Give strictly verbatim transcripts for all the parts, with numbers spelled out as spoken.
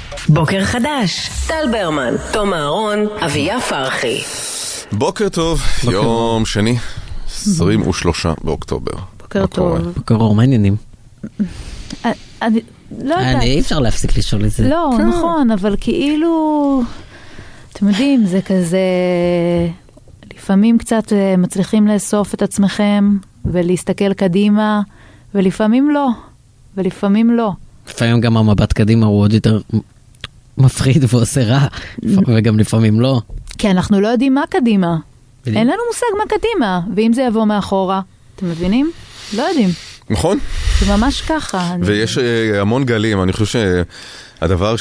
בוקר חדש, טל ברמן, תום אהרון, אביה פרחי. בוקר טוב, יום שני, עשרים ושלושה באוקטובר. בוקר טוב. בוקר אור, מה העניינים? אני לא יודעת. אי אפשר להפסיק לשאול את זה. לא, נכון, אבל כאילו, אתם יודעים, זה כזה, לפעמים קצת מצליחים לאסוף את עצמכם ולהסתכל קדימה, ולפעמים לא, ולפעמים לא. לפעמים גם המבט קדימה הוא עוד יותר מפחיד ועושה רע, וגם לפעמים לא. כי אנחנו לא יודעים מה קדימה. אין לנו מושג מה קדימה, ואם זה יבוא מאחורה, אתם מבינים? לא יודעים. נכון. זה ממש ככה. ויש המון גלים, אני חושב שהדבר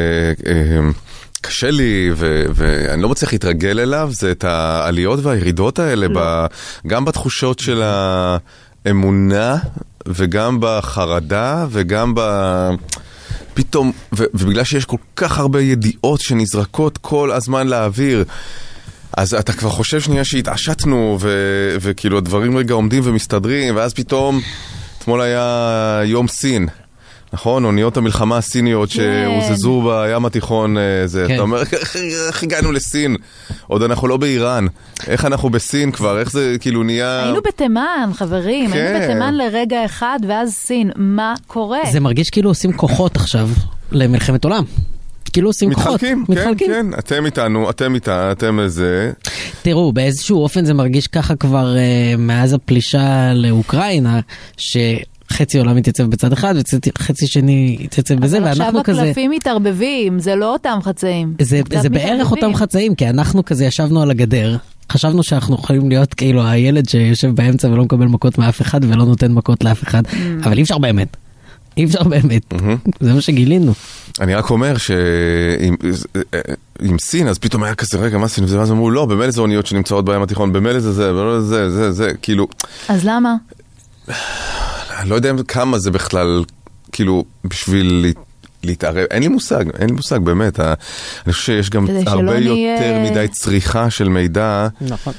שקשה לי, ואני לא מצליח להתרגל אליו, זה את העליות והירידות האלה, גם בתחושות של האמונה, וגם בחרדה, וגם ב... פתאום, ו- ובגלל שיש כל כך הרבה ידיעות שנזרקות כל הזמן לאוויר, אז אתה כבר חושב שנייה שהתעשתנו, ו- וכאילו הדברים רגע עומדים ומסתדרים, ואז פתאום, אתמול היה יום סין, נכון? אוניות המלחמה הסיניות שהוזזו בים התיכון, זה. אתה אומר, איך הגענו לסין? עוד אנחנו לא באיראן. איך אנחנו בסין כבר? איך זה כאילו נהיה... היינו בתימן, חברים. היינו בתימן לרגע אחד, ואז סין. מה קורה? זה מרגיש כאילו עושים כוחות עכשיו למלחמת עולם. כאילו עושים כוחות. מתחלקים, כן, כן. אתם איתנו, אתם איתה, אתם איזה... תראו, באיזשהו אופן זה מרגיש ככה כבר מאז הפלישה לאוקראינה, ש... חצי עולם מתייצב בצד אחד, וחצי שני יתייצב בזה, ואנחנו כזה... עכשיו הקלפים מתערבבים, זה לא אותם חצאים. זה, זה בערך אותם חצאים, כי אנחנו כזה ישבנו על הגדר, חשבנו שאנחנו יכולים להיות כאילו הילד שיושב באמצע ולא מקבל מכות מאף אחד, ולא נותן מכות לאף אחד, אבל אי אפשר באמת. אי אפשר באמת. זה מה שגילינו. אני רק אומר שעם סין, אז פתאום היה כזה, רגע, מה סין? ואז אמרו, לא, במילא זה אוניות שנמצאות בים התיכון, במילא זה זה, במילא זה, זה, זה, כאילו... אז למה? אני לא יודע כמה זה בכלל, כאילו, בשביל להתערב. אין לי מושג, אין לי מושג, באמת. אני חושב שיש גם הרבה יותר מדי צריכה של מידע. נכון.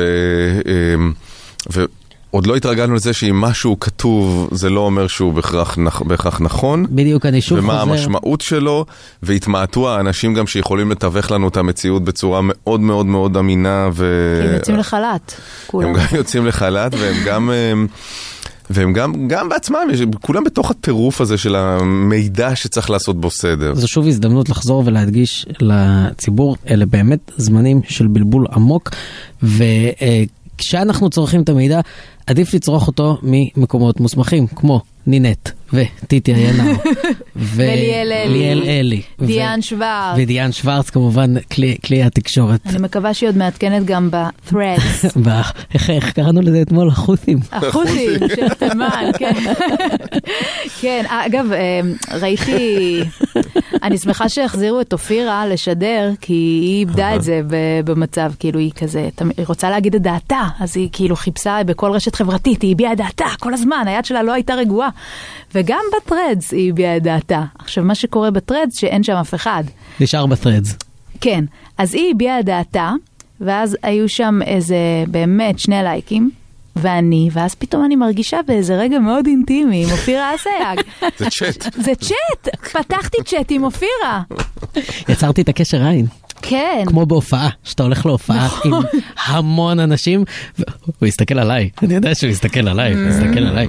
ועוד לא התרגלנו לזה שאם משהו כתוב, זה לא אומר שהוא בהכרח נכון. בדיוק, אני שוב חוזר. ומה המשמעות שלו, והתמעטו האנשים גם שיכולים לתווך לנו את המציאות בצורה מאוד מאוד מאוד אמינה. כי הם יוצאים לחל"ת. הם גם יוצאים לחל"ת, והם גם... והם גם, גם בעצמם, כולם בתוך הטירוף הזה של המידע שצריך לעשות בו סדר. זו שוב הזדמנות לחזור ולהדגיש לציבור, אלה באמת זמנים של בלבול עמוק, וכשאנחנו צורכים את המידע, עדיף לצרוך אותו ממקומות מוסמכים, כמו נינט וטיטי עיינאו וליאל אלי דיאן שוורץ ודיאן שוורץ כמובן כלי התקשורת. אני מקווה שהיא עוד מעדכנת גם ב-threads. איך קראנו לזה אתמול? החות'ים. החות'ים של תימן, כן. כן, אגב, ראיתי, אני שמחה שהחזירו את אופירה לשדר, כי היא איבדה את זה במצב, כאילו היא כזה, היא רוצה להגיד את דעתה, אז היא כאילו חיפשה בכל רשת חברתית, היא הביעה את דעתה כל הזמן, היד שלה לא הייתה רגועה. וגם בטרדס היא הביעה את דעתה. עכשיו, מה שקורה בטרדס, שאין שם אף אחד. נשאר בטרדס. כן. אז היא הביעה את דעתה, ואז היו שם איזה, באמת, שני לייקים, ואני, ואז פתאום אני מרגישה באיזה רגע מאוד אינטימי, עם אופירה אסייג. זה צ'אט. זה צ'אט. פתחתי צ'אט עם אופירה. יצרתי את הקשר עין. כן. כמו בהופעה, שאתה הולך להופעה עם המון אנשים, הוא יסתכל עליי. אני יודע שהוא יסתכל עליי, הוא יסתכל עליי.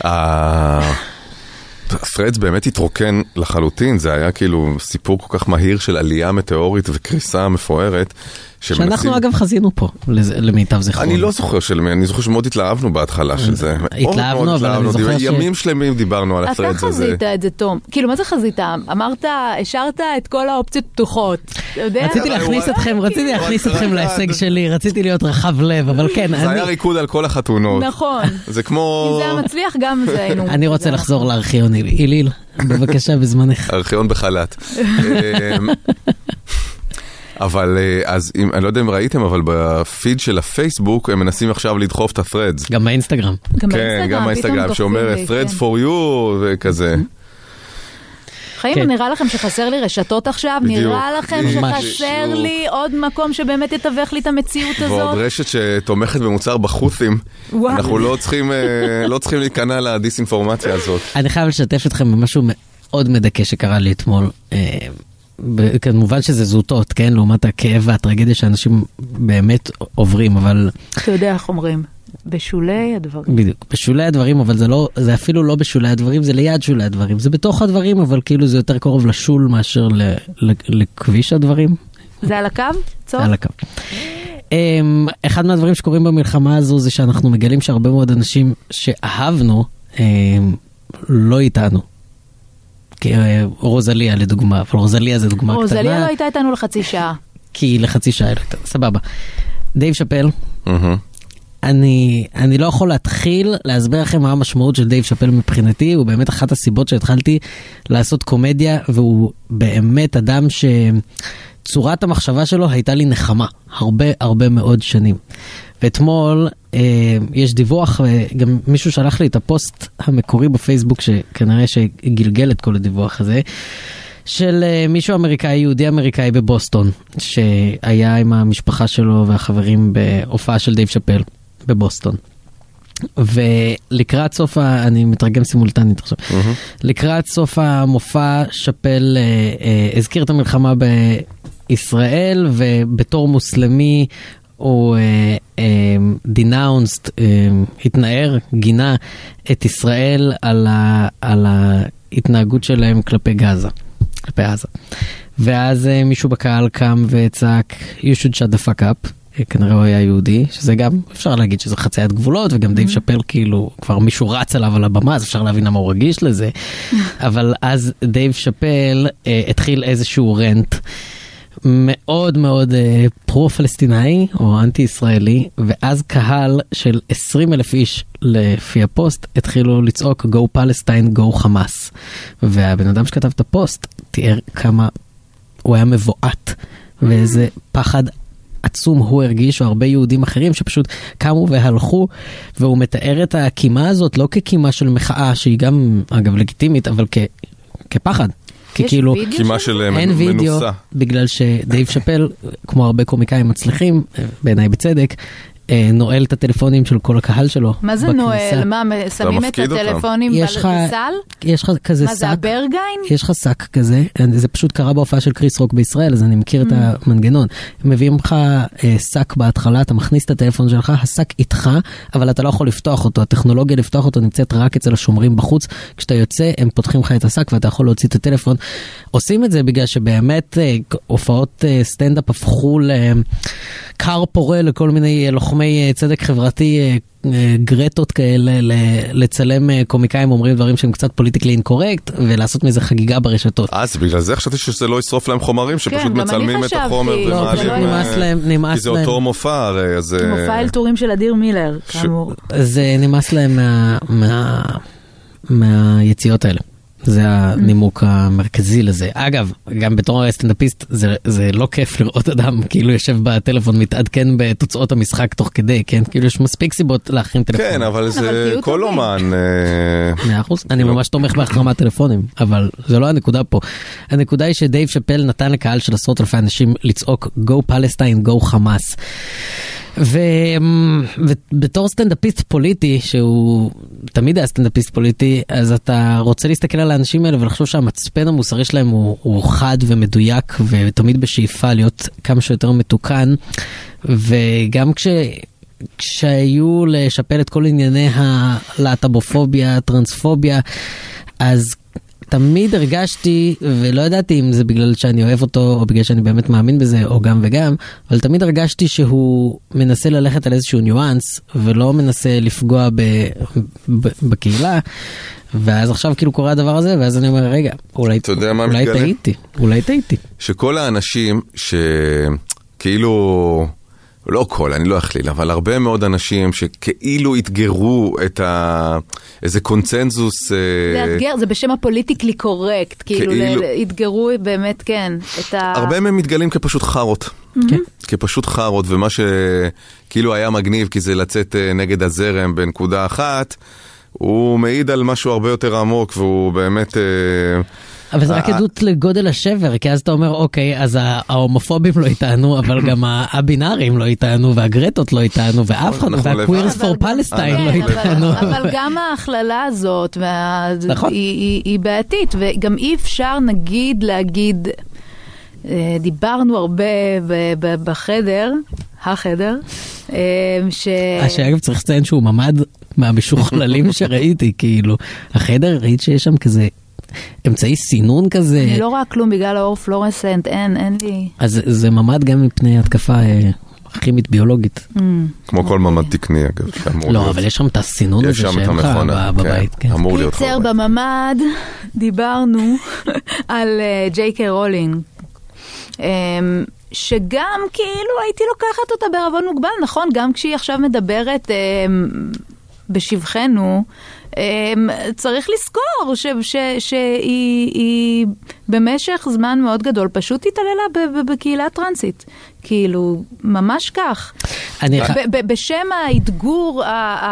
הפרדס באמת התרוקן לחלוטין, זה היה כאילו סיפור כל כך מהיר של עלייה מטאורית וקריסה מפוארת. שאנחנו אגב חזינו פה, למיטב זכרון. אני לא זוכר של מי, אני זוכר שמאוד התלהבנו בהתחלה של זה. התלהבנו, אבל אני זוכר ש... ימים שלמים דיברנו על הפרדס הזה. אתה חזית את זה, תום. כאילו, מה זה חזית? אמרת, השארת את כל האופציות פתוחות. רציתי להכניס אתכם, רציתי להכניס אתכם להישג שלי, רציתי להיות רחב לב, אבל כן. זה היה ריקוד על כל החתונות. נכון. זה כמו... אם זה היה מצליח, גם זה היינו... אני רוצה לחזור לארכיון, איליל. בבקשה, בזמנך. ארכיון בחל"ת. אבל אז אם, אני לא יודע אם ראיתם, אבל בפיד של הפייסבוק הם מנסים עכשיו לדחוף את ה-threads. גם באינסטגרם. כן, גם באינסטגרם, שאומרת threads for you וכזה. חיים, נראה לכם שחסר לי רשתות עכשיו? נראה לכם שחסר לי עוד מקום שבאמת יתווך לי את המציאות הזאת? ועוד רשת שתומכת במוצר בחות'ים. אנחנו לא צריכים, לא צריכים להיכנע לדיסאינפורמציה הזאת. אני חייב לשתף אתכם במשהו מאוד מדכא שקרה לי אתמול. כמובן שזה זוטות, כן? לעומת הכאב והטרגדיה שאנשים באמת עוברים, אבל... אתה יודע איך אומרים, בשולי הדברים. בדיוק, בשולי הדברים, אבל זה לא, זה אפילו לא בשולי הדברים, זה ליד שולי הדברים. זה בתוך הדברים, אבל כאילו זה יותר קרוב לשול מאשר ל, ל, לכביש הדברים. זה על הקו? זה על הקו. אחד מהדברים שקורים במלחמה הזו זה שאנחנו מגלים שהרבה מאוד אנשים שאהבנו לא איתנו. רוזליה לדוגמה, אבל רוזליה זה דוגמה קטנה. רוזליה לא הייתה איתנו לחצי שעה. כי לחצי שעה, סבבה. דייב שאפל, אני, אני לא יכול להתחיל להסביר לכם מה המשמעות של דייב שאפל מבחינתי, הוא באמת אחת הסיבות שהתחלתי לעשות קומדיה, והוא באמת אדם שצורת המחשבה שלו הייתה לי נחמה, הרבה הרבה מאוד שנים. ואתמול אה, יש דיווח, וגם מישהו שלח לי את הפוסט המקורי בפייסבוק, שכנראה שגלגל את כל הדיווח הזה, של אה, מישהו אמריקאי, יהודי אמריקאי בבוסטון, שהיה עם המשפחה שלו והחברים בהופעה של דייב שאפל בבוסטון. ולקראת סוף, אני מתרגם סימולטנית עכשיו, mm-hmm. לקראת סוף המופע שאפל אה, אה, הזכיר את המלחמה בישראל, ובתור מוסלמי הוא דינאונסט, uh, uh, uh, התנער, גינה את ישראל על, ה, על ההתנהגות שלהם כלפי גזה, כלפי עזה. ואז uh, מישהו בקהל קם וצעק, you should shut the fuck up, uh, כנראה הוא היה יהודי, שזה גם, אפשר להגיד שזה חציית גבולות, וגם דייב שאפל כאילו, כבר מישהו רץ עליו על הבמה, אז אפשר להבין למה הוא רגיש לזה, אבל אז דייב שאפל uh, התחיל איזשהו רנט, מאוד מאוד פרו-פלסטינאי או אנטי-ישראלי, ואז קהל של עשרים אלף איש לפי הפוסט התחילו לצעוק Go Palestine, Go Hamas. והבן אדם שכתב את הפוסט תיאר כמה הוא היה מבועת, ואיזה פחד עצום הוא הרגיש, או הרבה יהודים אחרים שפשוט קמו והלכו, והוא מתאר את הקימה הזאת לא כקימה של מחאה, שהיא גם אגב לגיטימית, אבל כ- כפחד. כי כאילו, קימה של אין וידאו, בגלל שדייב שאפל, כמו הרבה קומיקאים מצליחים, בעיניי בצדק, נועל את הטלפונים של כל הקהל שלו. מה זה נועל? מה, שמים את הטלפונים בסל? יש לך כזה שק. מה זה, הברגיין? יש לך שק כזה, זה פשוט קרה בהופעה של קריס רוק בישראל, אז אני מכיר את המנגנון. מביאים לך שק בהתחלה, אתה מכניס את הטלפון שלך, השק איתך, אבל אתה לא יכול לפתוח אותו. הטכנולוגיה לפתוח אותו נמצאת רק אצל השומרים בחוץ. כשאתה יוצא, הם פותחים לך את השק, ואתה יכול להוציא את הטלפון. עושים את זה בגלל שבאמת הופעות סטנדאפ הפכו לקר פורה לכל מיני לוחמי צדק חברתי, גרטות כאלה, לצלם קומיקאים אומרים דברים שהם קצת פוליטיקלי אינקורקט, ולעשות מזה חגיגה ברשתות. אז בגלל זה חשבתי שזה לא ישרוף להם חומרים, שפשוט מצלמים את החומר ומעלים, כי זה אותו מופע הרי. מופע אלתורים של אדיר מילר, כאמור. זה נמאס להם מהיציאות האלה. זה הנימוק המרכזי לזה. אגב, גם בתור סטנדאפיסט, זה, זה לא כיף לראות אדם כאילו יושב בטלפון מתעדכן בתוצאות המשחק תוך כדי, כן? כאילו יש מספיק סיבות להחרים טלפון. כן, אבל זה כל אומן. מאה אחוז. אני ממש תומך בהחרמת טלפונים, אבל זה לא הנקודה פה. הנקודה היא שדייב שאפל נתן לקהל של עשרות אלפי אנשים לצעוק Go Palestine, Go Hamas. ובתור סטנדאפיסט פוליטי, שהוא תמיד היה סטנדאפיסט פוליטי, אז אתה רוצה להסתכל על האנשים האלה ולחשוב שהמצפן המוסרי שלהם הוא, הוא חד ומדויק, ותמיד בשאיפה להיות כמה שיותר מתוקן, וגם כש... כשהיו לשפל את כל ענייני הלהט"בופוביה, הטרנספוביה, אז תמיד הרגשתי, ולא ידעתי אם זה בגלל שאני אוהב אותו, או בגלל שאני באמת מאמין בזה, או גם וגם, אבל תמיד הרגשתי שהוא מנסה ללכת על איזשהו ניואנס, ולא מנסה לפגוע ב, ב, בקהילה, ואז עכשיו כאילו קורה הדבר הזה, ואז אני אומר, רגע, אולי, אולי טעיתי, אולי טעיתי. שכל האנשים שכאילו... לא כל, אני לא אכליל, אבל הרבה מאוד אנשים שכאילו התגרו את ה... איזה קונצנזוס... זה התגר, זה בשם הפוליטיקלי קורקט, כאילו, כאילו... התגרו באמת, כן, את ה... הרבה מהם מתגלים כפשוט חרות. כן. כפשוט חרות, ומה שכאילו היה מגניב, כי זה לצאת נגד הזרם בנקודה אחת, הוא מעיד על משהו הרבה יותר עמוק, והוא באמת... אבל זה רק עדות לגודל השבר, כי אז אתה אומר, אוקיי, אז ההומופובים לא איתנו, אבל גם הבינארים לא איתנו, והגרטות לא איתנו, ואף אחד, והקווירס פור פלסטיין לא איתנו. אבל גם ההכללה הזאת, היא בעייתית, וגם אי אפשר נגיד להגיד... דיברנו הרבה בחדר, החדר, ש... שאגב צריך לציין שהוא ממד מהמשוכללים שראיתי, כאילו, החדר, ראית שיש שם כזה אמצעי סינון כזה. אני לא רואה כלום בגלל האור פלורסנט, אין, אין לי... אז זה ממד גם מפני התקפה כימית ביולוגית. כמו כל ממד תקני, אגב. לא, אבל יש שם את הסינון הזה שאין לך בבית. אמור להיות קיצר, בממד דיברנו על ג'יי קיי רולינג. שגם כאילו הייתי לוקחת אותה בערבון מוגבל, נכון? גם כשהיא עכשיו מדברת בשבחנו, צריך לזכור שהיא במשך זמן מאוד גדול פשוט התעללה בקהילה טרנסית. כאילו, ממש כך. בשם ההתגור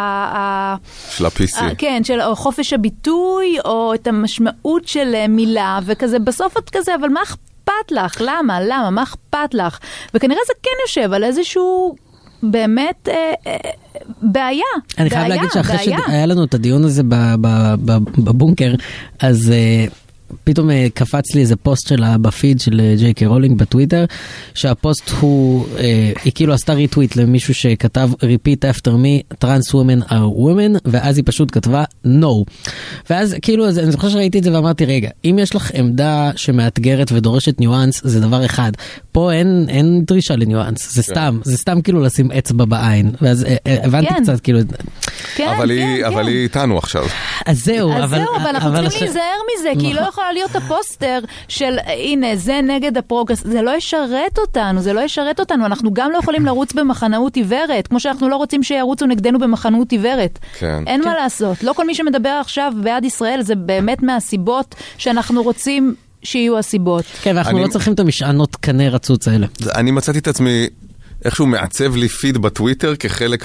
של ה-פי סי. כן, של חופש הביטוי, או את המשמעות של מילה, וכזה, בסוף את כזה, אבל מה אכפת לך? למה? למה? מה אכפת לך? וכנראה זה כן יושב על איזשהו באמת אה, אה, בעיה. אני חייב להגיד שאחרי שהיה לנו את הדיון הזה בבונקר, אז אה, פתאום קפץ לי איזה פוסט שלה בפיד של ג'יי קיי רולינג בטוויטר, שהפוסט הוא, אה, היא כאילו עשתה ריטוויט למישהו שכתב repeat after me, trans women are women, ואז היא פשוט כתבה no. ואז כאילו, אז, אני זוכר שראיתי את זה ואמרתי, רגע, אם יש לך עמדה שמאתגרת ודורשת ניואנס, זה דבר אחד. פה אין, אין דרישה לניואנס, זה סתם, זה סתם כאילו לשים אצבע בעין. ואז הבנתי כן. קצת כאילו... כן, אבל, כן, היא, כן. אבל היא איתנו עכשיו. אז זהו, אז אבל... זהו, אבל אנחנו אבל צריכים הש... להיזהר מזה, כי היא לא יכולה להיות הפוסטר של, הנה, זה נגד הפרוגרס, זה לא ישרת אותנו, זה לא ישרת אותנו, אנחנו גם לא יכולים לרוץ במחנאות עיוורת, כמו שאנחנו לא רוצים שירוצו נגדנו במחנאות עיוורת. כן. אין כן. מה לעשות. לא כל מי שמדבר עכשיו בעד ישראל, זה באמת מהסיבות שאנחנו רוצים שיהיו הסיבות. כן, ואנחנו אני... לא צריכים את המשענות קנה רצוץ האלה. אני מצאתי את עצמי... איכשהו מעצב לי פיד בטוויטר כחלק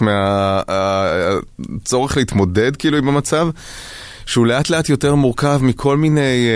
מהצורך להתמודד כאילו עם המצב, שהוא לאט לאט יותר מורכב מכל מיני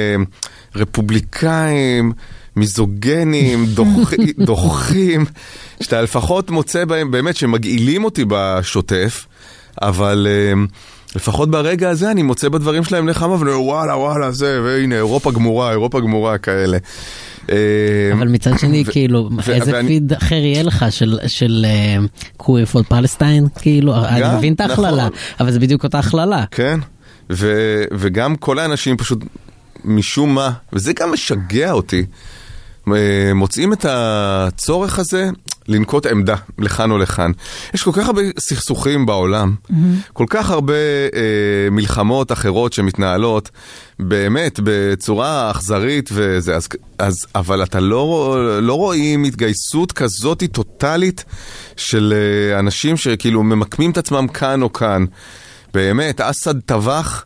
רפובליקאים, מיזוגנים, דוחים, שאתה לפחות מוצא בהם באמת שמגעילים אותי בשוטף, אבל לפחות ברגע הזה אני מוצא בדברים שלהם נחמה, וואלה וואלה זה, והנה אירופה גמורה, אירופה גמורה כאלה. אבל מצד שני, כאילו, איזה פיד אחר יהיה לך של קווי פוד פלסטיין? כאילו, אני מבין את ההכללה, אבל זה בדיוק אותה הכללה. כן, וגם כל האנשים פשוט משום מה, וזה גם משגע אותי, מוצאים את הצורך הזה לנקוט עמדה לכאן או לכאן. יש כל כך הרבה סכסוכים בעולם, כל כך הרבה אה, מלחמות אחרות שמתנהלות, באמת, בצורה אכזרית וזה, אז, אז, אבל אתה לא, לא רואים התגייסות כזאת טוטלית של אה, אנשים שכאילו ממקמים את עצמם כאן או כאן. באמת, אסד טבח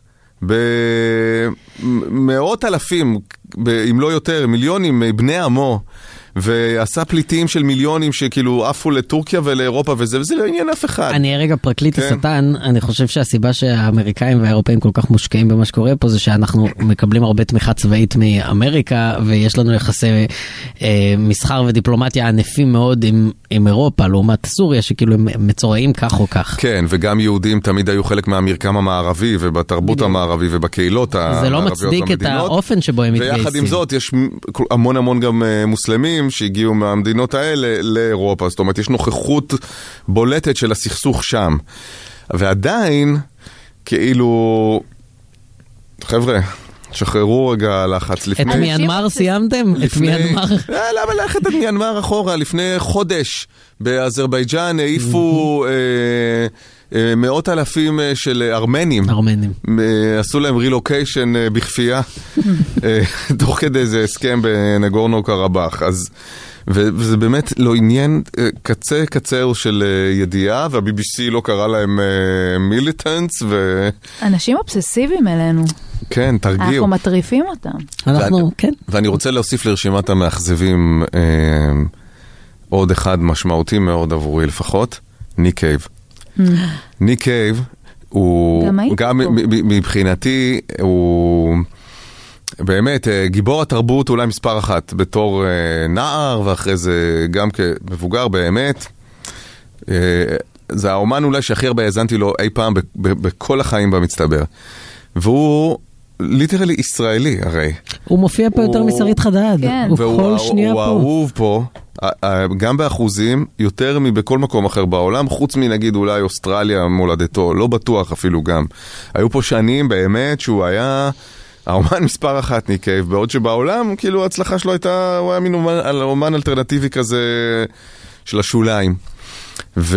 במאות אלפים, אם לא יותר, מיליונים מבני עמו, ועשה פליטים של מיליונים שכאילו עפו לטורקיה ולאירופה וזה, וזה לא עניין אף אחד. אני רגע פרקליט השטן, אני חושב שהסיבה שהאמריקאים והאירופאים כל כך מושקעים במה שקורה פה, זה שאנחנו מקבלים הרבה תמיכה צבאית מאמריקה, ויש לנו יחסי אה, מסחר ודיפלומטיה ענפים מאוד עם, עם אירופה, לעומת סוריה, שכאילו הם מצורעים כך או כך. כן, וגם יהודים תמיד היו חלק מהמרקם המערבי, ובתרבות המערבי, ובקהילות המערביות במדינות. זה לא מצדיק את האופן שבו הם מתגייסים. ויחד עם זאת, יש המון המון גם מוסלמים, שהגיעו מהמדינות האלה לאירופה, זאת אומרת, יש נוכחות בולטת של הסכסוך שם. ועדיין, כאילו, חבר'ה, שחררו רגע לחץ לפני... את מיינמר סיימתם? את מיינמר? למה ללכת את מיינמר אחורה? לפני חודש באזרבייג'אן העיפו מאות אלפים של ארמנים. ארמנים. עשו להם רילוקיישן בכפייה, תוך כדי איזה הסכם בנגורנו קרבאח. אז... וזה באמת לא עניין קצה קצר של ידיעה, וה-בי בי סי לא קרא להם מיליטנטס, ו... אנשים אובססיביים אלינו. כן, תרגיעו. אנחנו מטריפים אותם. אנחנו, כן. ואני רוצה להוסיף לרשימת המאכזבים עוד אחד משמעותי מאוד עבורי לפחות, ניק קייב. ניק קייב הוא, גם מבחינתי, הוא... באמת, גיבור התרבות אולי מספר אחת, בתור נער, ואחרי זה גם כמבוגר באמת. זה האומן אולי שהכי הרבה האזנתי לו אי פעם בכל החיים במצטבר. והוא ליטרלי ישראלי הרי. הוא מופיע פה יותר משרית חדד. כן. הוא כל שנייה פה. הוא אהוב פה, גם באחוזים, יותר מבכל מקום אחר בעולם, חוץ מנגיד אולי אוסטרליה מולדתו, לא בטוח אפילו גם. היו פה שנים באמת שהוא היה האומן מספר אחת ניקייב, בעוד שבעולם, כאילו ההצלחה שלו הייתה, הוא היה מין אומן, אומן אלטרנטיבי כזה של השוליים. ולא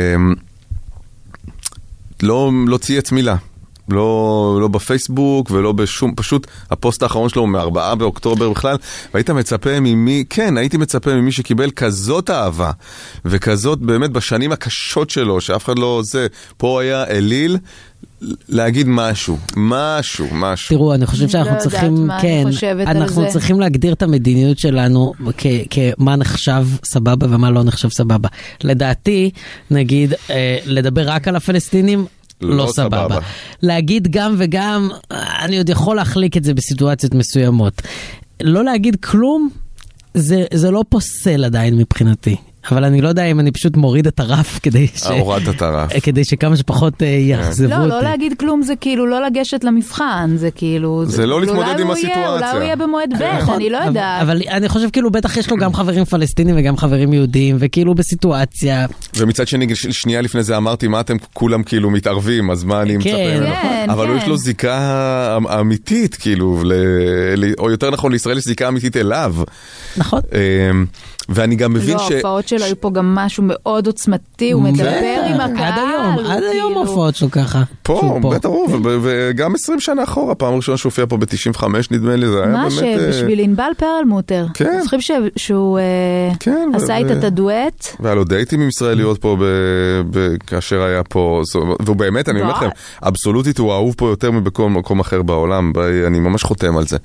לא צייץ מילה. לא, לא בפייסבוק ולא בשום, פשוט הפוסט האחרון שלו הוא מארבעה באוקטובר בכלל, והיית מצפה ממי, כן, הייתי מצפה ממי שקיבל כזאת אהבה, וכזאת באמת בשנים הקשות שלו, שאף אחד לא זה, פה היה אליל, להגיד משהו, משהו, משהו. תראו, אני חושב שאנחנו צריכים, כן, אנחנו צריכים להגדיר את המדיניות שלנו כמה נחשב סבבה ומה לא נחשב סבבה. לדעתי, נגיד, לדבר רק על הפלסטינים, לא סבבה. להגיד גם וגם, אני עוד יכול להחליק את זה בסיטואציות מסוימות. לא להגיד כלום, זה לא פוסל עדיין מבחינתי. אבל אני לא יודע אם אני פשוט מוריד את הרף כדי ש... הורדת את הרף. כדי שכמה שפחות יחזבו אותי. לא, לא להגיד כלום זה כאילו לא לגשת למבחן, זה כאילו... זה לא להתמודד עם הסיטואציה. אולי הוא יהיה במועד ב', אני לא יודעת. אבל אני חושב כאילו בטח יש לו גם חברים פלסטינים וגם חברים יהודים, וכאילו בסיטואציה... ומצד שני, שנייה לפני זה אמרתי, מה אתם כולם כאילו מתערבים, אז מה אני מצפה ממנו? אבל יש לו זיקה אמיתית, כאילו, או יותר נכון, לישראל יש זיקה אמיתית אליו. נכון. ואני גם מבין ש... לא, ההופעות שלו היו פה גם משהו מאוד עוצמתי, הוא מדבר עם הקהל. עד היום, עד היום ההופעות שלו ככה. פה, בטח רוב, וגם עשרים שנה אחורה, פעם ראשונה שהופיע פה ב-תשעים וחמש נדמה לי, זה היה באמת... מה שבשביל ענבל פרלמוטר. כן. צריכים שהוא עשה איתה את הדואט. והיה לו דייטים עם ישראליות פה, כאשר היה פה, והוא באמת, אני אומר לכם, אבסולוטית הוא אהוב פה יותר מבכל מקום אחר בעולם, אני ממש חותם על זה.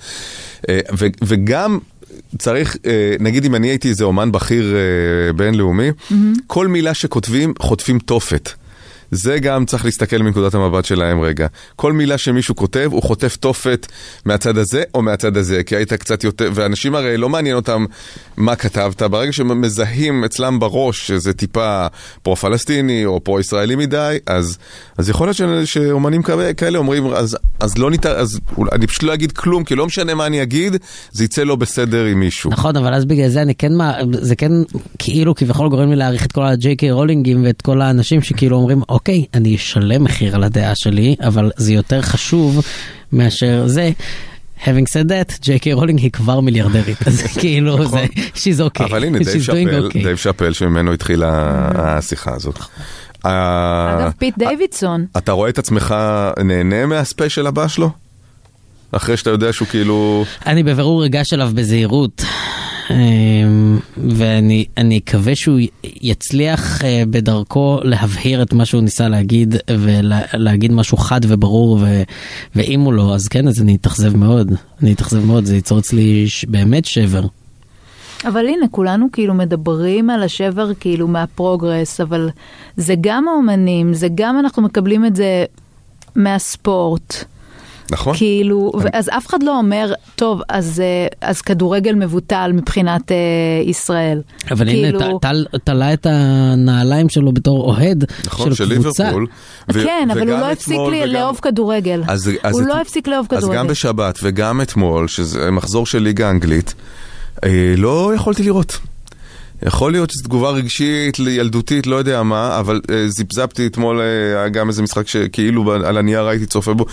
וגם... צריך, נגיד אם אני הייתי איזה אומן בכיר בינלאומי, mm-hmm. כל מילה שכותבים, חוטפים תופת. זה גם צריך להסתכל מנקודת המבט שלהם רגע. כל מילה שמישהו כותב, הוא חוטף תופת מהצד הזה או מהצד הזה, כי היית קצת יותר, ואנשים הרי לא מעניין אותם מה כתבת, ברגע שמזהים אצלם בראש שזה טיפה פרו-פלסטיני או פרו-ישראלי מדי, אז, אז יכול להיות ש, שאומנים כאלה אומרים, אז, אז לא ניתן, אז אני פשוט לא אגיד כלום, כי לא משנה מה אני אגיד, זה יצא לא בסדר עם מישהו. נכון, אבל אז בגלל זה אני כן, זה כן כאילו כביכול גורם לי להעריך את כל ה-ג'יי קיי רולינגים ואת כל האנשים שכאילו אומרים, אוקיי, אני אשלם מחיר על הדעה שלי, אבל זה יותר חשוב מאשר זה. Having said that, ג'יי קיי רולינג היא כבר מיליארדרית, אז כאילו זה, she's okay. אבל הנה, דייב שאפל, דייב שאפל שממנו התחילה השיחה הזאת. אגב, פיט דיווידסון. אתה רואה את עצמך נהנה מהספיישל הבא שלו? אחרי שאתה יודע שהוא כאילו... אני בבירור רגש אליו בזהירות. ואני אני אקווה שהוא יצליח בדרכו להבהיר את מה שהוא ניסה להגיד ולהגיד משהו חד וברור ו, ואם הוא לא, אז כן, אז אני אתאכזב מאוד אני אתאכזב מאוד, זה ייצור אצלי באמת שבר. אבל הנה, כולנו כאילו מדברים על השבר כאילו מהפרוגרס, אבל זה גם האומנים, זה גם אנחנו מקבלים את זה מהספורט. נכון. כאילו, אז אף אחד לא אומר, טוב, אז, אז כדורגל מבוטל מבחינת ישראל. אבל הנה, טל תלה את הנעליים שלו בתור אוהד של קבוצה. כן, אבל הוא לא הפסיק לאהוב כדורגל. הוא לא הפסיק לאהוב כדורגל. אז גם בשבת וגם אתמול, שזה מחזור של ליגה אנגלית, לא יכולתי לראות. יכול להיות שזו תגובה רגשית, ילדותית, לא יודע מה, אבל זיפזפתי אתמול גם איזה משחק שכאילו על הנייר הייתי צופה בו.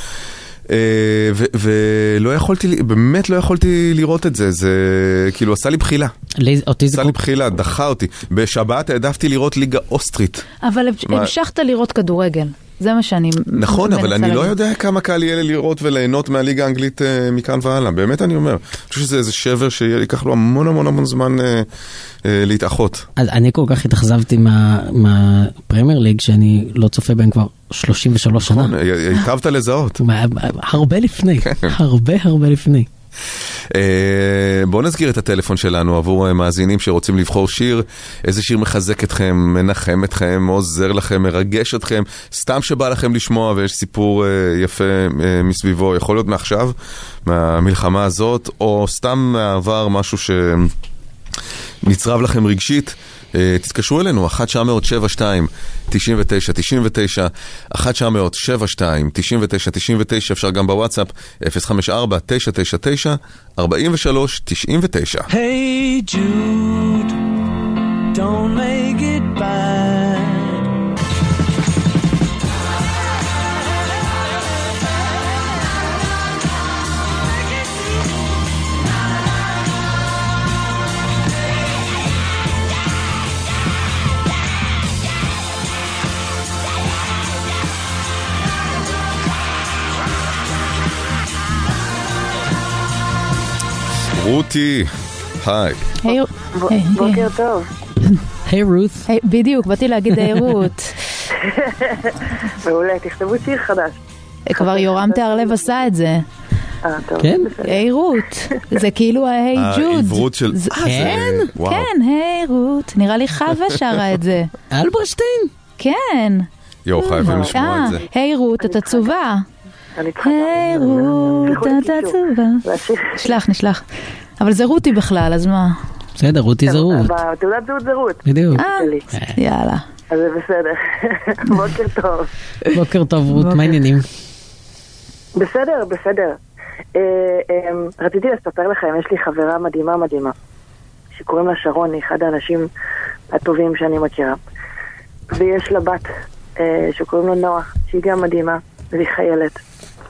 ולא יכולתי, באמת לא יכולתי לראות את זה, זה כאילו עשה לי בחילה. עשה לי בחילה, דחה אותי. בשבת העדפתי לראות ליגה אוסטרית. אבל המשכת לראות כדורגל. זה מה שאני... נכון, אבל אני לא יודע כמה קל יהיה לי לראות וליהנות מהליגה האנגלית מכאן והלאה. באמת אני אומר. אני חושב שזה איזה שבר שיקח לו המון המון המון זמן להתאחות. אז אני כל כך התאכזבתי מהפרמייר ליג שאני לא צופה בהם כבר שלושים ושלוש שנה. נכון, היטבת לזהות. הרבה לפני, הרבה הרבה לפני. בואו נזכיר את הטלפון שלנו עבור מאזינים שרוצים לבחור שיר, איזה שיר מחזק אתכם, מנחם אתכם, עוזר לכם, מרגש אתכם, סתם שבא לכם לשמוע ויש סיפור יפה מסביבו, יכול להיות מעכשיו, מהמלחמה הזאת, או סתם מעבר משהו ש... נצרב לכם רגשית, תתקשרו אלינו, אחת תשע אפס שבע שתיים תשעים ותשע תשעים ותשע, אחת תשע אפס שבע שתיים תשעים ותשע תשעים ותשע, אפשר גם בוואטסאפ, אפס חמש ארבע תשע תשע תשע ארבעים ושלוש תשעים ותשע. Hey Jude, don't make it bad. רותי, היי. בוקר טוב. היי רות. בדיוק, באתי להגיד היי רות. מעולה, תכתבו שיר חדש. כבר יורם תיארלב עשה את זה. כן? היי רות. זה כאילו היי ג'וד. העברות של... כן, כן, היי רות. נראה לי חווה שרה את זה. אלברשטיין? כן. יו, חייבים לשמוע את זה. היי רות, את עצובה. היי רות, את עצובה. נשלח, נשלח. אבל זה רותי בכלל, אז מה? בסדר, רותי זה רות. בתעודת זהות זה רות. בדיוק. יאללה. אז זה בסדר. בוקר טוב. בוקר טוב רות, מה העניינים? בסדר, בסדר. רציתי לספר לכם, יש לי חברה מדהימה מדהימה, שקוראים לה שרון, היא אחד האנשים הטובים שאני מכירה. ויש לה בת שקוראים לה נועה, שהיא גם מדהימה, והיא חיילת.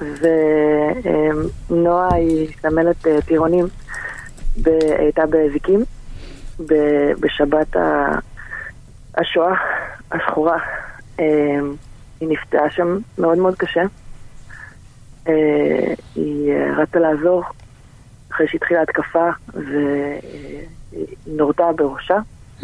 ונועה היא סמלת טירונים, הייתה בזיקים בשבת השואה השחורה. היא נפצעה שם מאוד מאוד קשה. היא רצה לעזור אחרי שהתחילה התקפה והיא נורתה בראשה,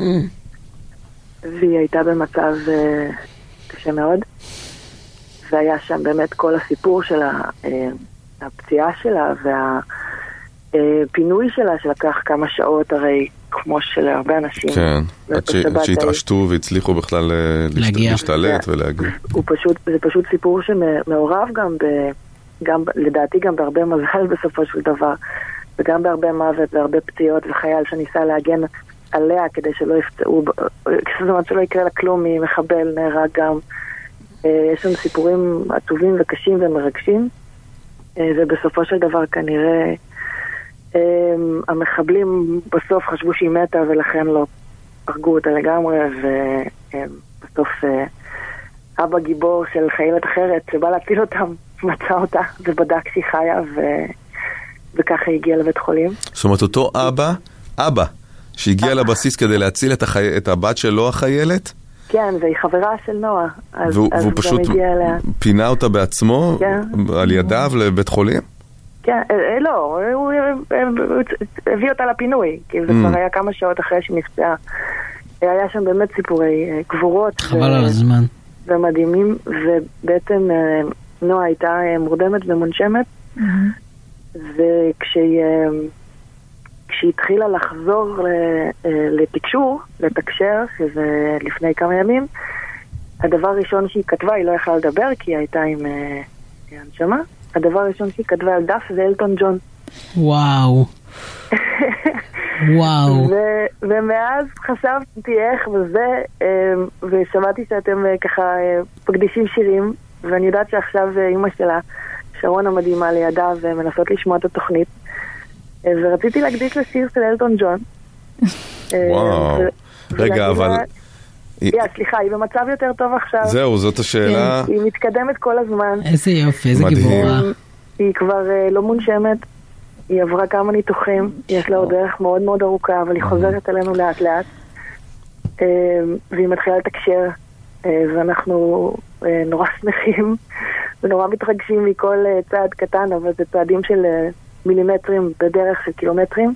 והיא הייתה במצב קשה מאוד, והיה שם באמת כל הסיפור של הפציעה שלה והפינוי שלה שלקח כמה שעות, הרי כמו של הרבה אנשים. כן, עד שהתעשתו והצליחו בכלל להשתלט ולהגיע. זה פשוט סיפור שמעורב גם, גם לדעתי גם בהרבה מזל בסופו של דבר, וגם בהרבה מוות והרבה פציעות, וחייל שניסה להגן עליה כדי שלא יפצעו, זאת אומרת שלא יקרה לה כלום, מחבל נהרג גם. יש לנו סיפורים עצובים וקשים ומרגשים, ובסופו של דבר כנראה המחבלים בסוף חשבו שהיא מתה ולכן לא הרגו אותה לגמרי, ובסוף אבא גיבור של חיילת אחרת שבא להציל אותם מצא אותה ובדק שהיא חיה, ו... וככה היא הגיעה לבית חולים. זאת אומרת אותו אבא, אבא שהגיע אבא. לבסיס כדי להציל את, החי... את הבת שלו החיילת? כן, והיא חברה של נועה. אז, והוא, אז והוא פשוט פינה אותה בעצמו, כן. על ידיו לבית חולים? כן, לא, הוא הביא אותה לפינוי, כי זה כבר היה כמה שעות אחרי שנפצעה. היה שם באמת סיפורי גבורות. חבל על הזמן. ומדהימים, ובעצם נועה הייתה מורדמת ומונשמת, וכשהיא התחילה לחזור לתקשור, לתקשר, שזה לפני כמה ימים, הדבר הראשון שהיא כתבה, היא לא יכלה לדבר, כי היא הייתה עם הנשמה, הדבר הראשון שהיא כתבה על דף זה אלטון ג'ון. וואו. וואו. ומאז חשבתי איך וזה, ושמעתי שאתם ככה פקדישים שירים, ואני יודעת שעכשיו אמא שלה, שרון המדהימה לידה, ומנסות לשמוע את התוכנית, ורציתי להקדיש לשיר של אלטון ג'ון. וואו. רגע, אבל... סליחה, היא במצב יותר טוב עכשיו. זהו, זאת השאלה. היא מתקדמת כל הזמן. איזה יופי, איזה גיבורה. היא כבר לא מונשמת, היא עברה כמה ניתוחים, יש לה עוד דרך מאוד מאוד ארוכה, אבל היא חוזרת אלינו לאט לאט, והיא מתחילה לתקשר, ואנחנו נורא שמחים ונורא מתרגשים מכל צעד קטן, אבל זה צעדים של מילימטרים בדרך של קילומטרים,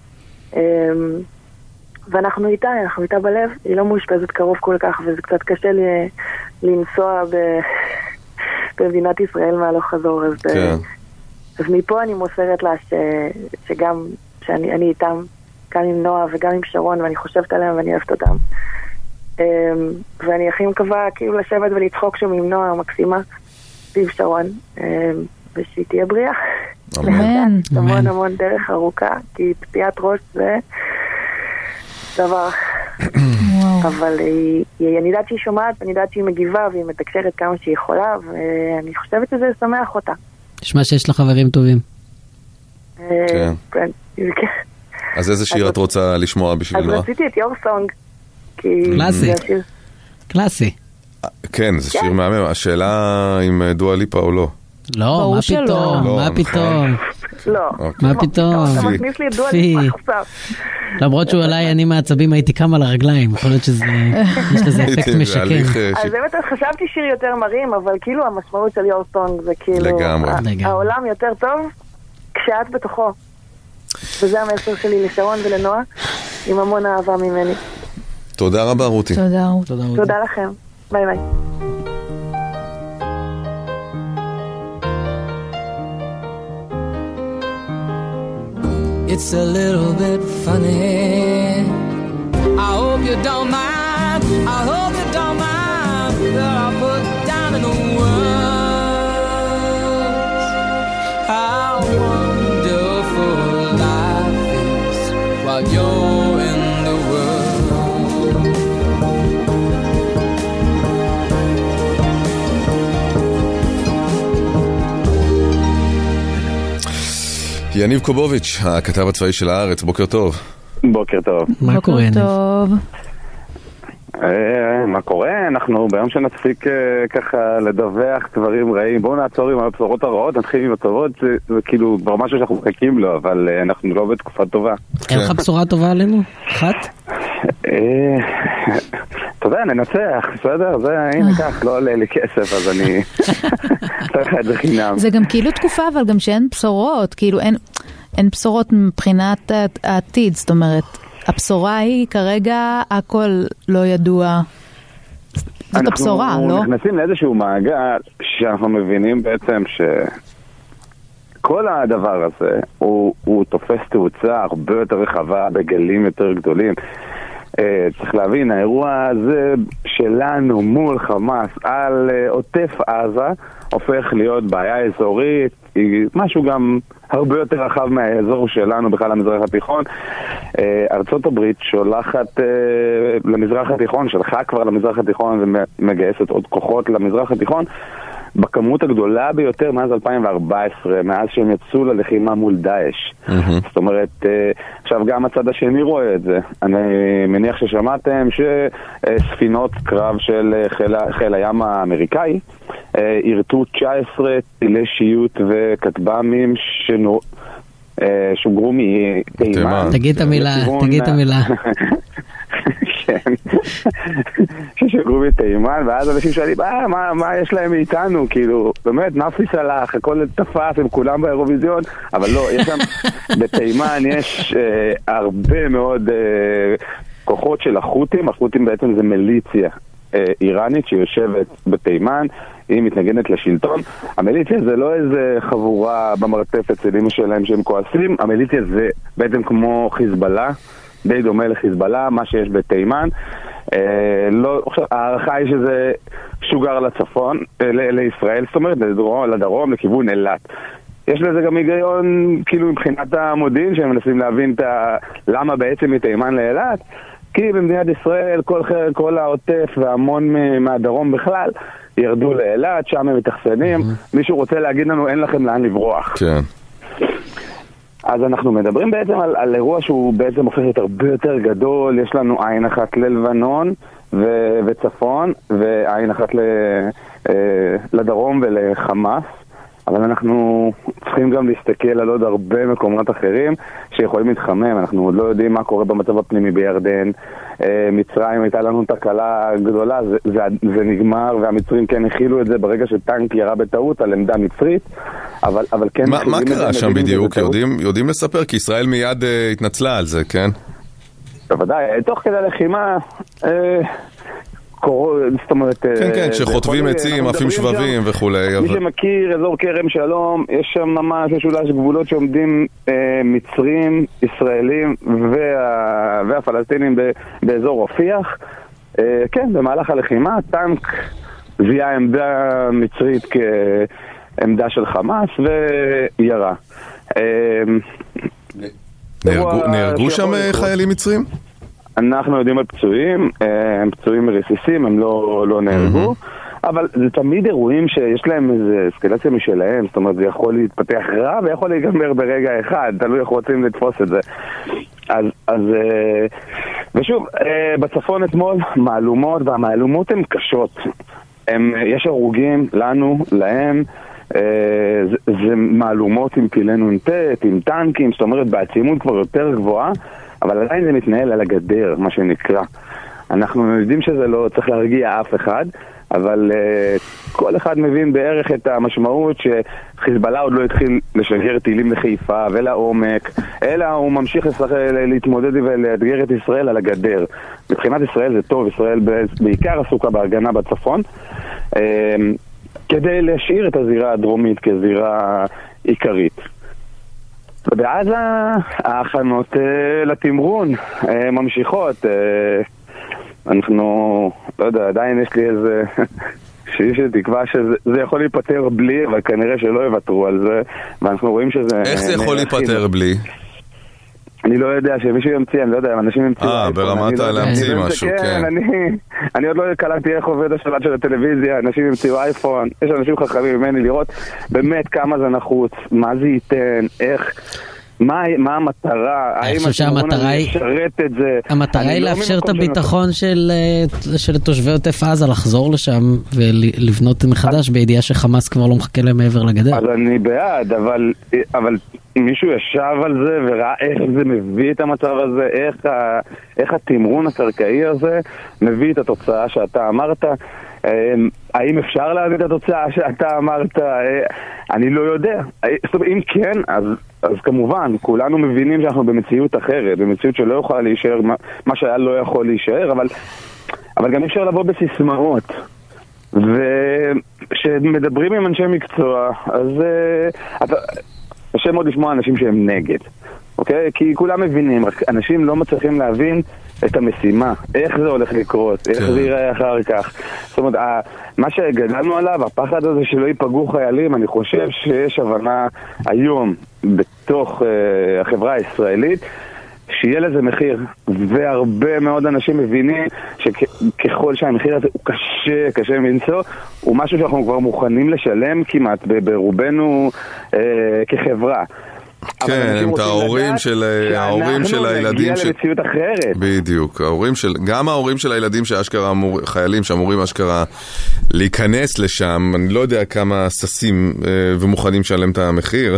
ואנחנו איתה, אנחנו איתה בלב, היא לא מאושפזת קרוב כל כך, וזה קצת קשה לי לנסוע במדינת ישראל מהלוך חזור, אז, כן. אז מפה אני מוסרת לה ש, שגם, שאני אני איתם, גם עם נועה וגם עם שרון, ואני חושבת עליהם ואני אוהבת אותם. ואני הכי מקווה כאילו לשבת ולצחוק שם עם נועה המקסימה, סביב שרון, ושהיא תהיה בריאה. אמן. המון המון דרך ארוכה, כי פציעת ראש זה... דבר. אבל אני יודעת שהיא שומעת, אני יודעת שהיא מגיבה והיא מתקשרת כמה שהיא יכולה, ואני חושבת שזה ישמח אותה. תשמע שיש לך חברים טובים. כן. אז איזה שיר את רוצה לשמוע בשביל נועה? אז רציתי את Your Song. קלאסי. קלאסי. כן, זה שיר מהמם. השאלה אם דואה ליפה או לא. לא, מה פתאום, מה פתאום. לא. מה פתאום. אתה מכניס לי את דואה ליפה עכשיו. למרות שהוא עליי, אני מעצבים הייתי קם על הרגליים. יכול להיות שזה, יש לזה אפקט משקם. אז באמת חשבתי שיר יותר מרים, אבל כאילו המשמעות של Your Song זה כאילו... לגמרי. העולם יותר טוב כשאת בתוכו. וזה המסר שלי לשרון ולנועה, עם המון אהבה ממני. תודה רבה רותי. תודה רותי. תודה לכם. ביי ביי. It's a little bit funny. I hope you don't mind. I hope you don't mind that I put down in the words how wonderful life is while you're in the world. יניב קובוביץ', הכתב הצבאי של הארץ, בוקר טוב. בוקר טוב. מה קורה יניב? מה קורה? אנחנו ביום שנפסיק ככה לדווח דברים רעים, בואו נעצור עם הבשורות הרעות, נתחיל עם הטובות, זה כאילו כבר משהו שאנחנו מחכים לו, אבל אנחנו לא בתקופה טובה. אין לך בשורה טובה עלינו? אחת? אתה יודע, ננצח, בסדר? זה, הנה כך, לא עולה לי כסף, אז אני צריך את זה חינם. זה גם כאילו תקופה, אבל גם שאין בשורות, כאילו אין בשורות מבחינת העתיד, זאת אומרת, הבשורה היא כרגע הכל לא ידוע. זאת הבשורה, לא? אנחנו נכנסים לאיזשהו מעגל שאנחנו מבינים בעצם שכל הדבר הזה הוא, הוא תופס תאוצה הרבה יותר רחבה בגלים יותר גדולים. צריך להבין, האירוע הזה שלנו מול חמאס על עוטף עזה הופך להיות בעיה אזורית, משהו גם הרבה יותר רחב מהאזור שלנו בכלל המזרח התיכון. ארצות הברית שולחת למזרח התיכון, שלחה כבר למזרח התיכון ומגייסת עוד כוחות למזרח התיכון בכמות הגדולה ביותר מאז אלפיים וארבע עשרה, מאז שהם יצאו ללחימה מול דאעש. זאת אומרת, עכשיו גם הצד השני רואה את זה. אני מניח ששמעתם שספינות קרב של חיל, חיל הים האמריקאי ירטו תשע עשרה טילי שיוט וכטב"מים שנו... שוגרו מתימן. תגיד את המילה, תגיד את המילה. כן. ששוגרו מתימן, ואז אנשים שואלים, מה יש להם מאיתנו? כאילו, באמת, נפי סלח, הכל תפס, הם כולם באירוויזיון, אבל לא, יש שם, בתימן יש הרבה מאוד כוחות של החות'ים, החות'ים בעצם זה מיליציה איראנית שיושבת בתימן, היא מתנגנת לשלטון. המיליציה זה לא איזה חבורה במרתף אצלים שלהם שהם כועסים, המיליציה זה בעצם כמו חיזבאללה, די דומה לחיזבאללה, מה שיש בתימן. אה, לא, עכשיו, הערכה היא שזה שוגר לצפון, אה, ל- לישראל, זאת אומרת, לדרום, לדרום, לכיוון אילת. יש לזה גם היגיון, כאילו מבחינת המודיעין, שהם מנסים להבין את ה... למה בעצם מתימן לאילת, כי במדינת ישראל כל, כל העוטף והמון מהדרום בכלל ירדו לאילת, שם הם מתחסנים, mm-hmm. מישהו רוצה להגיד לנו אין לכם לאן לברוח. כן. אז אנחנו מדברים בעצם על, על אירוע שהוא בעצם הופך להיות הרבה יותר גדול, יש לנו עין אחת ללבנון ו- וצפון, ועין אחת ל- לדרום ולחמאס, אבל אנחנו צריכים גם להסתכל על עוד הרבה מקומות אחרים שיכולים להתחמם. אנחנו עוד לא יודעים מה קורה במצב הפנימי בירדן. מצרים הייתה לנו תקלה גדולה, זה, זה, זה נגמר, והמצרים כן הכילו את זה ברגע שטנק ירה בטעות על עמדה מצרית, אבל, אבל כן... מה, מה קרה שם בדיוק? יודעים, יודעים לספר? כי ישראל מיד uh, התנצלה על זה, כן? בוודאי, תוך כדי לחימה... Uh, זאת אומרת... כן, כן, שחוטבים עצים, עפים שבבים וכולי. מי שמכיר אזור כרם שלום, יש שם ממש משולש גבולות שעומדים מצרים, ישראלים והפלסטינים באזור רפיח. כן, במהלך הלחימה, טנק זיהה עמדה מצרית כעמדה של חמאס וירה. נהרגו שם חיילים מצרים? אנחנו יודעים על פצועים, הם פצועים מרסיסים, הם לא, לא נהרגו, אבל זה תמיד אירועים שיש להם איזו אסקלציה משלהם, זאת אומרת זה יכול להתפתח רע ויכול להיגמר ברגע אחד, תלוי איך רוצים לתפוס את זה. אז, אז ושוב, בצפון אתמול מהלומות, והמהלומות הן קשות. הם, יש הרוגים לנו, להם, זה, זה מהלומות עם טילי נ"ט, עם טנקים, זאת אומרת בעצימות כבר יותר גבוהה, אבל עדיין זה מתנהל על הגדר, מה שנקרא. אנחנו יודעים שזה לא צריך להרגיע אף אחד, אבל uh, כל אחד מבין בערך את המשמעות שחיזבאללה עוד לא התחיל לשגר טילים לחיפה ולעומק, אלא הוא ממשיך לשח... להתמודד ולאתגר את ישראל על הגדר. מבחינת ישראל זה טוב, ישראל בעיקר עסוקה בהגנה בצפון, uh, כדי להשאיר את הזירה הדרומית כזירה עיקרית. ובעזה ההכנות uh, לתמרון uh, ממשיכות. Uh, אנחנו, לא יודע, עדיין יש לי איזה שיש לי תקווה שזה יכול להיפטר בלי, אבל כנראה שלא יוותרו על זה, ואנחנו רואים שזה... איך זה יכול להיפטר בלי? אני לא יודע, שמישהו ימציא, אני לא יודע, אנשים ימציאו... אה, ברמת להמציא משהו, כן. אני עוד לא קלטתי איך עובד השלט של הטלוויזיה, אנשים ימציאו אייפון, יש אנשים חכמים ממני לראות באמת כמה זה נחוץ, מה זה ייתן, איך... מה, מה המטרה? אני חושב שהמטרה היא... את זה? המטרה היא לאפשר את הביטחון של, של תושבי עוטף עזה לחזור לשם ולבנות מחדש בידיעה שחמאס כבר לא מחכה להם מעבר לגדר. אז אני בעד, אבל, אבל מישהו ישב על זה וראה איך זה מביא את המצב הזה, איך, ה, איך התמרון הקרקעי הזה מביא את התוצאה שאתה אמרת. האם אפשר להביא את התוצאה שאתה אמרת? אני לא יודע. אם כן, אז, אז כמובן, כולנו מבינים שאנחנו במציאות אחרת, במציאות שלא יכולה להישאר, מה שהיה לא יכול להישאר, אבל, אבל גם אפשר לבוא בסיסמאות. וכשמדברים עם אנשי מקצוע, אז אתה, קשה מאוד לשמוע אנשים שהם נגד. אוקיי? כי כולם מבינים, אנשים לא מצליחים להבין את המשימה, איך זה הולך לקרות, איך זה ייראה אחר כך. זאת אומרת, מה שגדלנו עליו, הפחד הזה שלא ייפגעו חיילים, אני חושב שיש הבנה היום בתוך uh, החברה הישראלית, שיהיה לזה מחיר, והרבה מאוד אנשים מבינים שככל שהמחיר הזה הוא קשה, קשה מנסוע, הוא משהו שאנחנו כבר מוכנים לשלם כמעט ברובנו uh, כחברה. כן, הם את ההורים של ההורים של הילדים ש... למציאות אחרת. בדיוק, ההורים של גם ההורים של הילדים שאשכרה אמור, חיילים שאמורים אשכרה להיכנס לשם, אני לא יודע כמה ססים ומוכנים לשלם את המחיר,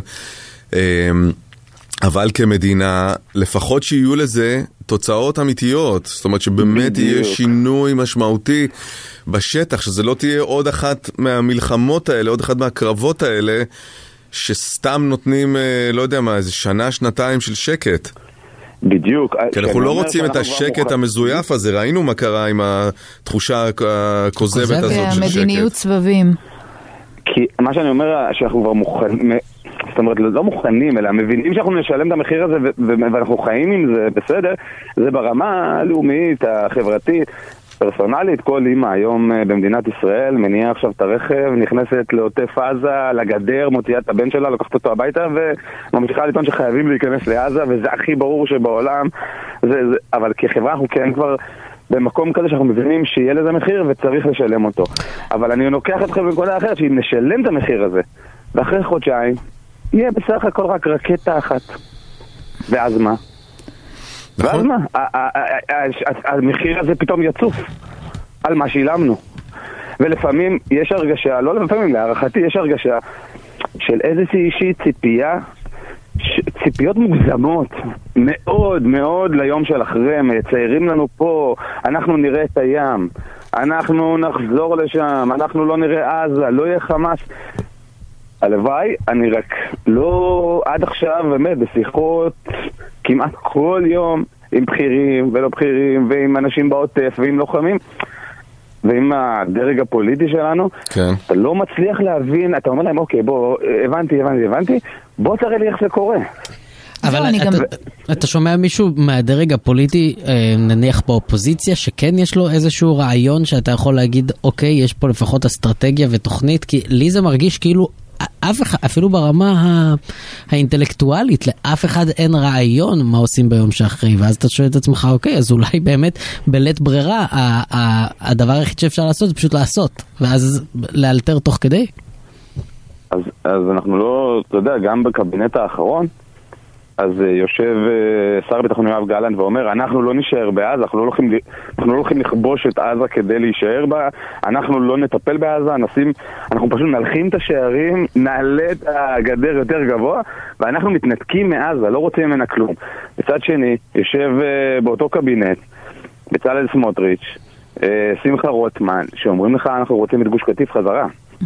אבל כמדינה לפחות שיהיו לזה תוצאות אמיתיות, זאת אומרת שבאמת יהיה שינוי משמעותי בשטח, שזה לא תהיה עוד אחת מהמלחמות האלה, עוד אחת מהקרבות האלה שסתם נותנים, לא יודע מה, איזה שנה, שנתיים של שקט. בדיוק. כי אנחנו לא רוצים את השקט המזויף הזה, ראינו מה קרה עם התחושה הכוזבת הזאת של שקט. המדיניות סבבים. כי מה שאני אומר, שאנחנו כבר מוכנים, זאת אומרת, לא מוכנים, אלא מבינים שאנחנו נשלם את המחיר הזה, ואנחנו חיים עם זה בסדר, זה ברמה הלאומית, החברתית, פרסונלית. כל אמא היום במדינת ישראל מניעה עכשיו את הרכב, נכנסת לעוטף עזה, לגדר, מוציאה את הבן שלה, לוקחת אותו הביתה וממשיכה לטעון שחייבים להיכנס לעזה, וזה הכי ברור שבעולם זה, זה, אבל כחברה אנחנו כן כבר במקום כזה שאנחנו מבינים שיהיה לזה מחיר וצריך לשלם אותו. אבל אני לוקח אתכם בנקודה אחרת, שאם נשלם את המחיר הזה ואחרי חודשיים יהיה בסך הכל רק רקטה אחת, ואז מה? ואז מה? המחיר הזה פתאום יצוף על מה שילמנו. ולפעמים יש הרגשה, לא לפעמים, להערכתי יש הרגשה של איזושהי ציפייה, ציפיות מוגזמות מאוד מאוד ליום של אחרי, מציירים לנו פה, אנחנו נראה את הים, אנחנו נחזור לשם, אנחנו לא נראה עזה, לא יהיה חמאס. הלוואי, אני רק לא עד עכשיו באמת בשיחות כמעט כל יום עם בכירים ולא בכירים ועם אנשים בעוטף ועם לוחמים ועם הדרג הפוליטי שלנו, כן. אתה לא מצליח להבין, אתה אומר להם אוקיי בוא, הבנתי, הבנתי, הבנתי, בוא תראה לי איך זה קורה. אבל אתה שומע מישהו מהדרג הפוליטי, נניח באופוזיציה, שכן יש לו איזשהו רעיון שאתה יכול להגיד, אוקיי, יש פה לפחות אסטרטגיה ותוכנית, כי לי זה מרגיש כאילו אף אחד, אפילו ברמה האינטלקטואלית, לאף אחד אין רעיון מה עושים ביום שאחרי, ואז אתה שואל את עצמך, אוקיי, אז אולי באמת בלית ברירה, הדבר היחיד שאפשר לעשות זה פשוט לעשות, ואז לאלתר תוך כדי. אז, אז אנחנו לא, אתה יודע, גם בקבינט האחרון, אז יושב שר הביטחון יואב גלנט ואומר, אנחנו לא נשאר בעזה, אנחנו לא הולכים, אנחנו לא הולכים לכבוש את עזה כדי להישאר בה, אנחנו לא נטפל בעזה, נשים, אנחנו פשוט נלחים את השערים, נעלה את הגדר יותר גבוה, ואנחנו מתנתקים מעזה, לא רוצים ממנה כלום. בצד שני, יושב באותו קבינט, בצלאל סמוטריץ', שמחה רוטמן, שאומרים לך, אנחנו רוצים את גוש קטיף חזרה.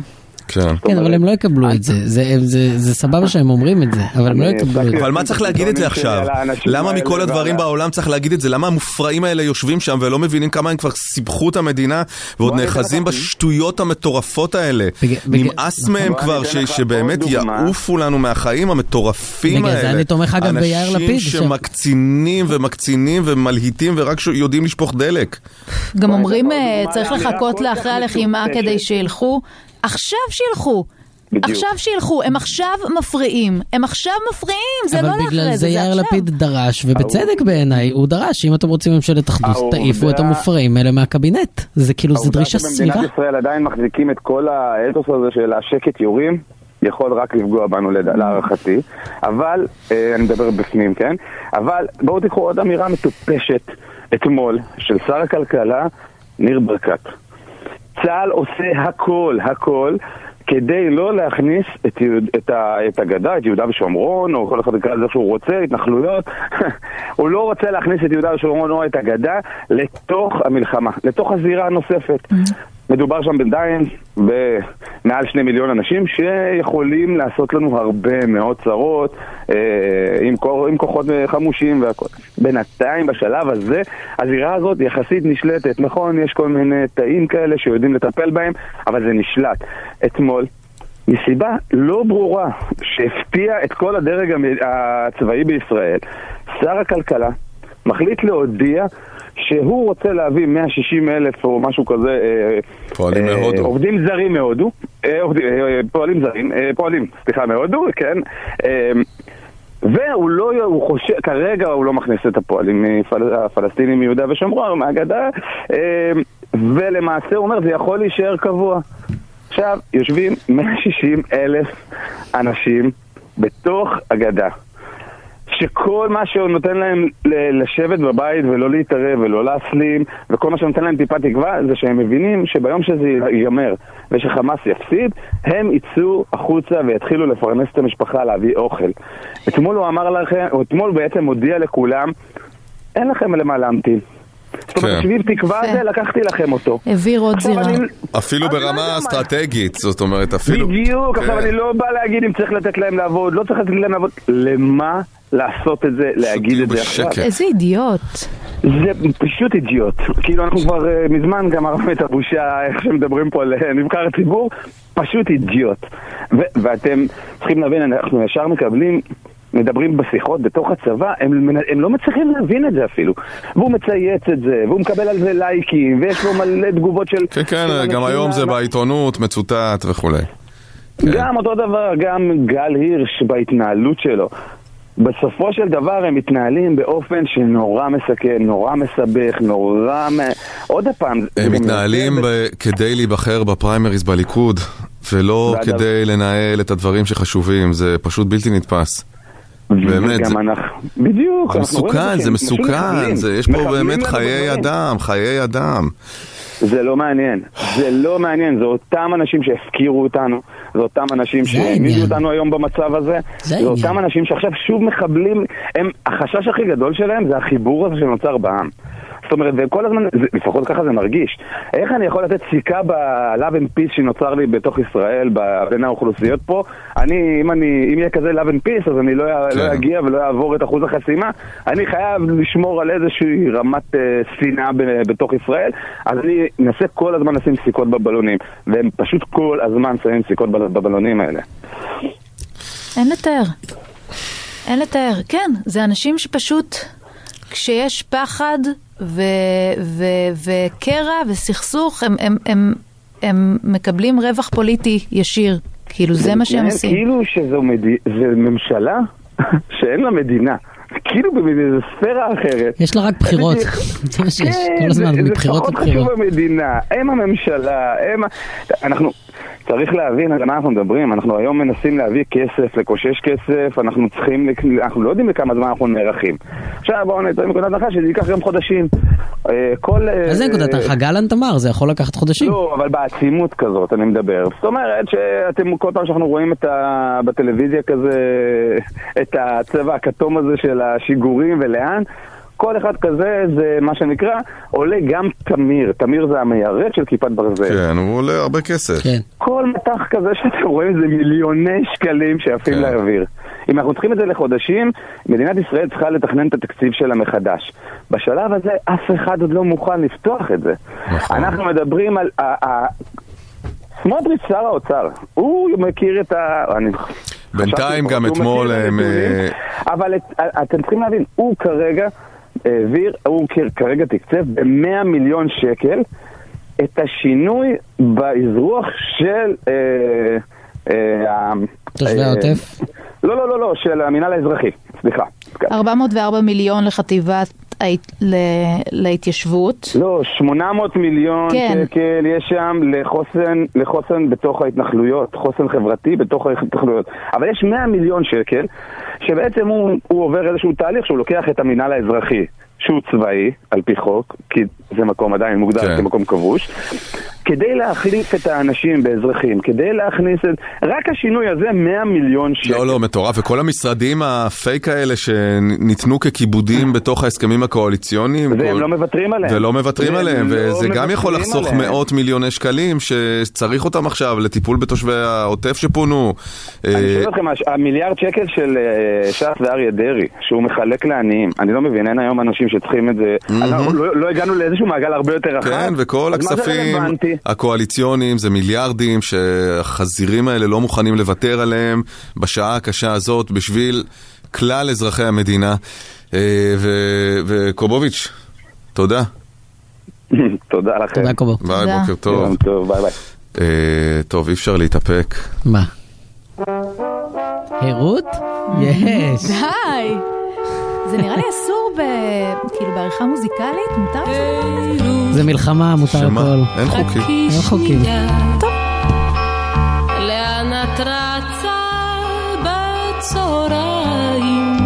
כן, אבל הם לא יקבלו את זה. זה סבבה שהם אומרים את זה, אבל הם לא יקבלו את זה. אבל מה צריך להגיד את זה עכשיו? למה מכל הדברים בעולם צריך להגיד את זה? למה המופרעים האלה יושבים שם ולא מבינים כמה הם כבר סיבכו את המדינה ועוד נאחזים בשטויות המטורפות האלה? נמאס מהם כבר שבאמת יעופו לנו מהחיים המטורפים האלה. בגלל זה אני תומך אגב ביאיר לפיד. אנשים שמקצינים ומקצינים ומלהיטים ורק יודעים לשפוך דלק. גם אומרים צריך לחכות לאחרי הלחימה כדי שילכו. עכשיו שילכו, בדיוק. עכשיו שילכו, הם עכשיו מפריעים, הם עכשיו מפריעים, זה לא לאחרי זה, אבל בגלל זה יאיר עכשיו. לפיד דרש, ובצדק בעיניי, הוא דרש, אם אתם רוצים ממשלת אחדות, תעיפו את המופרעים האלה מהקבינט. זה כאילו, זה דרישה סבירה. במדינת ישראל עדיין מחזיקים את כל האתוס הזה של השקט יורים, יכול רק לפגוע בנו להערכתי, אבל, אני מדבר בפנים, כן? אבל בואו תקחו עוד אמירה מטופשת אתמול, של שר הכלכלה, ניר ברקת. צה"ל עושה הכל, הכל, כדי לא להכניס את, את, את הגדה, את יהודה ושומרון, או כל אחד יקרא לזה שהוא רוצה, התנחלויות. הוא לא רוצה להכניס את יהודה ושומרון או את הגדה לתוך המלחמה, לתוך הזירה הנוספת. Mm-hmm. מדובר שם בינתיים במעל שני מיליון אנשים שיכולים לעשות לנו הרבה מאוד צרות אה, עם, עם כוחות חמושים והכל. בינתיים בשלב הזה הזירה הזאת יחסית נשלטת. נכון, יש כל מיני תאים כאלה שיודעים לטפל בהם, אבל זה נשלט. אתמול מסיבה לא ברורה שהפתיע את כל הדרג הצבאי בישראל, שר הכלכלה מחליט להודיע שהוא רוצה להביא מאה ושישים אלף או משהו כזה פועלים אה, מהודו. עובדים זרים מהודו, אה, עובד, אה, פועלים זרים, אה, פועלים, סליחה, מהודו, כן. אה, והוא לא, הוא חושב, כרגע הוא לא מכניס את הפועלים הפלסטינים מיהודה ושומרון, מהגדה, אה, ולמעשה הוא אומר, זה יכול להישאר קבוע. עכשיו, יושבים מאה ושישים אלף אנשים בתוך הגדה. שכל מה שהוא נותן להם לשבת בבית ולא להתערב ולא להסלים, וכל מה שנותן להם טיפה תקווה זה שהם מבינים שביום שזה ייגמר ושחמאס יפסיד, הם יצאו החוצה ויתחילו לפרנס את המשפחה, להביא אוכל. אתמול הוא אמר לכם, או אתמול בעצם הודיע לכולם, אין לכם למה להמתין. זאת אומרת, שביב תקווה הזה, לקחתי לכם אותו. העביר עוד זירה. אפילו ברמה אסטרטגית, זאת אומרת, אפילו... בדיוק, עכשיו אני לא בא להגיד אם צריך לתת להם לעבוד, לא צריך לתת להם לעבוד. למה לעשות את זה, להגיד את זה עכשיו? איזה אידיוט. זה פשוט אידיוט. כאילו אנחנו כבר מזמן גם ערפנו את הבושה, איך שמדברים פה על נבחר הציבור, פשוט אידיוט. ואתם צריכים להבין, אנחנו ישר מקבלים... מדברים בשיחות בתוך הצבא, הם, הם לא מצליחים להבין את זה אפילו. והוא מצייץ את זה, והוא מקבל על זה לייקים, ויש לו מלא תגובות של... כן, כן, גם היום זה בעיתונות, מצוטט וכו'. גם אותו דבר, גם גל הירש בהתנהלות שלו. בסופו של דבר הם מתנהלים באופן שנורא מסכן, נורא מסבך, נורא... עוד הפעם... הם מתנהלים כדי להיבחר בפריימריז בליכוד, ולא כדי לנהל את הדברים שחשובים, זה פשוט בלתי נתפס. באמת, זה בדיוק, זה מסוכן, זה מסוכן, יש פה באמת חיי אדם, חיי אדם. זה לא מעניין, זה לא מעניין, זה אותם אנשים שהפקירו אותנו, זה אותם אנשים שהעמידו אותנו היום במצב הזה, זה אותם אנשים שעכשיו שוב מחבלים, החשש הכי גדול שלהם זה החיבור הזה שנוצר בעם. זאת אומרת, וכל הזמן, לפחות ככה זה מרגיש. איך אני יכול לתת סיכה ב-love and peace שנוצר לי בתוך ישראל, בין האוכלוסיות פה? אני, אם אני, אם יהיה כזה love and peace, אז אני לא, כן. לא אגיע ולא אעבור את אחוז החסימה. אני חייב לשמור על איזושהי רמת uh, שנאה ב- בתוך ישראל. אז אני אנסה כל הזמן לשים סיכות בבלונים. והם פשוט כל הזמן שמים סיכות בבלונים האלה. אין לתאר. אין לתאר. כן, זה אנשים שפשוט, כשיש פחד... ו- ו- וקרע וסכסוך הם, הם, הם, הם מקבלים רווח פוליטי ישיר כאילו זה מה שהם עושים. כאילו שזו ממשלה שאין לה מדינה. כאילו באיזו ספירה אחרת. יש לה רק בחירות. זה מה שיש, כל הזמן, מבחירות לבחירות. זה פחות חשוב במדינה, הם הממשלה, הם... אנחנו... צריך להבין על מה אנחנו מדברים, אנחנו היום מנסים להביא כסף, לקושש כסף, אנחנו צריכים, אנחנו לא יודעים לכמה זמן אנחנו נערכים. עכשיו בואו נתראה נקודת הנחה שזה ייקח גם חודשים. כל... אז זה נקודת הנחה, גלנט אמר, זה יכול לקחת חודשים. לא, אבל בעצימות כזאת אני מדבר. זאת אומרת שאתם כל פעם שאנחנו רואים את ה... בטלוויזיה כזה, את הצבע הכתום הזה של השיגורים ולאן, כל אחד כזה זה מה שנקרא עולה גם תמיר, תמיר זה המיירט של כיפת ברזל. כן, הוא עולה הרבה כסף. כן. כל מטח כזה שאתם רואים זה מיליוני שקלים שיפים כן. להעביר. אם אנחנו צריכים את זה לחודשים, מדינת ישראל צריכה לתכנן את התקציב שלה מחדש. בשלב הזה אף אחד עוד לא מוכן לפתוח את זה. נכון. אנחנו מדברים על... סמוטריץ' שר האוצר, הוא מכיר את ה... בינתיים גם אתמול... אבל אתם צריכים להבין, הוא כרגע... העביר, הוא כרגע תקצב ב-מאה מיליון שקל את השינוי באזרוח של תושבי העוטף? לא, לא, לא, לא, של המינהל האזרחי, סליחה. ארבע מאות וארבע מיליון לחטיבת להתיישבות. לא, שמונה מאות מיליון שקל יש שם לחוסן, לחוסן בתוך ההתנחלויות, חוסן חברתי בתוך ההתנחלויות. אבל יש מאה מיליון שקל שבעצם הוא, הוא עובר איזשהו תהליך שהוא לוקח את המינהל האזרחי שהוא צבאי, על פי חוק, כי זה מקום עדיין מוגדר כן. כמקום כבוש, כדי להחליף את האנשים באזרחים, כדי להכניס את... רק השינוי הזה, מאה מיליון שקל. לא, לא, מטורף. וכל המשרדים הפייק האלה שניתנו ככיבודים בתוך ההסכמים הקואליציוניים... והם כל... לא מבטרים עליהם. ולא מבטרים עליהם, וזה לא גם יכול לחסוך עליהם. מאות מיליוני שקלים שצריך אותם עכשיו לטיפול בתושבי העוטף שפונו. אני שואל אתכם, המיליארד שקל של ש"ס ואריה דרעי, שהוא מחלק לעניים, אני לא מבין, אין היום אנשים שצריכים את זה. לא, לא הגענו לאיזשהו מעגל הרבה יותר רחב. כן, וכל הכספים הקואליציוניים זה מיליארדים שהחזירים האלה לא מוכנים לוותר עליהם בשעה הקשה הזאת בשביל כלל אזרחי המדינה. וקובוביץ', תודה. תודה לכם. תודה קובו. ביי, בוקר טוב. טוב, ביי ביי. טוב, אי אפשר להתאפק. מה? הירות? יש. די. זה נראה לי אסור ב... כאילו בעריכה מוזיקלית, מותר לעשות? זה מלחמה, מותר הכל. שמה? אין חוקים. אין חוקים. טוב. לאן את רצה בצהריים?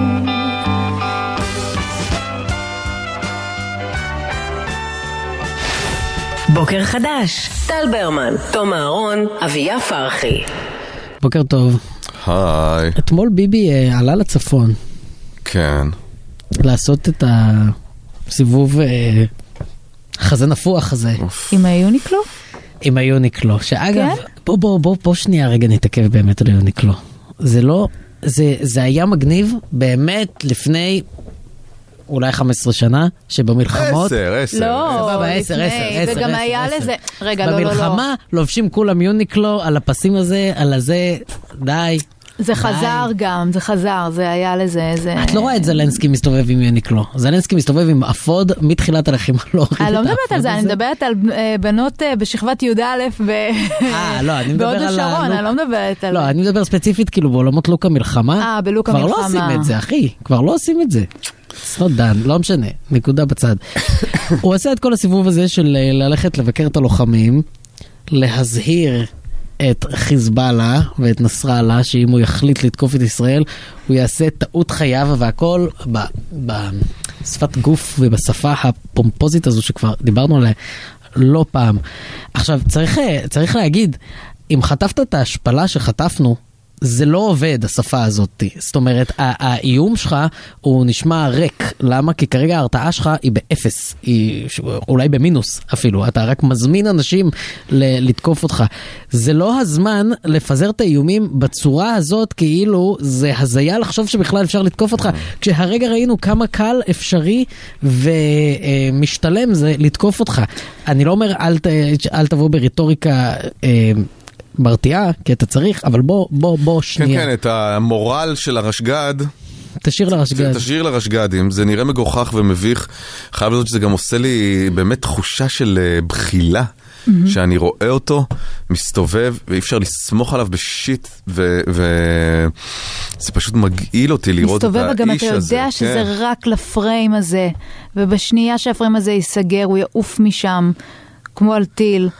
בוקר חדש, טל ברמן, תום אהרון, אביה פרחי. בוקר טוב. היי. אתמול ביבי עלה לצפון. כן. לעשות את הסיבוב חזה נפוח הזה. עם היוניקלו? עם היוניקלו, שאגב, בוא בוא בוא בוא שנייה רגע נתעכב באמת על היוניקלו. זה לא, זה, זה היה מגניב באמת לפני אולי חמש עשרה שנה, שבמלחמות... עשר, עשר. לא, סבבה, עשר, עשר, עשר. וגם היה לזה... רגע, לא, לא, לא. במלחמה לובשים כולם יוניקלו על הפסים הזה, על הזה, די. זה חזר גם, זה חזר, זה היה לזה, זה... את לא רואה את זלנסקי מסתובב עם יוניקלו. זלנסקי מסתובב עם אפוד מתחילת הלחימה. אני לא מדברת על זה, אני מדברת על בנות בשכבת י' א' בהוד השרון, אני לא מדברת על... לא, אני מדבר ספציפית כאילו בעולמות לוק המלחמה. אה, בלוק המלחמה. כבר לא עושים את זה, אחי. כבר לא עושים את זה. לא דן, לא משנה, נקודה בצד. הוא עשה את כל הסיבוב הזה של ללכת לבקר את הלוחמים, להזהיר את חיזבאללה ואת נסראללה, שאם הוא יחליט לתקוף את ישראל, הוא יעשה טעות חייו והכל בשפת גוף ובשפה הפומפוזית הזו שכבר דיברנו עליה לא פעם. עכשיו, צריך, צריך להגיד, אם חטפת את ההשפלה שחטפנו, זה לא עובד, השפה הזאת. זאת אומרת, האיום שלך הוא נשמע ריק. למה? כי כרגע ההרתעה שלך היא באפס. היא אולי במינוס אפילו. אתה רק מזמין אנשים לתקוף אותך. זה לא הזמן לפזר את האיומים בצורה הזאת, כאילו זה הזיה לחשוב שבכלל אפשר לתקוף אותך. כשהרגע ראינו כמה קל, אפשרי ומשתלם זה לתקוף אותך. אני לא אומר, אל, אל תבוא בריטוריקה... מרתיעה, כי אתה צריך, אבל בוא, בוא, בוא, שנייה. כן, כן, את המורל של הרשגד. תשאיר לרשגד. תשאיר לרשגדים, זה נראה מגוחך ומביך. חייב לדעת שזה גם עושה לי באמת תחושה של בחילה. שאני רואה אותו, מסתובב, ואי אפשר לסמוך עליו בשיט, וזה פשוט מגעיל אותי לראות את האיש הזה. מסתובב, וגם אתה יודע שזה רק לפריים הזה, ובשנייה שהפריים הזה ייסגר, הוא יעוף משם, כמו על טיל,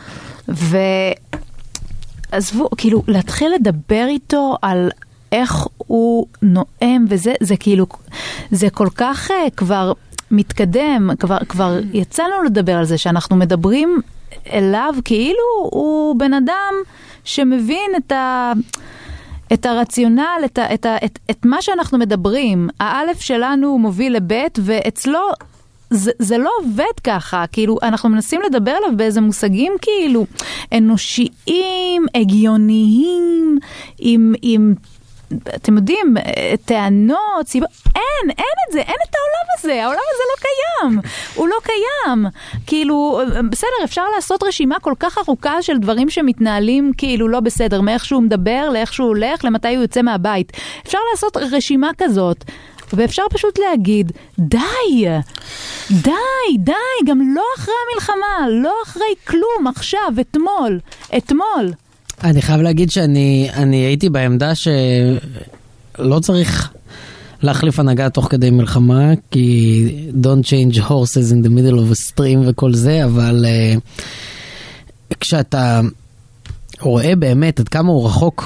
ועזבו, כאילו, להתחיל לדבר איתו על איך הוא נואם, וזה זה כאילו, זה כל כך כבר מתקדם, כבר, כבר יצאנו לדבר על זה, שאנחנו מדברים אליו כאילו הוא בן אדם שמבין את ה... את הרציונל, את, ה, את, ה, את, את מה שאנחנו מדברים. האלף שלנו מוביל לבית, ואצלו זה, זה לא עובד ככה. כאילו, אנחנו מנסים לדבר עליו באיזה מושגים כאילו אנושיים, הגיוניים, עם... עם אתם יודעים, טענות, סיבה, אין, אין את זה, אין את העולם הזה, העולם הזה לא קיים, הוא לא קיים, כאילו, בסדר, אפשר לעשות רשימה כל כך ארוכה של דברים שמתנהלים כאילו לא בסדר, מאיך שהוא מדבר, לאיך שהוא הולך, למתי הוא יוצא מהבית, אפשר לעשות רשימה כזאת, ואפשר פשוט להגיד, די, די, די, גם לא אחרי המלחמה, לא אחרי כלום, עכשיו, אתמול, אתמול, אני חייב להגיד שאני אני הייתי בעמדה שלא צריך להחליף הנהגה תוך כדי מלחמה, כי don't change horses in the middle of a stream וכל זה, אבל uh, כשאתה רואה באמת עד כמה הוא רחוק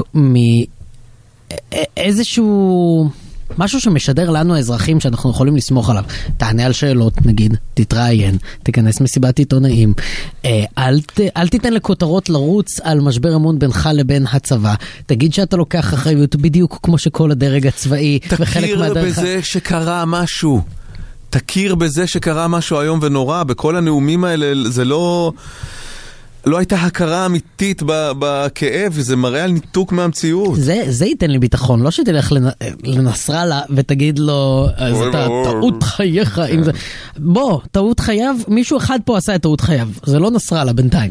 מאיזשהו... משהו שמשדר לנו האזרחים שאנחנו יכולים לסמוך עליו. תענה על שאלות, נגיד, תתראיין, תיכנס מסיבת עיתונאים, אל, ת, אל תיתן לכותרות לרוץ על משבר אמון בינך לבין הצבא. תגיד שאתה לוקח אחריות בדיוק כמו שכל הדרג הצבאי וחלק מהדרך... תכיר בזה שקרה משהו. תכיר בזה שקרה משהו היום ונורא. בכל הנאומים האלה זה לא... לא הייתה הכרה אמיתית בכאב, וזה מראה על ניתוק מהמציאות. זה, זה ייתן לי ביטחון, לא שתלך לנסראללה ותגיד לו, אז אתה טעות חייך. בוא, טעות חייו, מישהו אחד פה עשה את טעות חייו, זה לא נסראללה בינתיים.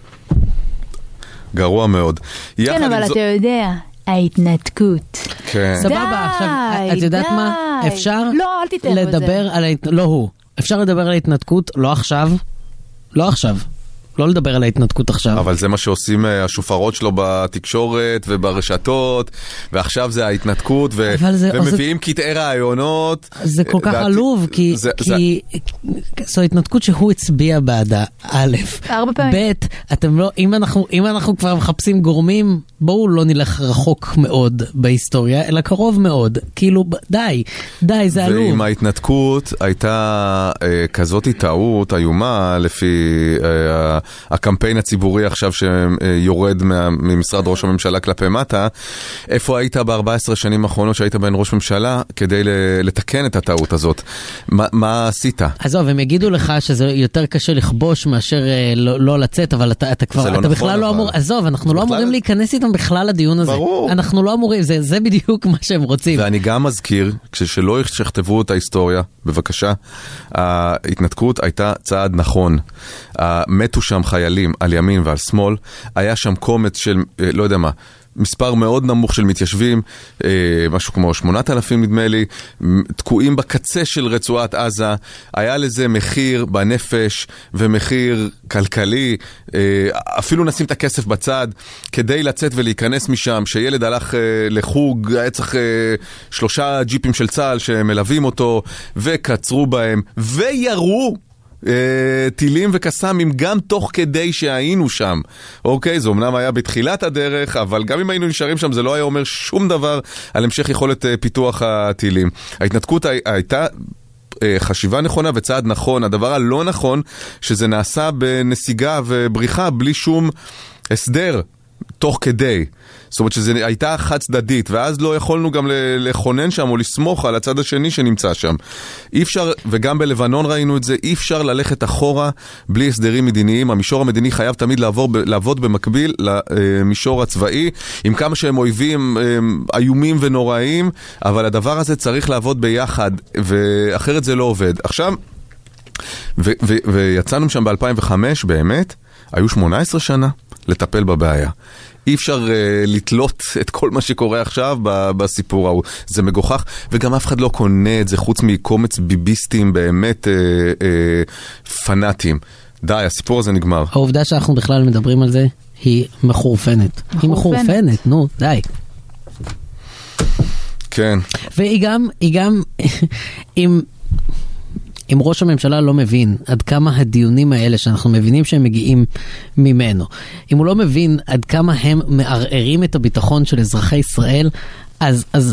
גרוע מאוד. כן, אבל אתה יודע, ההתנתקות. כן. סבבה, עכשיו, את יודעת מה? אפשר לדבר על ההתנתקות, לא הוא, אפשר לדבר על ההתנתקות, לא עכשיו, לא עכשיו. לא לדבר על ההתנתקות עכשיו. אבל זה מה שעושים השופרות שלו בתקשורת וברשתות, ועכשיו זה ההתנתקות, ו- ומביאים זה... קטעי רעיונות. זה כל כך עלוב, כי, זה, כי זה... זו התנתקות שהוא הצביע בעדה, א', ב', אתם לא, אם אנחנו, אם אנחנו כבר מחפשים גורמים, בואו לא נלך רחוק מאוד בהיסטוריה, אלא קרוב מאוד. כאילו, די, די, זה עלוב. ועם ההתנתקות הייתה אה, כזאת טעות איומה, לפי אה, הקמפיין הציבורי עכשיו שיורד ממשרד ראש הממשלה כלפי מטה. איפה היית ב-ארבע עשרה שנים האחרונות שהיית בין ראש ממשלה כדי לתקן את הטעות הזאת? מה, מה עשית? עזוב, הם יגידו לך שזה יותר קשה לכבוש מאשר לא, לא לצאת, אבל אתה, אתה כבר, אתה לא בכלל נכון, לא אמור, עזוב, אנחנו לא בכלל... אמורים להיכנס איתם בכלל לדיון הזה. ברור. אנחנו לא אמורים, זה, זה בדיוק מה שהם רוצים. ואני גם מזכיר, כשלא שכתבו את ההיסטוריה, בבקשה, ההתנתקות הייתה צעד נכון. מתו שם חיילים על ימין ועל שמאל, היה שם קומץ של, לא יודע מה, מספר מאוד נמוך של מתיישבים, משהו כמו שמונת אלפים נדמה לי, תקועים בקצה של רצועת עזה, היה לזה מחיר בנפש ומחיר כלכלי, אפילו נשים את הכסף בצד, כדי לצאת ולהיכנס משם, שילד הלך לחוג, היה צריך שלושה ג'יפים של צה"ל שמלווים אותו, וקצרו בהם, וירו, טילים וקסמים גם תוך כדי שהיינו שם. אוקיי, זה אומנם היה בתחילת הדרך, אבל גם אם היינו נשארים שם זה לא היה אומר שום דבר על המשך יכולת פיתוח הטילים. ההתנתקות הייתה חשיבה נכונה וצעד נכון. הדבר הלא נכון שזה נעשה בנסיגה ובריחה בלי שום הסדר תוך כדי. זאת אומרת שזו הייתה חד צדדית, ואז לא יכולנו גם לכונן שם או לסמוך על הצד השני שנמצא שם. אי אפשר, וגם בלבנון ראינו את זה, אי אפשר ללכת אחורה בלי הסדרים מדיניים. המישור המדיני חייב תמיד לעבור, לעבוד במקביל למישור הצבאי, עם כמה שהם אויבים איומים ונוראים, אבל הדבר הזה צריך לעבוד ביחד, ואחרת זה לא עובד. עכשיו, ו- ו- ויצאנו שם ב-אלפיים וחמש באמת, היו שמונה עשרה שנה לטפל בבעיה. אי אפשר uh, לתלות את כל מה שקורה עכשיו ב- בסיפור ההוא. זה מגוחך, וגם אף אחד לא קונה את זה חוץ מקומץ ביביסטים באמת uh, uh, פנאטים. די, הסיפור הזה נגמר. העובדה שאנחנו בכלל מדברים על זה היא מחורפנת. היא מחורפנת, נו, די. כן. והיא גם, היא גם, אם, אם ראש הממשלה לא מבין עד כמה הדיונים האלה שאנחנו מבינים שהם מגיעים ממנו, אם הוא לא מבין עד כמה הם מערערים את הביטחון של אזרחי ישראל, אז, אז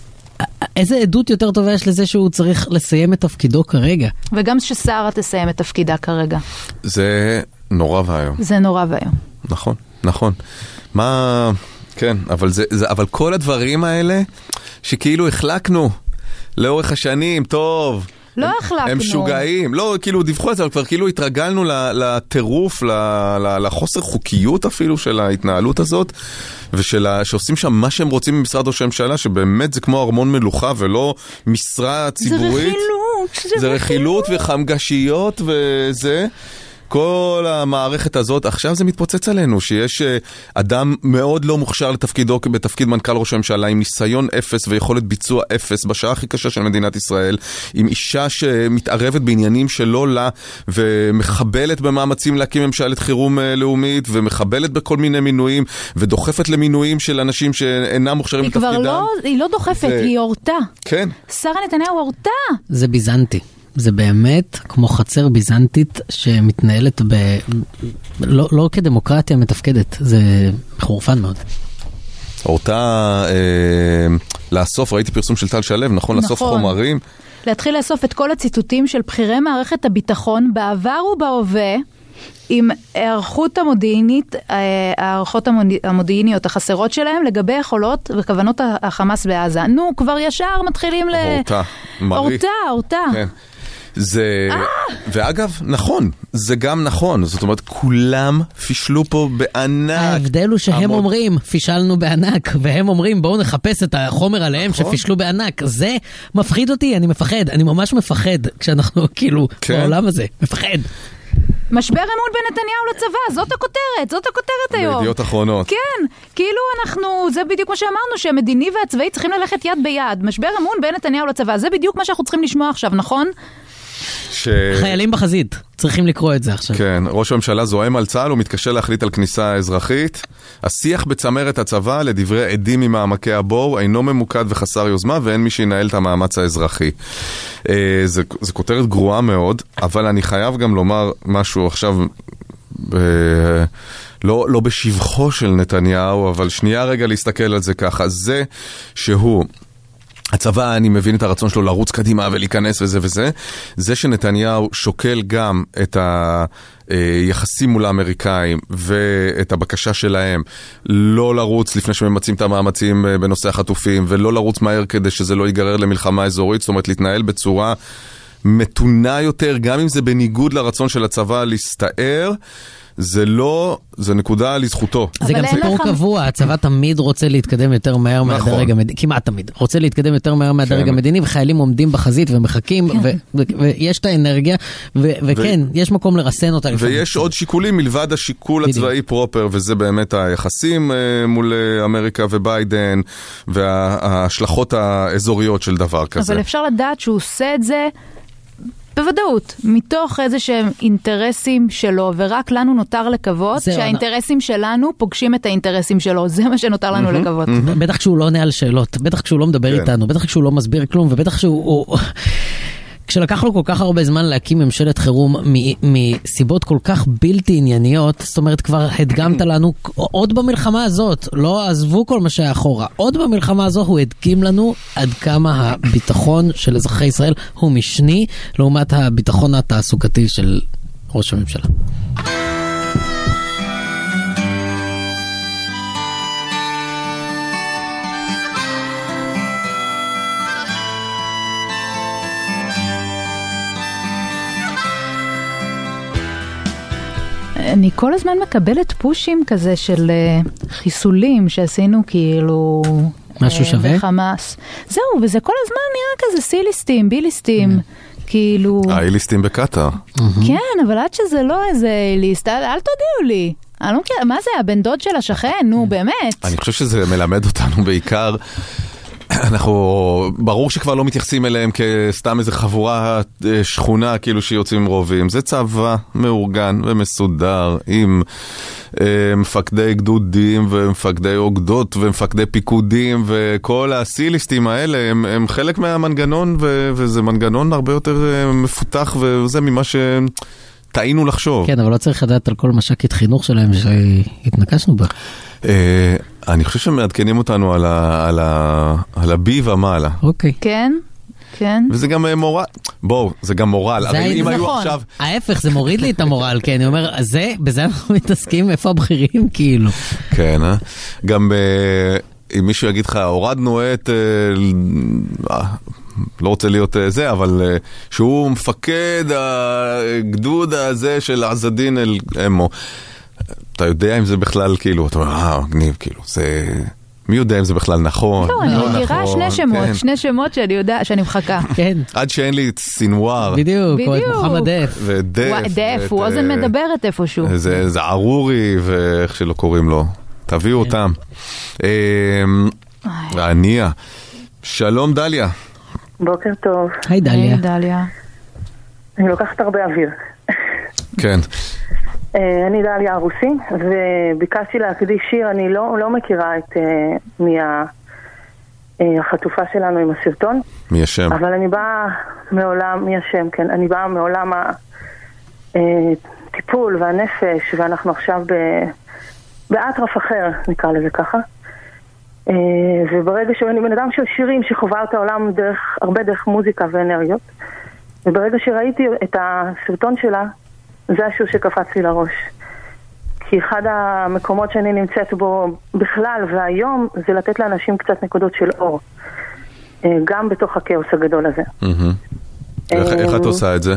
איזה עדות יותר טובה יש לזה שהוא צריך לסיים את תפקידו כרגע? וגם ששרה תסיים את תפקידה כרגע. זה נורא והיום. זה נורא והיום. נכון, נכון. מה... כן, אבל, זה, זה, אבל כל הדברים האלה שכאילו החלקנו לאורך השנים, טוב, לא הם, החלקנו. הם שוגעים, לא, כאילו דיווחו על זה, אבל כבר כאילו התרגלנו לטירוף, לחוסר חוקיות אפילו של ההתנהלות הזאת, ושעושים שם מה שהם רוצים במשרד ראש הממשלה, שבאמת זה כמו ארמון מלוכה ולא משרה ציבורית. זה רכילות. זה, זה רכילות וחמגשיות וזה... כל המערכת הזאת, עכשיו זה מתפוצץ עלינו, שיש אדם מאוד לא מוכשר לתפקידו בתפקיד מנכ"ל ראש הממשלה, עם ניסיון אפס ויכולת ביצוע אפס, בשעה הכי קשה של מדינת ישראל, עם אישה שמתערבת בעניינים שלא לה, ומחבלת במאמצים להקים ממשלת חירום לאומית, ומחבלת בכל מיני מינויים, ודוחפת למינויים של אנשים שאינם מוכשרים לתפקידם. היא כבר לא, היא לא דוחפת, זה... היא הורתה. כן. שרה נתניהו הורתה. זה ביזנטי. זה באמת כמו חצר ביזנטית שמתנהלת ב... לא, לא כדמוקרטיה מתפקדת, זה חורפן מאוד. הורתה אה, לאסוף, ראיתי פרסום של טל שלב, נכון? לאסוף נכון. חומרים. להתחיל לאסוף את כל הציטוטים של בכירי מערכת הביטחון בעבר ובהווה, עם הערכות המודיעינית, הערכות המודיעיניות החסרות שלהם לגבי יכולות וכוונות החמאס בעזה. נו, כבר ישר מתחילים ל... הורתה, מרי. הורתה, הורתה. כן. זה... ואגב, נכון, זה גם נכון. זאת אומרת, כולם פישלו פה בענק. ההבדל הוא שהם אומרים, פישלנו בענק, והם אומרים, בואו נחפש את החומר עליהם שפישלו בענק. זה מפחיד אותי, אני מפחד. אני ממש מפחד כשאנחנו כאילו בעולם הזה. מפחד. משבר אמון בין נתניהו לצבא, זאת הכותרת, זאת הכותרת היום. בידיעות אחרונות. כן, כאילו אנחנו, זה בדיוק מה שאמרנו, שהמדיני והצבאי צריכים ללכת יד ביד. משבר אמון בין נתניהו לצבא, זה בדיוק מה שאנחנו צריכים לשמוע עכשיו, נכון? ש... חיילים בחזית, צריכים לקרוא את זה עכשיו. כן, ראש הממשלה זוהם על צה"ל, הוא מתקשה להחליט על כניסה אזרחית. השיח בצמרת הצבא, לדברי עדים ממעמקי הבור, אינו ממוקד וחסר יוזמה, ואין מי שינהל את המאמץ האזרחי. זה, זה כותרת גרועה מאוד, אבל אני חייב גם לומר משהו עכשיו, ב... לא, לא בשבחו של נתניהו, אבל שנייה רגע להסתכל על זה ככה. זה שהוא... הצבא, אני מבין את הרצון שלו לרוץ קדימה ולהיכנס וזה וזה. זה שנתניהו שוקל גם את היחסים מול האמריקאים ואת הבקשה שלהם לא לרוץ לפני שממצים את המאמצים בנושא החטופים, ולא לרוץ מהר כדי שזה לא ייגרר למלחמה אזורית, זאת אומרת להתנהל בצורה מתונה יותר, גם אם זה בניגוד לרצון של הצבא להסתער, זה לא, זה נקודה לזכותו. זה גם סיפור קבוע, הצבא תמיד רוצה להתקדם יותר מהר מהדרג המדיני, כמעט תמיד, רוצה להתקדם יותר מהר מהדרג המדיני, וחיילים עומדים בחזית ומחכים, ויש את האנרגיה, וכן, יש מקום לרסן אותה. ויש עוד שיקולים מלבד השיקול הצבאי פרופר, וזה באמת היחסים מול אמריקה וביידן, וההשלכות האזוריות של דבר כזה. אבל אפשר לדעת שהוא עושה את זה בוודאות, מתוך איזה שהם אינטרסים שלו, ורק לנו נותר לקוות שהאינטרסים שלנו פוגשים את האינטרסים שלו. זה מה שנותר לנו לקוות. בטח כשהוא לא עונה על שאלות, בטח כשהוא לא מדבר איתנו, בטח כשהוא לא מסביר כלום, ובטח כשהוא... כשלקח לו כל כך הרבה זמן להקים ממשלת חירום מסיבות כל כך בלתי ענייניות, זאת אומרת כבר הדגמת לנו עוד במלחמה הזאת, לא עזבו כל מה שהיה אחורה, עוד במלחמה הזו הוא הדגים לנו עד כמה הביטחון של אזרחי ישראל הוא משני לעומת הביטחון התעסוקתי של ראש הממשלה. אני כל הזמן מקבלת פושים כזה של חיסולים שעשינו כאילו... משהו שווה? בחמאס. זהו, וזה כל הזמן נראה כזה סיליסטים, ביליסטים, כאילו... האיליסטים בקטר. כן, אבל עד שזה לא איזה איליסט, אל תודיעו לי. אני לא מכיר, מה זה, הבן דוד של השכן? נו, באמת. אני חושב שזה מלמד אותנו בעיקר... אנחנו, ברור שכבר לא מתייחסים אליהם כסתם איזה חבורה שכונה כאילו שיוצאים עם רובים. זה צבא מאורגן ומסודר עם אה, מפקדי גדודים ומפקדי אוגדות ומפקדי פיקודים, וכל הסיליסטים האלה הם, הם חלק מהמנגנון, ו, וזה מנגנון הרבה יותר מפותח, וזה ממה שטעינו לחשוב. כן, אבל לא צריך לדעת על כל משקית חינוך שלהם שהתנקשנו בה. אה, אני חושב שמעדכנים אותנו על ה, על ה, על הבי ומעלה. אוקיי. כן, כן. וזה גם מורל. בואו, זה גם מורל. הרי אם היו עכשיו... ההפך, זה מוריד לי את המורל, כן. אני אומר, זה, בזה אנחנו מתעסקים, איפה הבכירים, כאילו. כן, אה? גם אם מישהו יגיד לך, הורדנו את... לא רוצה להיות זה, אבל שהוא מפקד הגדוד הזה של עזדין אל אמו. אתה יודע אם זה בכלל, כאילו, אתה אומר, אה, גניב, כאילו, זה... מי יודע אם זה בכלל נכון? לא, אני מכירה שני שמות, שני שמות שאני יודע, שאני מחכה. כן. עד שאין לי את סינואר. בדיוק, או את מוחמד דף. ודף. דף, הוא אוזן מדברת איפשהו. זה ערורי, ואיך שלא קוראים לו. תביאו אותם. עניה. שלום דליה. בוקר טוב. היי דליה. היי דליה. אני לוקחת הרבה אוויר. כן. אני דליה הרוסי, וביקשתי להקדיש שיר. אני לא, לא מכירה את מי החטופה שלנו עם הסרטון. מי השם? אבל אני באה מעולם, מי השם, כן. אני באה מעולם הטיפול והנפש, ואנחנו עכשיו באטרף אחר, נקרא לזה ככה. וברגע שאני בן אדם של שירים שחובה את העולם דרך, הרבה דרך מוזיקה ואנרגיות, וברגע שראיתי את הסרטון שלה, זה השיר שקפץ לי לראש. כי אחד המקומות שאני נמצאת בו בכלל והיום, זה לתת לאנשים קצת נקודות של אור. גם בתוך הכאוס הגדול הזה. איך את עושה את זה?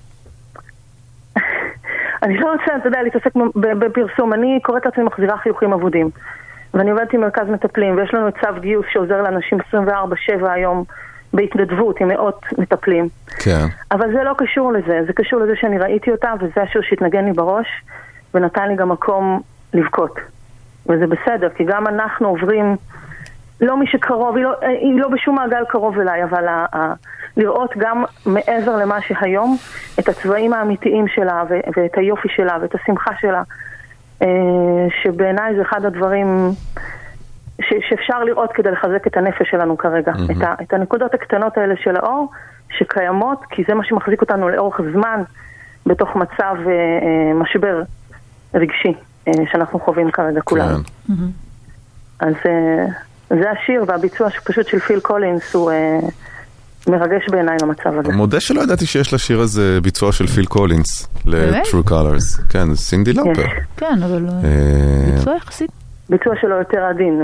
אני לא רוצה, אתה יודע, להתעסק בפרסום. אני קוראת לעצמי מחזירה חיוכים אבודים. ואני עובדת עם מרכז מטפלים, ויש לנו צו גיוס שעוזר לאנשים עשרים וארבע שבע היום בהתנדבות עם מאות מטפלים. כן. אבל זה לא קשור לזה, זה קשור לזה שאני ראיתי אותה, וזה השיר שהתנגן לי בראש, ונתן לי גם מקום לבכות. וזה בסדר, כי גם אנחנו עוברים, לא מי שקרוב, היא לא, היא לא בשום מעגל קרוב אליי, אבל ה, ה, לראות גם מעבר למה שהיום, את הצבעים האמיתיים שלה, ו, ואת היופי שלה, ואת השמחה שלה, שבעיניי זה אחד הדברים ש, שאפשר לראות כדי לחזק את הנפש שלנו כרגע. Mm-hmm. את, ה, את הנקודות הקטנות האלה של האור שקיימות, כי זה מה שמחזיק אותנו לאורך זמן בתוך מצב אה, משבר רגשי אה, שאנחנו חווים כרגע כולנו. Mm-hmm. אז אה, זה השיר, והביצוע פשוט של פיל קולינס הוא אה, מרגש בעיניי למצב הזה. מודה שלא ידעתי שיש לשיר הזה ביצוע של פיל קולינס ל-True Colors. כן, זה סינדי לאופר. כן, אבל ביצוע יחסית. ביצוע שלו יותר עדין.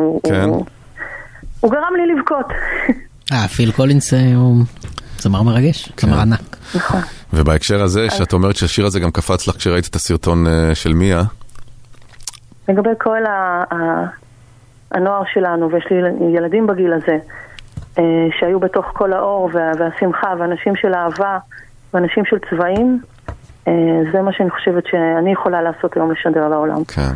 הוא גרם לי לבכות. אה, פיל קולינס הוא זמר מרגש, זמר ענק. נכון. ובהקשר הזה, שאת אומרת שהשיר הזה גם קפץ לך כשראית את הסרטון של מיה. לגבי כל הנוער שלנו, ויש לי ילדים בגיל הזה, שהיו בתוך כל האור והשמחה, ואנשים של אהבה, ואנשים של צבעים, זה מה שאני חושבת שאני יכולה לעשות היום לשדר לעולם. כן.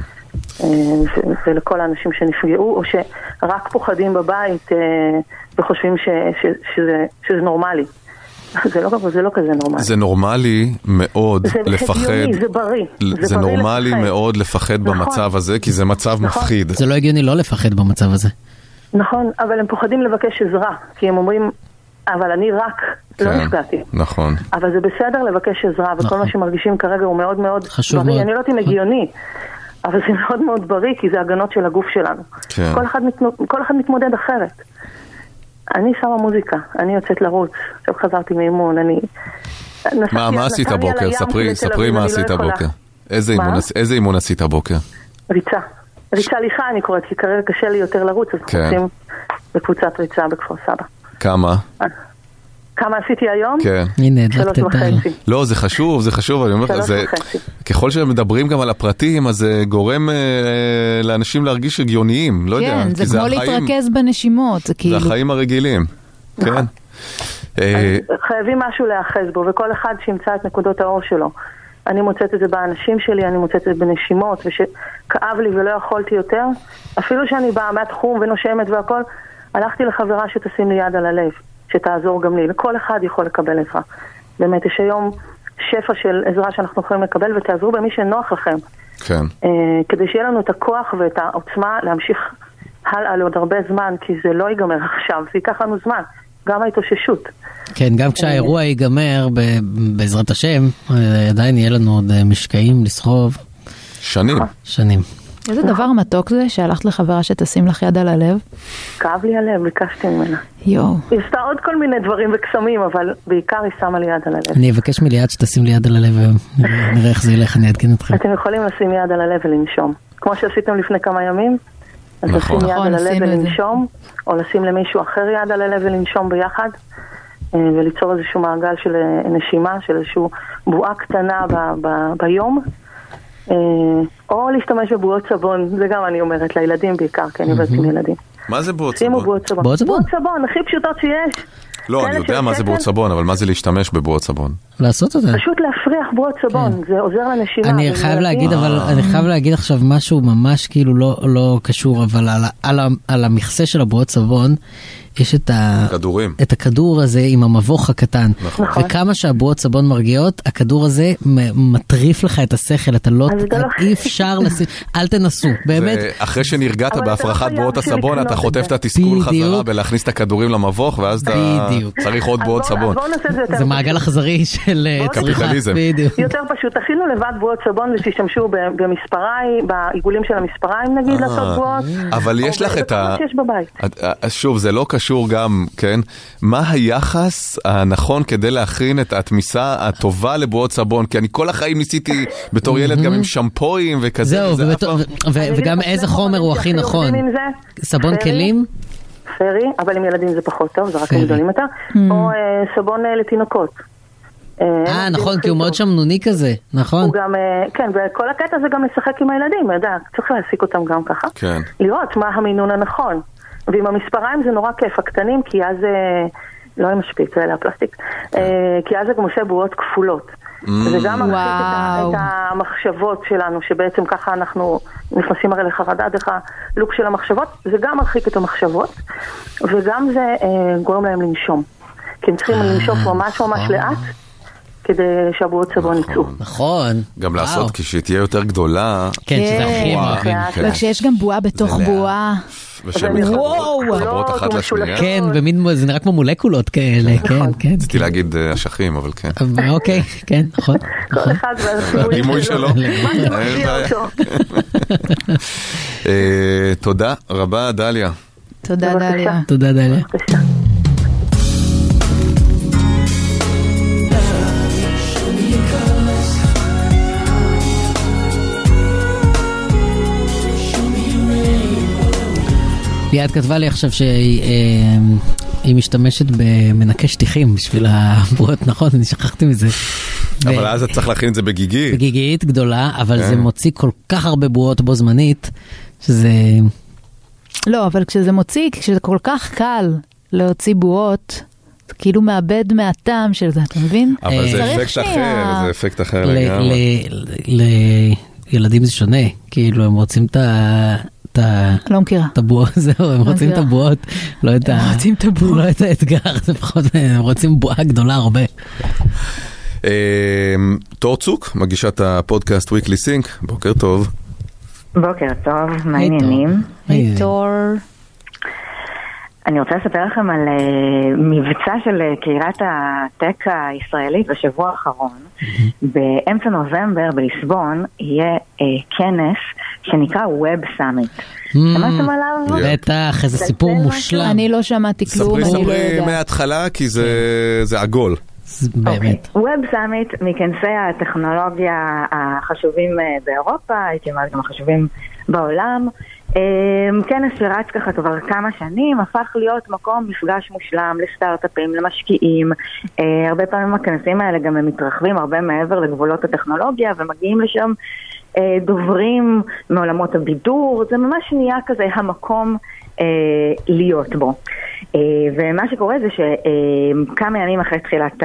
ולכל האנשים שנפגעו, או שרק פוחדים בבית וחושבים שזה נורמלי. זה לא, זה לא כזה נורמלי. זה נורמלי מאוד לפחד. זה הגיוני, זה בריא. זה נורמלי מאוד לפחד במצב הזה, כי זה מצב מפחיד. זה לא הגיוני לא לפחד במצב הזה. נכון, אבל הם פוחדים לבקש עזרה, כי הם אומרים, אבל אני רק לא נפגעתי. נכון. אבל זה בסדר לבקש עזרה, וכל מה שמרגישים כרגע הוא מאוד מאוד בריא. אני לא יודעת אם הגיוני, אבל זה מאוד מאוד בריא, כי זה הגנות של הגוף שלנו. כל אחד, כל אחד מתמודד אחרת. אני שמה מוזיקה, אני יוצאת לרוץ, עכשיו חזרתי מאימון, אני... מה, מה עשית הבוקר? ספרי, ספרי מה עשית הבוקר. איזה אימון עשית הבוקר? ריצה. ריצה ליחה אני קוראת, כי כרגע קשה לי יותר לרוץ, אז אנחנו עושים בקבוצת ריצה בכפר סבא. כמה? כמה עשיתי היום? כן. הנה, שלוש וחצי. לא, זה חשוב, זה חשוב, אני אומר לך, זה... ככל שמדברים גם על הפרטים, אז זה גורם לאנשים להרגיש הגיוניים, לא יודע. כן, זה כמו להתרכז בנשימות, זה כאילו... זה החיים הרגילים, כן. חייבים משהו להאחז בו, וכל אחד שימצא את נקודות האור שלו. אני מוצאת את זה באנשים שלי, אני מוצאת את זה בנשימות, ושכאב לי ולא יכולתי יותר, אפילו שאני באה מהתחום ונושמת והכל, הלכתי לחברה שתשים לי יד על הלב, שתעזור גם לי, וכל אחד יכול לקבל עזרה. באמת, יש היום שפע של עזרה שאנחנו יכולים לקבל, ותעזרו במי שנוח לכם. כן. אה, כדי שיהיה לנו את הכוח ואת העוצמה להמשיך הלאה לעוד הרבה זמן, כי זה לא ייגמר עכשיו, זה ייקח לנו זמן, גם ההתאוששות. כן, גם כשהאירוע ייגמר, בעזרת השם, עדיין יהיה לנו עוד משקעים לסחוב. שנים. שנים. איזה דבר מתוק זה שהלכת לחברה שתשים לך יד על הלב? כאב לי הלב, ביקשתי ממנה. יואו. היא עשתה עוד כל מיני דברים וקסמים, אבל בעיקר היא שמה לי יד על הלב. אני אבקש מליד שתשים לי יד על הלב, נראה איך זה ילך, אני אעדכן אתכם. אתם יכולים לשים יד על הלב ולנשום. כמו שעשיתם לפני כמה ימים, אז נכון. לשים יד נכון, על הלב עשינו את זה. ולנשום, או לשים למישהו אחר יד על הלב ולנשום ביחד, אה, וליצור איזשהו מעגל של אה, נשימה, של איזשהו בועה קטנה ב- ב- ביום, אה, או להשתמש בבועות סבון, זה גם אני אומרת לילדים בעיקר, כי אני עובדת עם ילדים. מה זה בועות שימו סבון? בועות סבון. בועות סבון? בועות סבון, הכי פשוטות שיש. לא, אני כאלה יודע של מה זה שקל. בועות סבון, אבל מה זה להשתמש בבועות סבון? לעשות את זה. פשוט להפריח בועות סבון, זה עוזר לנשימה. אני חייב להגיד, אבל אני חייב להגיד עכשיו משהו ממש כאילו לא, לא קשור, אבל על, ה- על, ה- על המכסה של הבועות סבון, יש את, ה... כדורים. את הכדור הזה עם המבוך הקטן. נכון. וכמה שהבועות סבון מרגיעות, הכדור הזה מ- מטריף לך את השכל, אתה לא, אז אתה לא- אי אפשר לשים, אל תנסו, באמת. זה אחרי שנרגעת אבל אתה לא בהפרחת חייב בועות בשביל הסבון, לקנות אתה את חוטף זה. את התסכול בדיוק. חזרה בלהכניס את הכדורים למבוך, ואז אתה בדיוק. צריך עוד אז בועות בואו- סבון. אז בואו נעשה את זה יותר זה מעגל אכזרי של אה, בוא צריכה. קפיטליזם. בדיוק. יותר פשוט, תכינו לבד בועות סבון ושתשתמשו ב- במספריים, בעיגולים של המספריים נגיד, אה, לעשות בועות. אבל או יש לך ב- את זה ה... כל מה שיש בבית. את- אה, שוב, זה לא קשור גם, כן? מה היחס הנכון כדי להכין את התמיסה הטובה לבועות סבון? כי אני כל החיים ניסיתי בתור ילד גם עם שמפויים וכזה. זהו, וזה ובתור- אף פעם- ו- אני אגיד וגם לך, איזה שני חומר הוא חומרים הכי שהכי נכון. עובדים עם זה, סבון פרי, כלים? פרי, אבל עם ילדים זה פחות טוב, זה רק פרי. עם גדולים יותר. או אה, סבון אה, לתינוקות. אה, נכון, כי הוא מאוד שמנוני כזה, נכון? הוא גם, אה, כן, וכל הקטע זה גם לשחק עם הילדים, אתה יודע, צריך להעסיק אותם גם ככה. כן. לראות מה המינון הנכון. ועם המספריים זה נורא כיף, הקטנים, כי אז אה, לא עם משפיץ, זה הפלסטיק. אה, כי אז זה גם עושה בועות כפולות. זה גם מרחיק את ה- וואו. את המחשבות שלנו, שבעצם ככה אנחנו נכנסים הרי לחרדה דרך הלוק של המחשבות, זה גם מרחיק את המחשבות, וגם זה אה, גורם להם לנשום. כי הם צריכים לנשוף ממש ממש לאט, כדי שהבועות סבון יצאו. נכון. גם וואו. לעשות כשתהיה יותר גדולה, כן, שזה הכי וואו, מרחיק. כן. וכשיש גם בועה בתוך זה בועה. ושהן וואו. מתחברות אחת לשנייה. כן, במין, זה נראה כמו מולקולות כאלה, כן, כן. רציתי להגיד אה, אשכים, אבל כן. אבל אוקיי, כן, נכון. כל אחד והדימוי הדימוי שלו. מה אין שמפתיע בעיה. אותו. אה, תודה רבה, דליה. תודה בבקשה. דליה. תודה דליה. בבקשה. ליאת כתבה לי עכשיו שהיא אה, היא משתמשת במנקה שטיחים בשביל הבועות, נכון? אני שכחתי מזה. אבל ו- אז אתה צריך להכין את זה בגיגית. בגיגית גדולה, אבל כן. זה מוציא כל כך הרבה בועות בו זמנית, שזה... לא, אבל כשזה מוציא, כשזה כל כך קל להוציא בועות, זה כאילו מאבד מהטעם של זה, אתה מבין? אבל זה צריך אפקט שנייה. אחר, זה אפקט אחר ל- לגמרי. ל- לילדים זה שונה, כאילו הם רוצים את ה... את ה... לא מכירה. את הבועות, זהו, הם רוצים את מכירה. הבועות, לא את ה... הם רוצים את הבועות. לא את האתגר, זה פחות, הם רוצים בועה גדולה הרבה. אה, תור צוק, מגישת הפודקאסט Weekly Sync, בוקר טוב. בוקר טוב, מה היי, העניינים? טוב. היי תור. אני רוצה לספר לכם על uh, מבצע של uh, קהילת הטק הישראלית בשבוע האחרון. באמצע נובמבר בליסבון יהיה uh, כנס שנקרא Web Summit. שמעתם עליו? בטח, איזה סיפור מושלם. אני לא שמעתי כלום, ספרי אני לא ספרי יודעת. מההתחלה, כי זה- זה עגול. זה באמת. Web Summit מכנסי הטכנולוגיה החשובים אה, באירופה, הייתי אומרת גם החשובים בעולם. אה, כנס שרץ ככה כבר כמה שנים, הפך להיות מקום מפגש מושלם לסטארט-אפים, למשקיעים. אה, הרבה פעמים הכנסים האלה גם הם מתרחבים הרבה מעבר לגבולות הטכנולוגיה ומגיעים לשם אה, דוברים מעולמות הבידור, זה ממש נהיה כזה המקום אה, להיות בו. אה, ומה שקורה זה שכמה ימים אחרי תחילת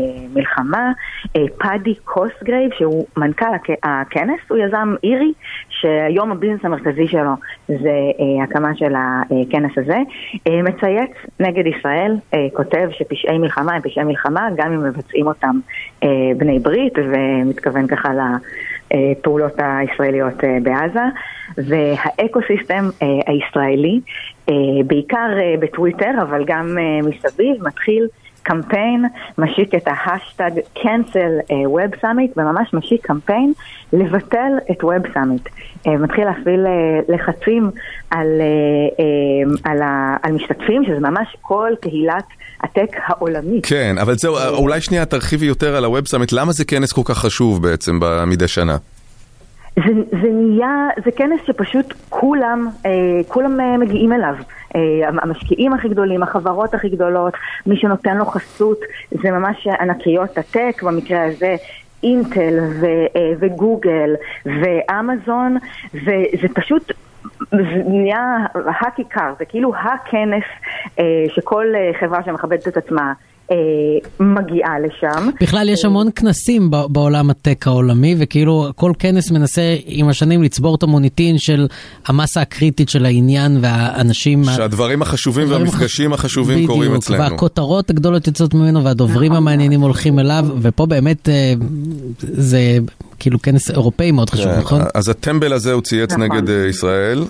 המלחמה, אה, פאדי קוסגרייב, שהוא מנכ"ל הכ- הכנס, הוא יזם אירי שהיום הביזנס המרכזי שלו זה הקמה של הכנס הזה, מצייץ נגד ישראל, כותב שפשעי מלחמה הם פשעי מלחמה, גם אם מבצעים אותם בני ברית, ומתכוון ככה לפעולות הישראליות בעזה, והאקוסיסטם הישראלי, בעיקר בטוויטר, אבל גם מסביב, מתחיל קמפיין, משיק את ההשטג cancel Web Summit, וממש משיק קמפיין לבטל את Web Summit. מתחיל להפעיל לחצים על, על, על משתתפים, שזה ממש כל קהילת הטק העולמית. כן, אבל זהו, אולי שנייה תרחיבי יותר על ה-Web Summit, למה זה כנס כל כך חשוב בעצם מדי שנה? זה, זה נהיה, זה כנס שפשוט כולם, אה, כולם אה, מגיעים אליו. אה, המשקיעים הכי גדולים, החברות הכי גדולות, מי שנותן לו חסות, זה ממש ענקיות הטק, במקרה הזה אינטל ו, אה, וגוגל ואמזון, וזה פשוט זה נהיה הכיכר, זה כאילו הכנס אה, שכל אה, חברה שמכבדת את עצמה מגיעה לשם. בכלל יש המון כנסים בעולם הטק העולמי, וכאילו כל כנס מנסה עם השנים לצבור את המוניטין של המסה הקריטית של העניין והאנשים... שהדברים החשובים והמפגשים החשובים קורים אצלנו. והכותרות הגדולות יוצאות ממנו והדוברים המעניינים הולכים אליו, ופה באמת זה כאילו כנס אירופאי מאוד חשוב, נכון? אז הטמבל הזה הוא צייץ נגד ישראל.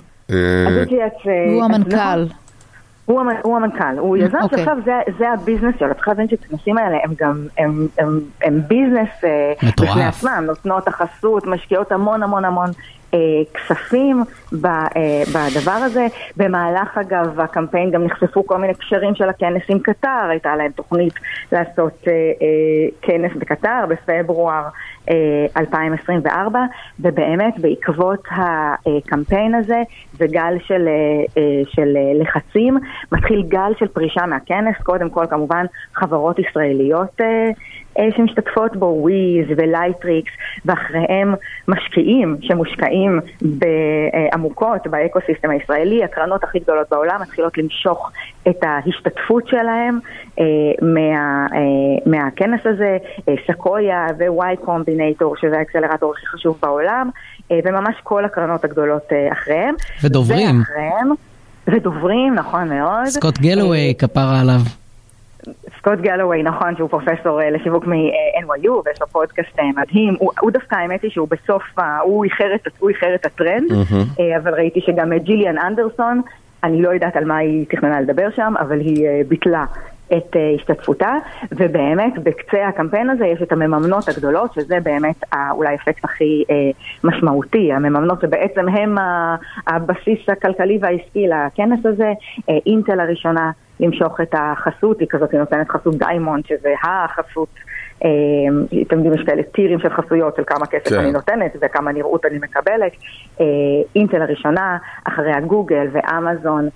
הוא המנכ"ל. הוא, הוא המנכ"ל, הוא יזם okay. שעכשיו זה, זה הביזנס שלו, צריך להבין שכנסים האלה הם גם, הם, הם, הם ביזנס בפני עצמם, נותנות החסות, משקיעות המון המון המון אה, כספים ב, אה, בדבר הזה. במהלך אגב הקמפיין גם נחשפו כל מיני קשרים של הכנס עם קטר, הייתה להם תוכנית לעשות אה, אה, כנס בקטר בפברואר אה, אלפיים עשרים וארבע, ובאמת בעקבות הקמפיין הזה וגל של, אה, של לחצים, מתחיל גל של פרישה מהכנס, קודם כל כמובן חברות ישראליות אה, שמשתתפות בו, וויז ולייטריקס, ואחריהם משקיעים שמושקעים בעמוקות באקוסיסטם הישראלי. הקרנות הכי גדולות בעולם מתחילות למשוך את ההשתתפות שלהם מה, מהכנס הזה, סקויה ווואי קומבינטור, שזה האקסלרטור הכי חשוב בעולם, וממש כל הקרנות הגדולות אחריהם. ודוברים. ואחריהם, ודוברים, נכון מאוד. סקוט גלווי, כפרה עליו. סקוט גלווי, נכון, שהוא פרופסור לשיווק מ-אן וואי יו, ויש לו פודקאסט מדהים. הוא, הוא דווקא, האמת היא שהוא בסוף, הוא איחר את, הוא איחר את הטרנד, mm-hmm. אבל ראיתי שגם ג'יליאן אנדרסון, אני לא יודעת על מה היא תכננה לדבר שם, אבל היא ביטלה את השתתפותה, ובאמת בקצה הקמפיין הזה יש את המממנות הגדולות, שזה באמת אולי אפקט הכי משמעותי, המממנות שבעצם הם הבסיס הכלכלי והעסקי לכנס הזה. אינטל הראשונה למשוך את החסות, היא כזאת, היא נותנת חסות דיימונד, שזה החסות, אתם יודעים, יש כאלה טירים של חסויות, של כמה כסף אני נותנת וכמה נראות אני מקבלת. אינטל הראשונה, אחריה גוגל ואמזון,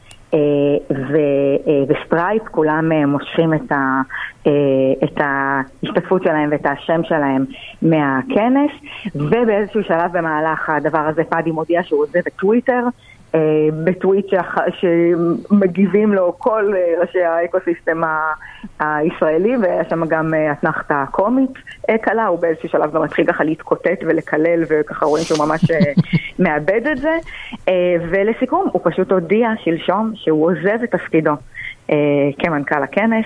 וסטרייפ, כולם מושכים את, ה, את ההשתתפות שלהם ואת השם שלהם מהכנס, ובאיזשהו שלב במהלך הדבר הזה פאדי מודיע שהוא עוזב את טוויטר, בטוויט שמגיבים לו כל ראשי האקוסיסטם הישראלי, ויש שם גם אתנחתה קומית קלה, הוא באיזשהו שלב גם מתחיל ככה להתקוטט ולקלל, וככה רואים שהוא ממש מאבד את זה. ולסיכום, הוא פשוט הודיע שלשום שהוא עוזב את תפקידו כמנכ"ל הכנס,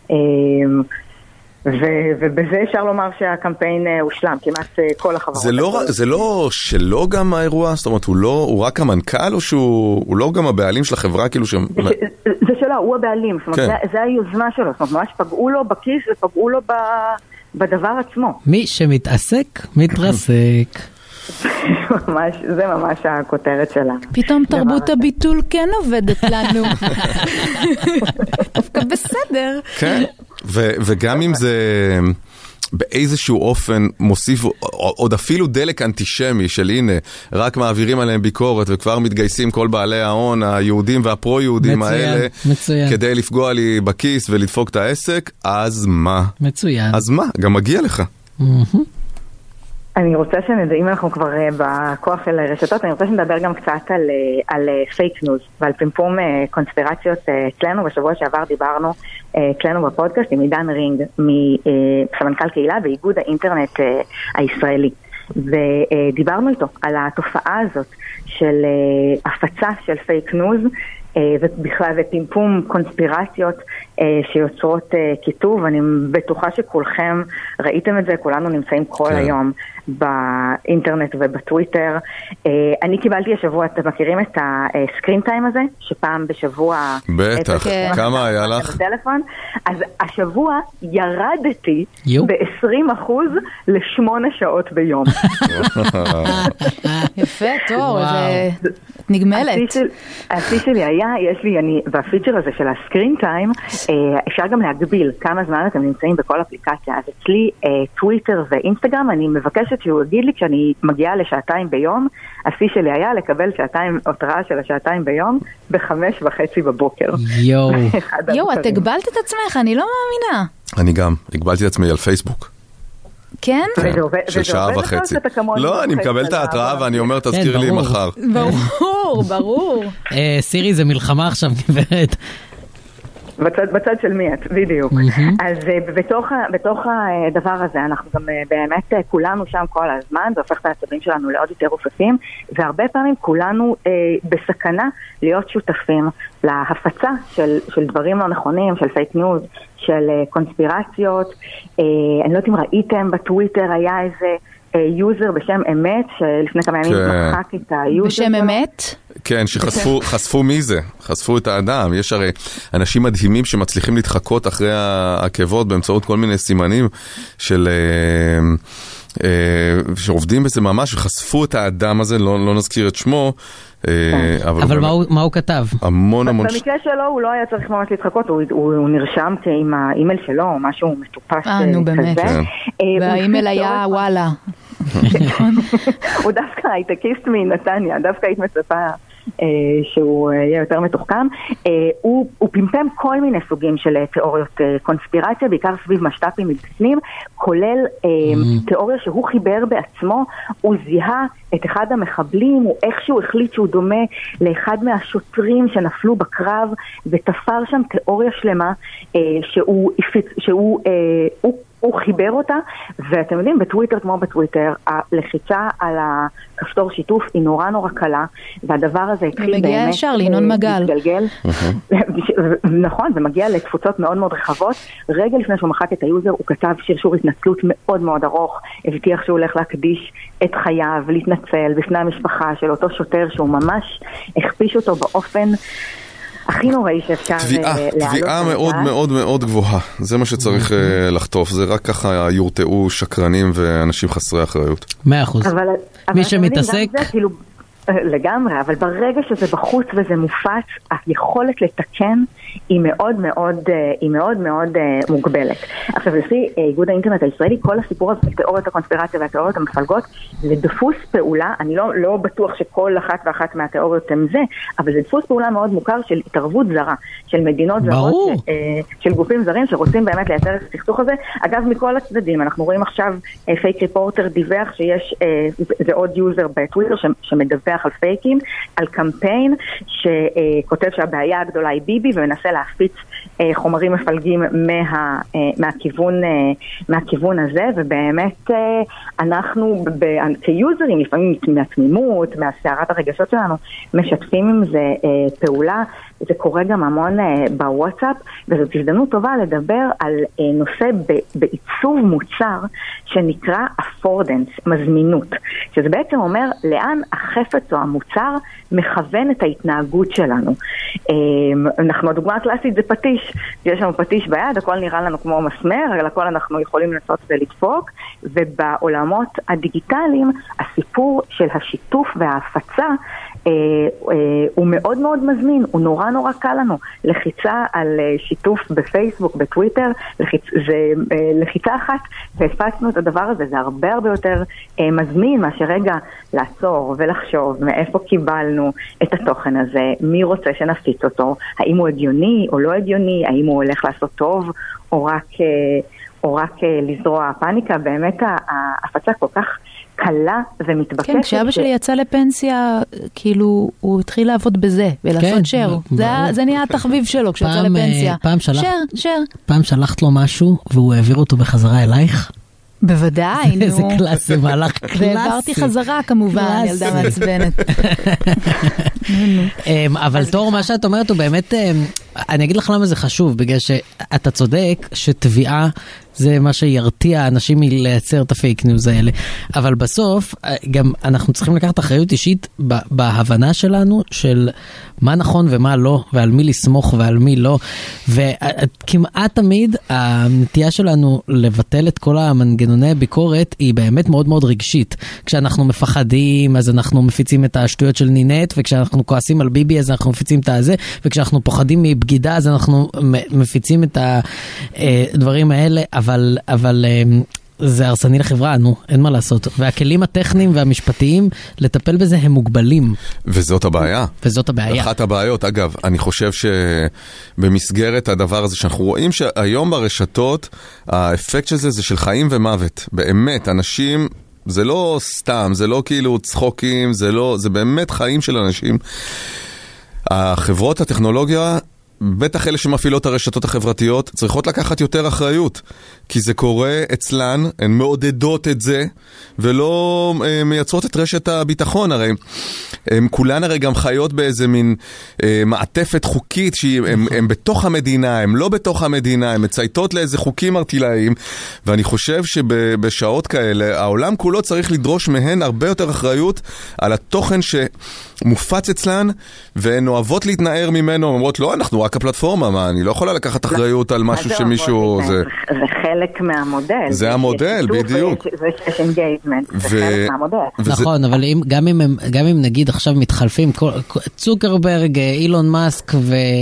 ו- ובזה אפשר לומר שהקמפיין הושלם, כמעט כל החברות. זה לא, זה לא שלא גם האירוע? זאת אומרת, הוא לא, הוא רק המנכ"ל, או שהוא, הוא לא גם הבעלים של החברה, כאילו ש... זה, זה שלא, הוא הבעלים, זאת אומרת, כן. זה, זה היוזמה שלו, זאת אומרת, ממש פגעו לו בכיס ופגעו לו ב, בדבר עצמו. מי שמתעסק, מתרסק. ממש, זה ממש הכותרת שלה. פתאום תרבות הביטול כן עובדת לנו. דווקא בסדר. כן, ו- וגם אם זה באיזשהו אופן מוסיף עוד אפילו דלק אנטישמי של הנה, רק מעבירים עליהם ביקורת וכבר מתגייסים כל בעלי ההון, היהודים והפרו-יהודים האלה, מצוין. כדי לפגוע לי בכיס ולדפוק את העסק, אז מה? מצוין. אז מה? גם מגיע לך. אני רוצה שנדע, אם אנחנו כבר בכוח של רשתות, אני רוצה שנדבר גם קצת על, על פייק ניוז ועל פמפום קונספירציות אצלנו. בשבוע שעבר דיברנו אצלנו בפודקאסט עם עידן רינג, מסמנכ"ל קהילה באיגוד האינטרנט הישראלי. ודיברנו איתו על התופעה הזאת של הפצה של פייק ניוז, ובכלל ופימפום קונספירציות שיוצרות כיתוב. אני בטוחה שכולכם ראיתם את זה, כולנו נמצאים כל כן. היום באינטרנט ובטוויטר. אני קיבלתי השבוע, אתם מכירים את הסקרין טיים הזה? שפעם בשבוע... בטח, כמה היה לך? בטלפון. אז השבוע ירדתי ב-עשרים אחוז לשמונה שעות ביום. יפה, טוב, זה נגמלת. השיא שלי היה, יש לי, אני, והפיצ'ר הזה של הסקרין טיים, אפשר גם להגביל כמה זמן אתם נמצאים בכל אפליקציה. אז אצלי טוויטר ואינסטגרם, אני מבקשת שהוא יגיד לי כשאני מגיעה לשעתיים ביום, השיא שלי היה לקבל שעתיים, התראה של השעתיים ביום, בחמש וחצי בבוקר. יואו. יואו, את הגבלת את עצמך, אני לא מאמינה. אני גם, הגבלתי את עצמי על פייסבוק. כן? של שעה וחצי. לא, אני מקבל את ההתראה ואני אומר, תזכיר לי מחר. ברור, ברור. סירי, זה מלחמה עכשיו, גברת. בצד, בצד של מי את, בדיוק. אז בתוך, בתוך הדבר הזה אנחנו גם באמת כולנו שם כל הזמן, זה הופך את העצבים שלנו לעוד יותר רופפים, והרבה פעמים כולנו אה, בסכנה להיות שותפים להפצה של, של דברים לא נכונים, של פייק ניוז, של אה, קונספירציות. אה, אני לא יודעת אם ראיתם בטוויטר היה איזה יוזר בשם אמת, שלפני כמה ימים מחק את היוזר. בשם אמת? כן, שחשפו מי זה, חשפו את האדם. יש הרי אנשים מדהימים שמצליחים להתחקות אחרי העקבות באמצעות כל מיני סימנים של... שעובדים בזה ממש, וחשפו את האדם הזה, לא, לא נזכיר את שמו, אבל, אבל מה, הוא, מה הוא כתב? המון המון... במקרה שלו הוא לא היה צריך ממש להתחקות, הוא, הוא, הוא נרשם עם האימייל שלו, או משהו מטופש אה, נו באמת. כן. והאימייל היה וואלה. הוא דווקא הייטקיסט מנתניה, דווקא היית מצפה שהוא יהיה יותר מתוחכם. הוא פמפם כל מיני סוגים של תיאוריות קונספירציה, בעיקר סביב משת"פים מבפנים, כולל תיאוריה שהוא חיבר בעצמו. הוא זיהה את אחד המחבלים, הוא איכשהו החליט שהוא דומה לאחד מהשוטרים שנפלו בקרב, ותפר שם תיאוריה שלמה שהוא שהוא הוא הוא חיבר אותה, ואתם יודעים, בטוויטר כמו בטוויטר, הלחיצה על הכפתור שיתוף היא נורא נורא קלה, והדבר הזה התחיל באמת... ומגיע ישר לינון מגל. להתגלגל. נכון, ומגיע לתפוצות מאוד מאוד רחבות. רגע לפני שהוא מחק את היוזר, הוא כתב שרשור התנצלות מאוד מאוד ארוך, הבטיח שהוא הולך להקדיש את חייו, להתנצל בפני המשפחה של אותו שוטר, שהוא ממש הכפיש אותו באופן... הכי נוראי שאפשר תביעה, תביעה מאוד מאוד מאוד גבוהה. זה מה שצריך לחטוף. זה רק ככה יורתעו שקרנים ואנשים חסרי אחריות. מאה אחוז. מי שמתעסק... לגמרי, אבל ברגע שזה בחוץ וזה מופץ, היכולת לתקן היא מאוד מאוד, היא מאוד מאוד מוגבלת. עכשיו, לפי איגוד האינטרנט הישראלי, כל הסיפור הזה, תיאוריות הקונספירציה והתיאוריות המפלגות, זה דפוס פעולה, אני לא, לא בטוח שכל אחת ואחת מהתיאוריות הם זה, אבל זה דפוס פעולה מאוד מוכר של התערבות זרה, של מדינות זרות, ש, של גופים זרים שרוצים באמת לייצר את הסכסוך הזה. אגב, מכל הצדדים, אנחנו רואים עכשיו פייק ריפורטר דיווח שיש, זה עוד יוזר בטוויטר שמדווח על פייקים, על קמפיין שכותב שהבעיה הגדולה היא ביבי ומנסה להפיץ חומרים מפלגים מה, מהכיוון, מהכיוון הזה, ובאמת אנחנו כיוזרים, לפעמים מהתמימות, מהסערת הרגשות שלנו, משתפים עם זה פעולה. זה קורה גם המון בוואטסאפ, וזאת הזדמנות טובה לדבר על נושא בעיצוב מוצר שנקרא affordance, מזמינות, שזה בעצם אומר לאן החפץ או המוצר מכוון את ההתנהגות שלנו. אנחנו, הדוגמה הקלאסית זה פטיש, יש לנו פטיש ביד, הכל נראה לנו כמו מסמר, אבל הכל אנחנו יכולים לנסות ולדפוק, ובעולמות הדיגיטליים הסיפור של השיתוף וההפצה אה, אה, הוא מאוד מאוד מזמין, הוא נורא נורא קל לנו. לחיצה על שיתוף בפייסבוק, בטוויטר, לחיצ... זה אה, לחיצה אחת, והפצנו את הדבר הזה, זה הרבה הרבה יותר אה, מזמין מאשר רגע לעצור ולחשוב מאיפה קיבלנו את התוכן הזה, מי רוצה שנפיץ אותו, האם הוא הגיוני או לא הגיוני, האם הוא הולך לעשות טוב או רק, אה, או רק אה, לזרוע פאניקה. באמת ההפצה כל כך קלה ומתבקשת. כן, כשאבא שלי יצא לפנסיה, כאילו, הוא התחיל לעבוד בזה, ולעשות שר. זה נהיה התחביב שלו כשהוא יצא לפנסיה. שר, שר. פעם שלחת לו משהו, והוא העביר אותו בחזרה אלייך? בוודאי, נו. איזה קלאס, זה מהלך קלאסי. ועברתי חזרה כמובן, ילדה מעצבנת. אבל תור, מה שאת אומרת הוא באמת, אני אגיד לך למה זה חשוב, בגלל שאתה צודק שתביעה זה מה שירתיע אנשים מלייצר את הפייק ניוז האלה. אבל בסוף, גם אנחנו צריכים לקחת אחריות אישית בהבנה שלנו של מה נכון ומה לא, ועל מי לסמוך ועל מי לא. וכמעט תמיד הנטייה שלנו לבטל את כל המנגנוני הביקורת היא באמת מאוד מאוד רגשית. כשאנחנו מפחדים, אז אנחנו מפיצים את השטויות של נינט, וכשאנחנו כועסים על ביבי, אז אנחנו מפיצים את הזה, וכשאנחנו פוחדים מבגידה, אז אנחנו מפיצים את הדברים האלה. אבל, אבל זה הרסני לחברה, נו, אין מה לעשות. והכלים הטכניים והמשפטיים לטפל בזה הם מוגבלים. וזאת הבעיה. וזאת הבעיה. אחת הבעיות, אגב, אני חושב שבמסגרת הדבר הזה שאנחנו רואים שהיום ברשתות, האפקט של זה זה של חיים ומוות. באמת, אנשים, זה לא סתם, זה לא כאילו צחוקים, זה לא, זה באמת חיים של אנשים. החברות הטכנולוגיה, בטח אלה שמפעילות הרשתות החברתיות, צריכות לקחת יותר אחריות, כי זה קורה אצלן, הן מעודדות את זה, ולא אה, מייצרות את רשת הביטחון, הרי הן כולן הרי גם חיות באיזה מין אה, מעטפת חוקית, שהן בתוך המדינה, הן לא בתוך המדינה, הן מצייתות לאיזה חוקים ארטילאיים, ואני חושב שבשעות כאלה, העולם כולו צריך לדרוש מהן הרבה יותר אחריות, על התוכן שמופץ אצלן, והן אוהבות להתנער ממנו, אומרות, לא, אנחנו רק הפלטפורמה, מה, אני לא יכולה לקחת אחריות על משהו שמישהו... זה חלק מהמודל. זה המודל, בדיוק. יש אינגייג'מנט, זה חלק מהמודל. נכון, אבל גם אם נגיד עכשיו מתחלפים, צוקרברג, אילון מאסק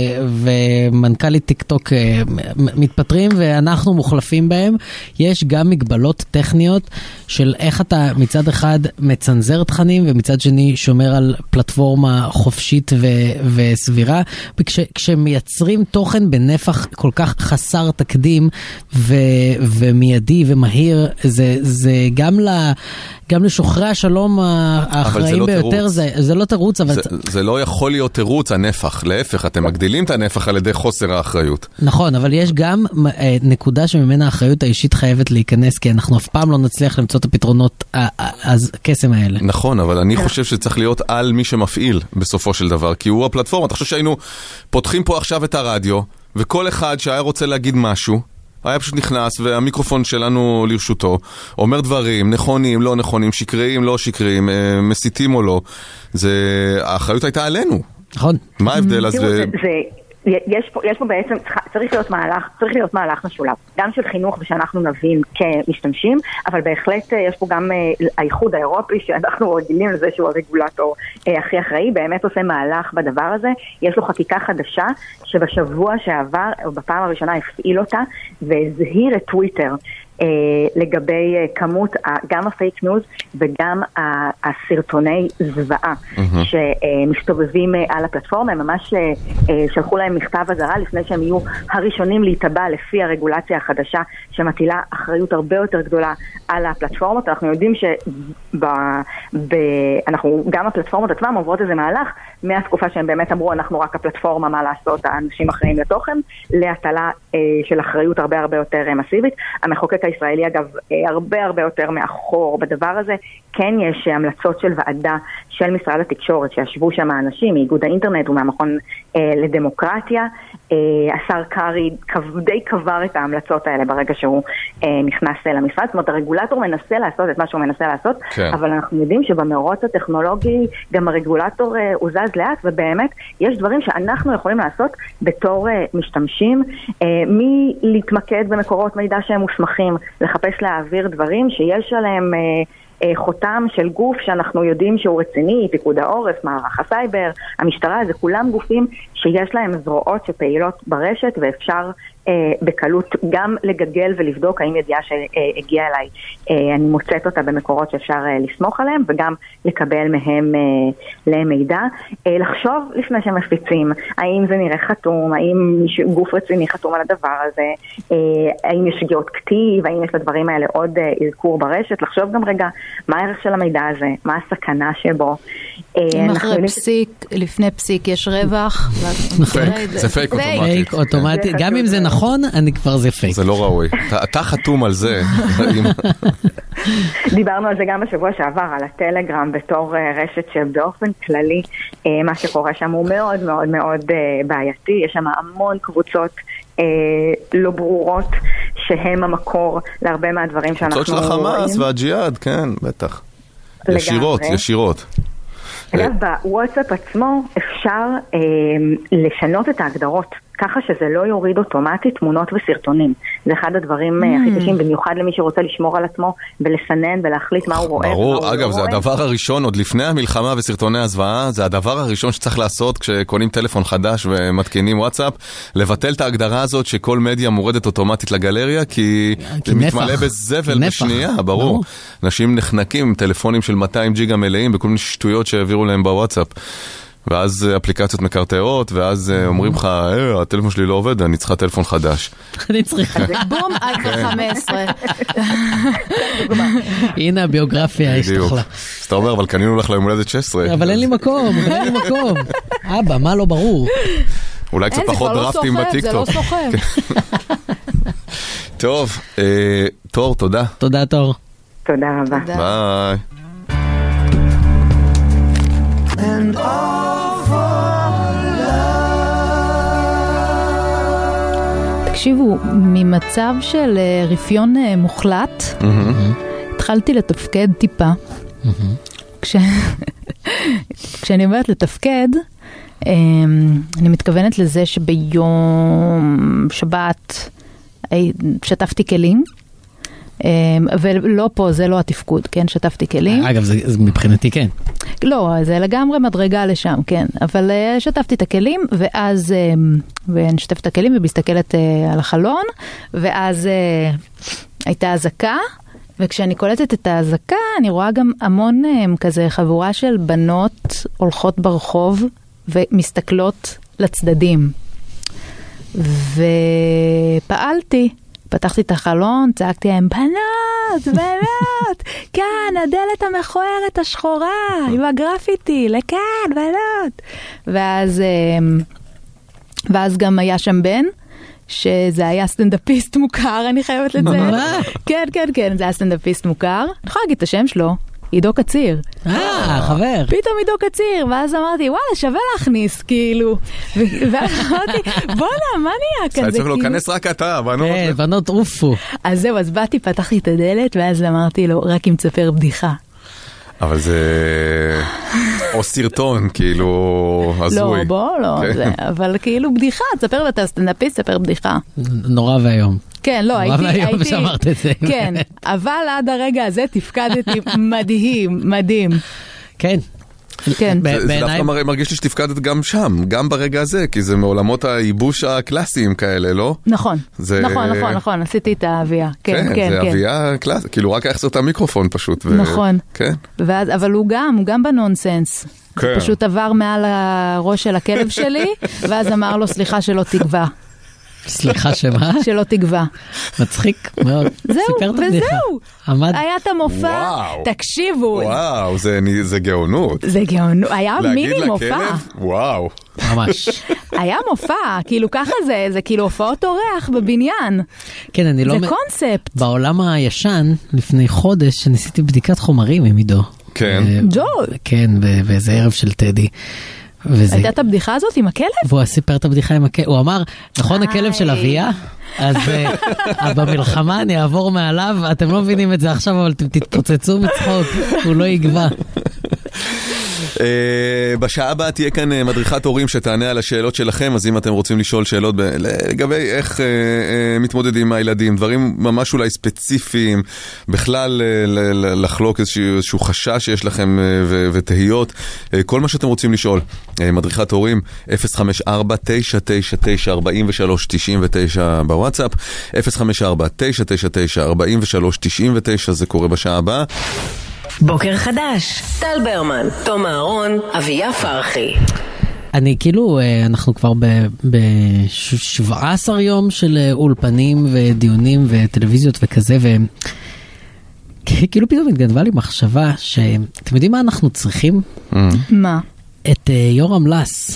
ומנכ"לית טיק טוק מתפטרים, ואנחנו מוחלפים בהם, יש גם מגבלות טכניות של איך אתה מצד אחד מצנזר תכנים, ומצד שני שומר על פלטפורמה חופשית וסבירה, כשמייצרים תוכן בנפח כל כך חסר תקדים ו, ומיידי ומהיר, זה, זה גם, ל, גם לשוחרי השלום האחראים לא ביותר, תירוץ. זה, זה לא תירוץ. אבל... זה, זה לא יכול להיות תירוץ, הנפח. להפך, אתם מגדילים את הנפח על ידי חוסר האחריות. נכון, אבל יש גם נקודה שממנה האחריות האישית חייבת להיכנס, כי אנחנו אף פעם לא נצליח למצוא את הפתרונות הקסם האלה. נכון, אבל אני חושב שצריך להיות על מי שמפעיל בסופו של דבר, כי הוא הפלטפורמה. אתה חושב שהיינו פותחים פה עכשיו את הרדיו, וכל אחד שהיה רוצה להגיד משהו, היה פשוט נכנס, והמיקרופון שלנו לרשותו, אומר דברים, נכונים, לא נכונים, שקריים, לא שקריים, מסיתים או לא. זה, האחריות הייתה עלינו. נכון. מה ההבדל אז? זה, יש פה, יש פה בעצם, צריך להיות מהלך, צריך להיות מהלך משולב. גם של חינוך ושאנחנו נבין כמשתמשים, אבל בהחלט יש פה גם האיחוד האירופי, שאנחנו רגילים לזה שהוא הרגולטור הכי אחראי, באמת עושה מהלך בדבר הזה. יש לו חקיקה חדשה, שבשבוע שעבר, או בפעם הראשונה הפעיל אותה, והזהיר את טוויטר, לגבי כמות גם הפייק ניוז וגם הסרטוני זוועה שמסתובבים על הפלטפורמה. הם ממש שלחו להם מכתב אזהרה לפני שהם יהיו הראשונים להתבע לפי הרגולציה החדשה שמטילה אחריות הרבה יותר גדולה על הפלטפורמות. אנחנו יודעים שגם הפלטפורמות עצמם עוברות איזה מהלך מהתקופה שהם באמת אמרו אנחנו רק הפלטפורמה, מה לעשות, האנשים אחראים לתוכן, להטלה של אחריות הרבה הרבה יותר מסיבית. המחוקק הישראלי אגב הרבה הרבה יותר מאחור בדבר הזה. כן יש המלצות של ועדה של משרד התקשורת שישבו שם האנשים מאיגוד האינטרנט ומהמכון אה, לדמוקרטיה. אה, השר קרי די קבר את ההמלצות האלה ברגע שהוא אה, נכנס למשרד. זאת אומרת, הרגולטור מנסה לעשות את מה שהוא מנסה לעשות, כן. אבל אנחנו יודעים שבמרוץ הטכנולוגי גם הרגולטור אה, הוא זז לאט, ובאמת יש דברים שאנחנו יכולים לעשות בתור אה, משתמשים, אה, מלהתמקד במקורות מידע שהם מוסמכים, לחפש להעביר דברים שיש עליהם אה, חותם של גוף שאנחנו יודעים שהוא רציני, פיקוד העורף, מערך הסייבר, המשטרה, זה כולם גופים שיש להם זרועות שפעילות ברשת, ואפשר אה, בקלות גם לגגל ולבדוק האם ידיעה שהגיעה אליי, אה, אני מוצאת אותה במקורות שאפשר אה, לסמוך עליהם, וגם לקבל מהם אה, למידע. אה, לחשוב לפני שמפיצים, האם זה נראה חתום, האם גוף רציני חתום על הדבר הזה, אה, האם יש שגיאות כתיב, האם יש לדברים האלה עוד אה, אזכור ברשת, לחשוב גם רגע מה הערך של המידע הזה, מה הסכנה שבו. אם אחרי פסיק, לפני פסיק יש רווח. זה פייק אוטומטית. אוטומטית, גם אם זה נכון, אני כבר זה פייק. זה לא ראוי. אתה חתום על זה. דיברנו על זה גם בשבוע שעבר, על הטלגרם בתור רשת שבאופן כללי, מה שקורה שם הוא מאוד מאוד מאוד בעייתי, יש שם המון קבוצות לא ברורות שהם המקור להרבה מהדברים שאנחנו רואים. קבוצות של החמאס והג'יהאד, כן, בטח. ישירות, ישירות. אגב, בוואטסאפ עצמו אפשר אה, לשנות את ההגדרות, ככה שזה לא יוריד אוטומטית תמונות וסרטונים. זה אחד הדברים mm. הכי קשים, במיוחד למי שרוצה לשמור על עצמו ולסנן ולהחליט מה הוא רואה. ברור, אגב, זה הדבר הראשון, עוד לפני המלחמה וסרטוני הזוועה, זה הדבר הראשון שצריך לעשות כשקונים טלפון חדש ומתקינים וואטסאפ, לבטל את ההגדרה הזאת שכל מדיה מורדת אוטומטית לגלריה, כי זה מתמלא בזבל בשנייה, ברור. אנשים נחנקים עם טלפונים של מאתיים ג'יגה מלאים בכל מיני שטויות שהעבירו להם בוואטסאפ. ואז אפליקציות מקרטעות, ואז אומרים לך, אה, הטלפון שלי לא עובד, אני צריכה טלפון חדש. אני צריכה. בום, אייפון חמש עשרה. הנה הביוגרפיה, השתכלה. אז אתה אומר, אבל קנינו לך ליום הולדת שש עשרה. אבל אין לי מקום, אין לי מקום. אבא, מה לא ברור? אולי קצת פחות דרפטים בטיקטוק. זה לא סוחב. טוב, תור, תודה. תודה, תור. תודה רבה. ביי. And all for love. תקשיבו, ממצב של רפיון מוחלט, התחלתי לתפקד טיפה. כשאני אומרת לתפקד, אני מתכוונת לזה שביום שבת שטפתי כלים, ולא פה, זה לא התפקוד, כן, שטפתי כלים. אגב, זה, זה מבחינתי כן. לא, זה לגמרי מדרגה לשם, כן. אבל שטפתי את הכלים, ואז, ואני שטפת את הכלים ומסתכלת על החלון, ואז הייתה הזקה, וכשאני קולטת את ההזקה, אני רואה גם המון כזה חבורה של בנות הולכות ברחוב, ומסתכלות לצדדים. ופעלתי. פתחתי את החלון, צעקתי להם, בנות, בנות, כאן, הדלת המכוערת השחורה, עם הגרפיטי, לכאן, בנות. ואז, ואז גם היה שם בן, שזה היה סטנדאפיסט מוכר, אני חייבת לציין. כן, כן, כן, זה היה סטנדאפיסט מוכר. אני יכולה להגיד את השם שלו. עידו קציר. אה, חבר. פתאום עידו קציר, ואז אמרתי, וואלה, שווה להכניס, כאילו. ואז אמרתי, בוא'נה, מה נהיה כזה? צריך לו, כנס רק אתה, בנות. כן, בנות עופו. אז זהו, אז באתי, פתחתי את הדלת, ואז אמרתי לו, רק אם תספר בדיחה. אבל זה... או סרטון, כאילו, הזוי. לא, בוא, לא, אבל כאילו בדיחה, תספר ואתה סטנדאפיסט, תספר בדיחה. נורא והיום. כן, לא, הייתי... נורא והיום שאמרת את זה. כן, אבל עד הרגע הזה תפקדתי מדהים, מדהים. כן. כן. זה דווקא מרגיש לי שתפקדת גם שם, גם ברגע הזה, כי זה מעולמות הייבוש הקלאסיים כאלה, לא? נכון, נכון, נכון, נכון, עשיתי את האביה. כן, כן, כן. זה אביה קלאסית, כאילו רק איך את המיקרופון פשוט. נכון. כן. אבל הוא גם, הוא גם בנונסנס. הוא פשוט עבר מעל הראש של הכלב שלי, ואז אמר לו, סליחה שלא תגבה. סליחה שמה? שלא תגבה. מצחיק מאוד. זהו, וזהו. היה את המופע, תקשיבו. וואו, זה גאונות. זה גאונות, היה מיני מופע. להגיד לכלב, וואו. ממש. היה מופע, כאילו ככה זה, זה כאילו הופעות אורח בבניין. כן, אני לא... זה קונספט. בעולם הישן, לפני חודש, ניסיתי בדיקת חומרים עם עידו. כן. ג'ו. כן, באיזה ערב של טדי. הייתה את הבדיחה הזאת עם הכלב? והוא סיפר את הבדיחה עם הכלב, הוא אמר, נכון הכלב של אביה? אז במלחמה אני אעבור מעליו, אתם לא מבינים את זה עכשיו, אבל תתפוצצו מצחוק, הוא לא יגבה. בשעה הבאה תהיה כאן מדריכת הורים שתענה על השאלות שלכם, אז אם אתם רוצים לשאול שאלות לגבי איך מתמודדים עם הילדים, דברים ממש אולי ספציפיים, בכלל לחלוק איזשהו חשש שיש לכם ותהיות, כל מה שאתם רוצים לשאול, מדריכת הורים אפס חמש ארבע תשע תשע תשע ארבע שלוש תשע תשע בוואטסאפ, אפס חמש ארבע תשע תשע תשע ארבע שלוש תשע תשע, זה קורה בשעה הבאה. בוקר חדש, טל ברמן, תום אהרון, אביה פרחי. אני כאילו, אנחנו כבר ב-שבעה עשר יום של אולפנים ודיונים וטלוויזיות וכזה, כאילו פתאום התגנבה לי מחשבה שאתם יודעים מה אנחנו צריכים? מה? את יורם לס.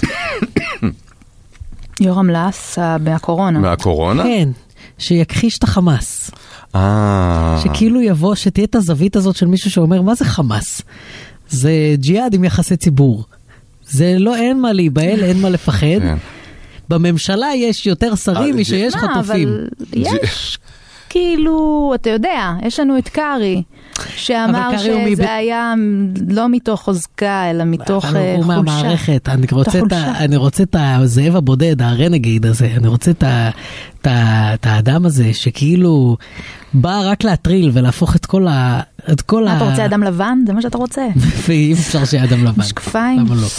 יורם לס מהקורונה. מהקורונה? כן, שיכחיש את החמאס. אה. שכאילו יבוא, שתהיה את הזווית הזאת של מישהו שאומר, מה זה חמאס? זה ג'יהאד עם יחסי ציבור. זה לא, אין מה להיבהל, אין מה לפחד. בממשלה יש יותר שרים משיש חטופים. אבל יש, כאילו, אתה יודע, יש לנו את קרי, שאמר שזה היה לא מתוך חוזקה, אלא מתוך חולשה. הוא מהמערכת, אני רוצה את הזאב הבודד, הרנגייד הזה, אני רוצה את האדם הזה, שכאילו בא רק להטריל ולהפוך את כל ה... מה, אתה רוצה אדם לבן? זה מה שאתה רוצה? ואם אפשר שיהיה אדם לבן. משקפיים? למה לא?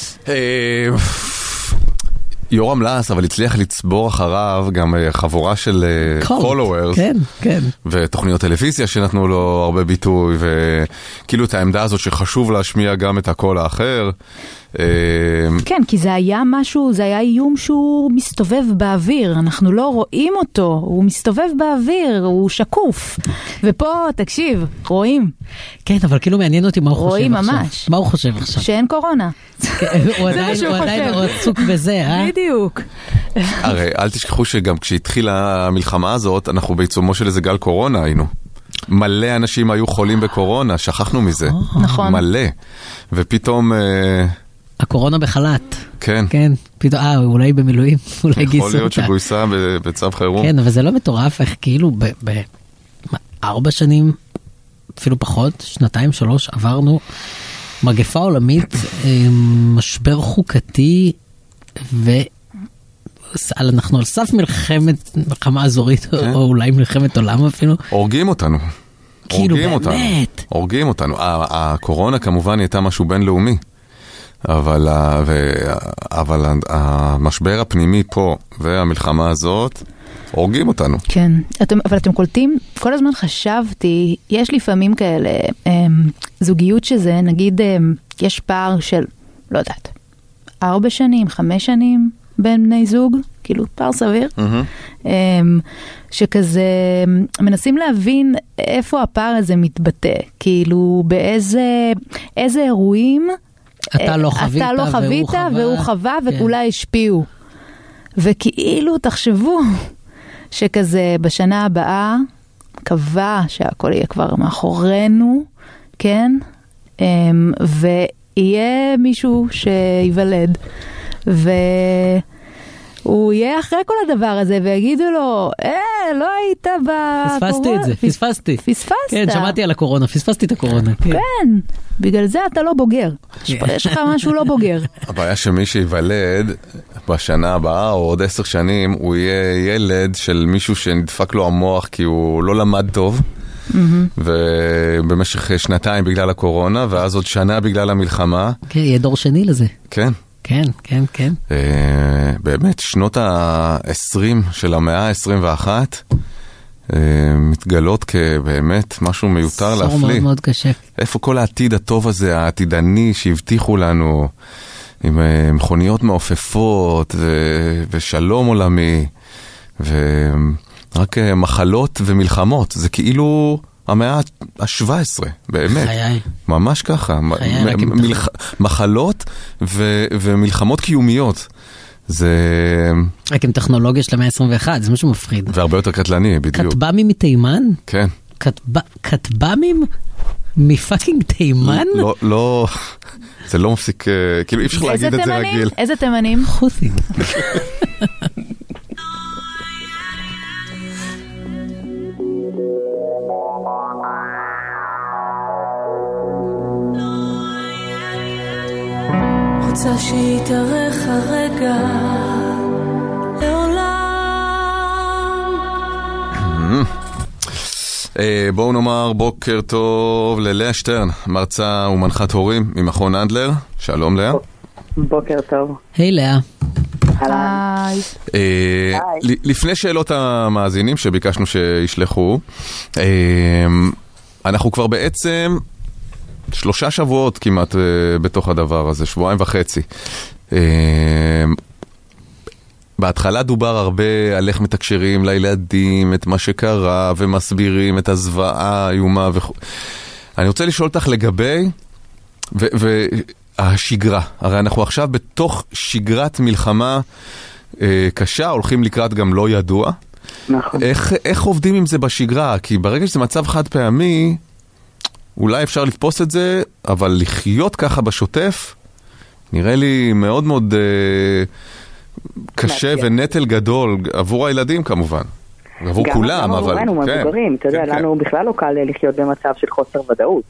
יורם לס, אבל הצליח לצבור אחריו גם חבורה של followers. כן, כן. ותוכניות טלוויזיה שנתנו לו הרבה ביטוי, וכאילו את העמדה הזאת שחשוב להשמיע גם את הקול האחר. כן, כי זה היה משהו, זה היה איום שהוא מסתובב באוויר, אנחנו לא רואים אותו, הוא מסתובב באוויר, הוא שקוף. ופה, תקשיב, רואים. כן, אבל כאילו מעניין אותי מה הוא חושב עכשיו. רואים ממש. מה הוא חושב עכשיו? שאין קורונה. הוא עדיין עסוק בזה, אה? בדיוק. הרי אל תשכחו שגם כשהתחילה המלחמה הזאת, אנחנו בעיצומו של איזה גל קורונה היינו. מלא אנשים היו חולים בקורונה, שכחנו מזה. נכון. מלא. ופתאום... הקורונה בחל"ת. כן. כן, פתאום, אה, אולי במילואים, אולי גייסו אותה. יכול להיות שגויסה בצו חירום. כן, אבל זה לא מטורף, איך כאילו בארבע שנים, אפילו פחות, שנתיים, שלוש, עברנו מגפה עולמית, משבר חוקתי, ואנחנו על סף מלחמת, מלחמה אזורית, או אולי מלחמת עולם אפילו. הורגים אותנו. כאילו הורגים באמת. אותנו. הורגים אותנו. הקורונה כמובן הייתה משהו בינלאומי. אבל, אבל המשבר הפנימי פה והמלחמה הזאת הורגים אותנו. כן, אתם, אבל אתם קולטים, כל הזמן חשבתי, יש לפעמים כאלה זוגיות שזה, נגיד, יש פער של, לא יודעת, ארבע שנים, חמש שנים בין בני זוג, כאילו פער סביר, mm-hmm. שכזה מנסים להבין איפה הפער הזה מתבטא, כאילו באיזה איזה אירועים אתה לא חווית, אתה לא חווית והוא חווה וכולה השפיעו. וכאילו תחשבו שכזה בשנה הבאה קבע שהכל יהיה כבר מאחורינו, כן? ויהיה מישהו שיוולד והוא יהיה אחרי כל הדבר הזה ויגידו לו, אה, לא היית בקורונה. פספסתי את זה, פספסתי. פספסת. כן, שמעתי על הקורונה, פספסתי את הקורונה. כן, בגלל זה אתה לא בוגר. יש לך משהו לא בוגר. הבעיה שמי שיוולד בשנה הבאה או עוד עשר שנים, הוא יהיה ילד של מישהו שנדפק לו המוח כי הוא לא למד טוב, ובמשך שנתיים בגלל הקורונה, ואז עוד שנה בגלל המלחמה. כן, יהיה דור שני לזה. כן. כן, כן, כן. באמת, שנות ה-עשרים של המאה ה-עשרים ואחת מתגלות כבאמת משהו מיותר להפליא. סור מאוד מאוד קשה. איפה כל העתיד הטוב הזה, העתידני שהבטיחו לנו, עם מכוניות מעופפות ושלום עולמי, ורק מחלות ומלחמות, זה כאילו המאה ה-שבע עשרה, באמת. חיי. ממש ככה. חיי, מלח... מחלות ו... ומלחמות קיומיות. זה... רק עם טכנולוגיה של המאה ה-עשרים ואחת, זה משהו מפחיד. והרבה יותר קטלני, בדיוק. כטב"מים מתימן? כן. כטב"מים מפאקינג תימן? לא, לא, זה לא מפסיק, כאילו אי אפשר להגיד את זה רגיל. איזה תימנים? חות'ים. רוצה שיתארך הרגע לעולם. בואו נאמר בוקר טוב ללאה שטרן, מרצה ומנחת הורים ממכון אנדלר. שלום לאה. בוקר טוב. היי לאה. היי. לפני שאלות המאזינים שביקשנו שישלחו, אנחנו כבר בעצם שלושה שבועות כמעט בתוך הדבר הזה, שבועיים וחצי. בהתחלה דובר הרבה על איך מתקשרים לילדים את מה שקרה ומסבירים את הזוועה האיומה וכו'. אני רוצה לשאול אותך לגבי והשגרה. הרי אנחנו עכשיו בתוך שגרת מלחמה אה, קשה, הולכים לקראת גם לא ידוע. נכון. איך, איך עובדים עם זה בשגרה? כי ברגע שזה מצב חד פעמי, אולי אפשר לתפוס את זה, אבל לחיות ככה בשוטף, נראה לי מאוד מאוד אה, קשה ונטל גדול עבור הילדים כמובן. עבור כולם, גם אבל... עבורנו כן, מבוגרים, אתה יודע, כן, לנו כן. בכלל לא קל לחיות במצב של חוסר ודאות.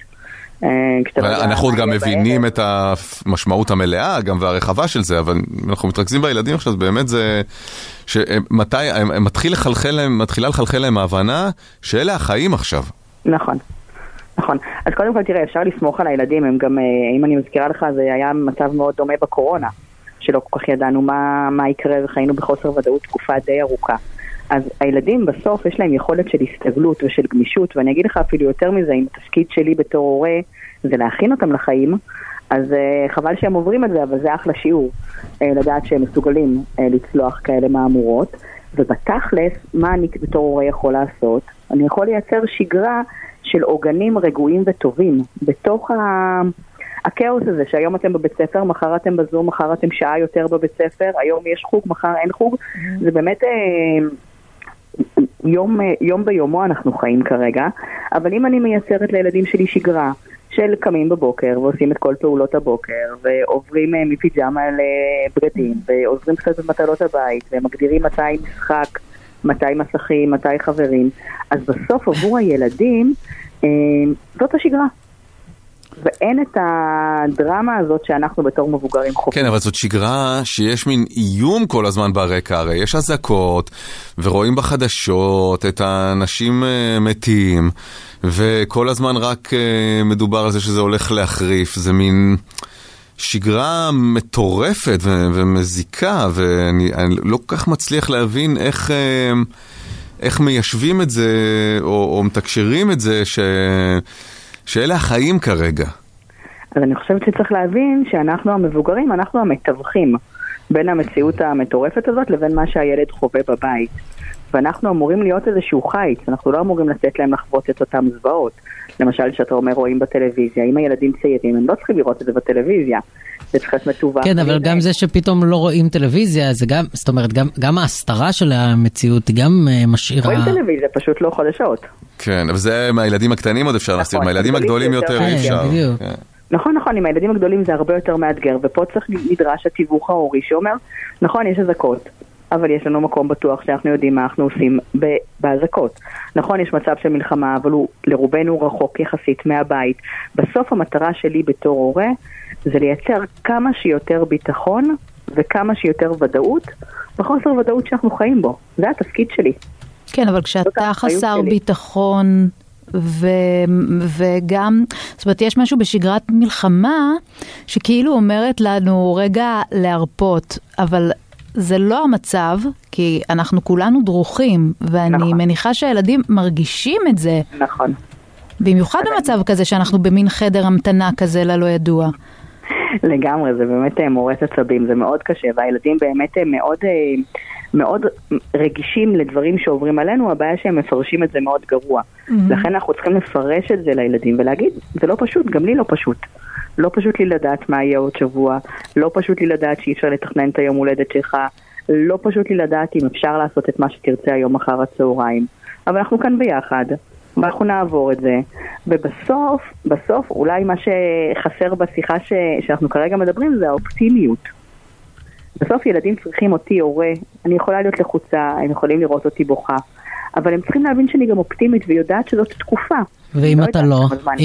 אנחנו גם מבינים את המשמעות המלאה גם והרחבה של זה, אבל אנחנו מתרכזים בילדים עכשיו, באמת זה שמתי מתחיל לחלחל להם, מתחילה לחלחל להם ההבנה שאלה החיים עכשיו. נכון, נכון. אז קודם כל תראה, אפשר לסמוך על הילדים, הם גם, אם אני מזכירה לך, זה היה מצב מאוד דומה בקורונה, שלא כל כך ידענו מה, מה יקרה וחיינו בחוסר ודאות תקופה די ארוכה. אז הילדים בסוף יש להם יכולת של הסתגלות ושל גמישות, ואני אגיד לך אפילו יותר מזה, אם התפקיד שלי בתור הורה זה להכין אותם לחיים, אז uh, חבל שהם עוברים את זה, אבל זה אחלה שיעור, uh, לדעת שהם מסוגלים uh, לצלוח כאלה מאמורות, ובתכלס, מה אני בתור הורה יכול לעשות? אני יכול לייצר שגרה של עוגנים רגועים וטובים, בתוך ה... הכאוס הזה, שהיום אתם בבית ספר, מחר אתם בזום, מחר אתם שעה יותר בבית ספר, היום יש חוג, מחר אין חוג, mm-hmm. זה באמת... Uh, יום, יום ביומו אנחנו חיים כרגע, אבל אם אני מייצרת לילדים שלי שגרה של קמים בבוקר ועושים את כל פעולות הבוקר ועוברים מפיג'מה לבגדים ועוזרים קצת במטלות הבית ומגדירים מתי משחק, מתי מסכים, מתי חברים, אז בסוף עבור הילדים זאת השגרה. ואין את הדרמה הזאת שאנחנו בתור מבוגרים חופים. כן, אבל זאת שגרה שיש מין איום כל הזמן ברקע, הרי יש הזקות, ורואים בחדשות את האנשים מתים, וכל הזמן רק מדובר על זה שזה הולך להחריף, זה מין שגרה מטורפת ו- ומזיקה, ואני לא כל כך מצליח להבין איך... איך מיישבים את זה, או, או מתקשרים את זה, ש... שאלה החיים כרגע. אז אני חושבת שצריך להבין שאנחנו המבוגרים, אנחנו המתווכים בין המציאות המטורפת הזאת לבין מה שהילד חווה בבית. ואנחנו אמורים להיות איזשהו חיץ, אנחנו לא אמורים לתת להם לחוות את אותם זוועות. למשל, שאתה אומר רואים בטלוויזיה, אם הילדים צעירים, הם לא צריכים לראות את זה בטלוויזיה. זה צריך להיות מטווח. כן, אבל גם זה שפתאום לא רואים טלוויזיה, זה גם, זאת אומרת, גם, גם ההסתרה של המציאות היא גם משאירה... רואים טלוויזיה, פשוט לא חודשות. כן, אבל זה מהילדים הקטנים עוד אפשר להסתיר, מהילדים הגדולים יותר אי אפשר. נכון, נכון, עם הילדים הגדולים זה הרבה יותר מאתגר, ופה צריך נדרש התיווך ההורי שאומר, נכון, יש הזקות, אבל יש לנו מקום בטוח שאנחנו יודעים מה אנחנו עושים בהזקות. נכון, יש מצב של מלחמה, אבל הוא לרובנו רחוק יחסית מהבית. בסוף המטרה שלי בתור הורה, זה לייצר כמה שיותר ביטחון, וכמה שיותר ודאות, בחוסר ודאות שאנחנו חיים בו. זה התפקיד שלי. כן, אבל כשאתה חסר ביטחון, ו, וגם, זאת אומרת, יש משהו בשגרת מלחמה, שכאילו אומרת לנו רגע להרפות, אבל זה לא המצב, כי אנחנו כולנו דרוכים, ואני נכון. מניחה שהילדים מרגישים את זה. נכון. במיוחד במצב כזה, שאנחנו במין חדר המתנה כזה ללא ידוע. לגמרי, זה באמת מורס עצבים, זה מאוד קשה, והילדים באמת מאוד, מאוד רגישים לדברים שעוברים עלינו, הבעיה שהם מפרשים את זה מאוד גרוע. Mm-hmm. לכן אנחנו צריכים לפרש את זה לילדים ולהגיד, זה לא פשוט, גם לי לא פשוט. לא פשוט לי לדעת מה יהיה עוד שבוע, לא פשוט לי לדעת שאי אפשר לתכנן את היום הולדת שלך, לא פשוט לי לדעת אם אפשר לעשות את מה שתרצה היום אחר הצהריים. אבל אנחנו כאן ביחד, ואנחנו נעבור את זה, ובסוף, בסוף, אולי מה שחסר בשיחה ש... שאנחנו כרגע מדברים זה האופטימיות. בסוף ילדים צריכים אותי, הורה, אני יכולה להיות לחוצה, הם יכולים לראות אותי בוכה, אבל הם צריכים להבין שאני גם אופטימית ויודעת שזאת תקופה. ואם אתה לא,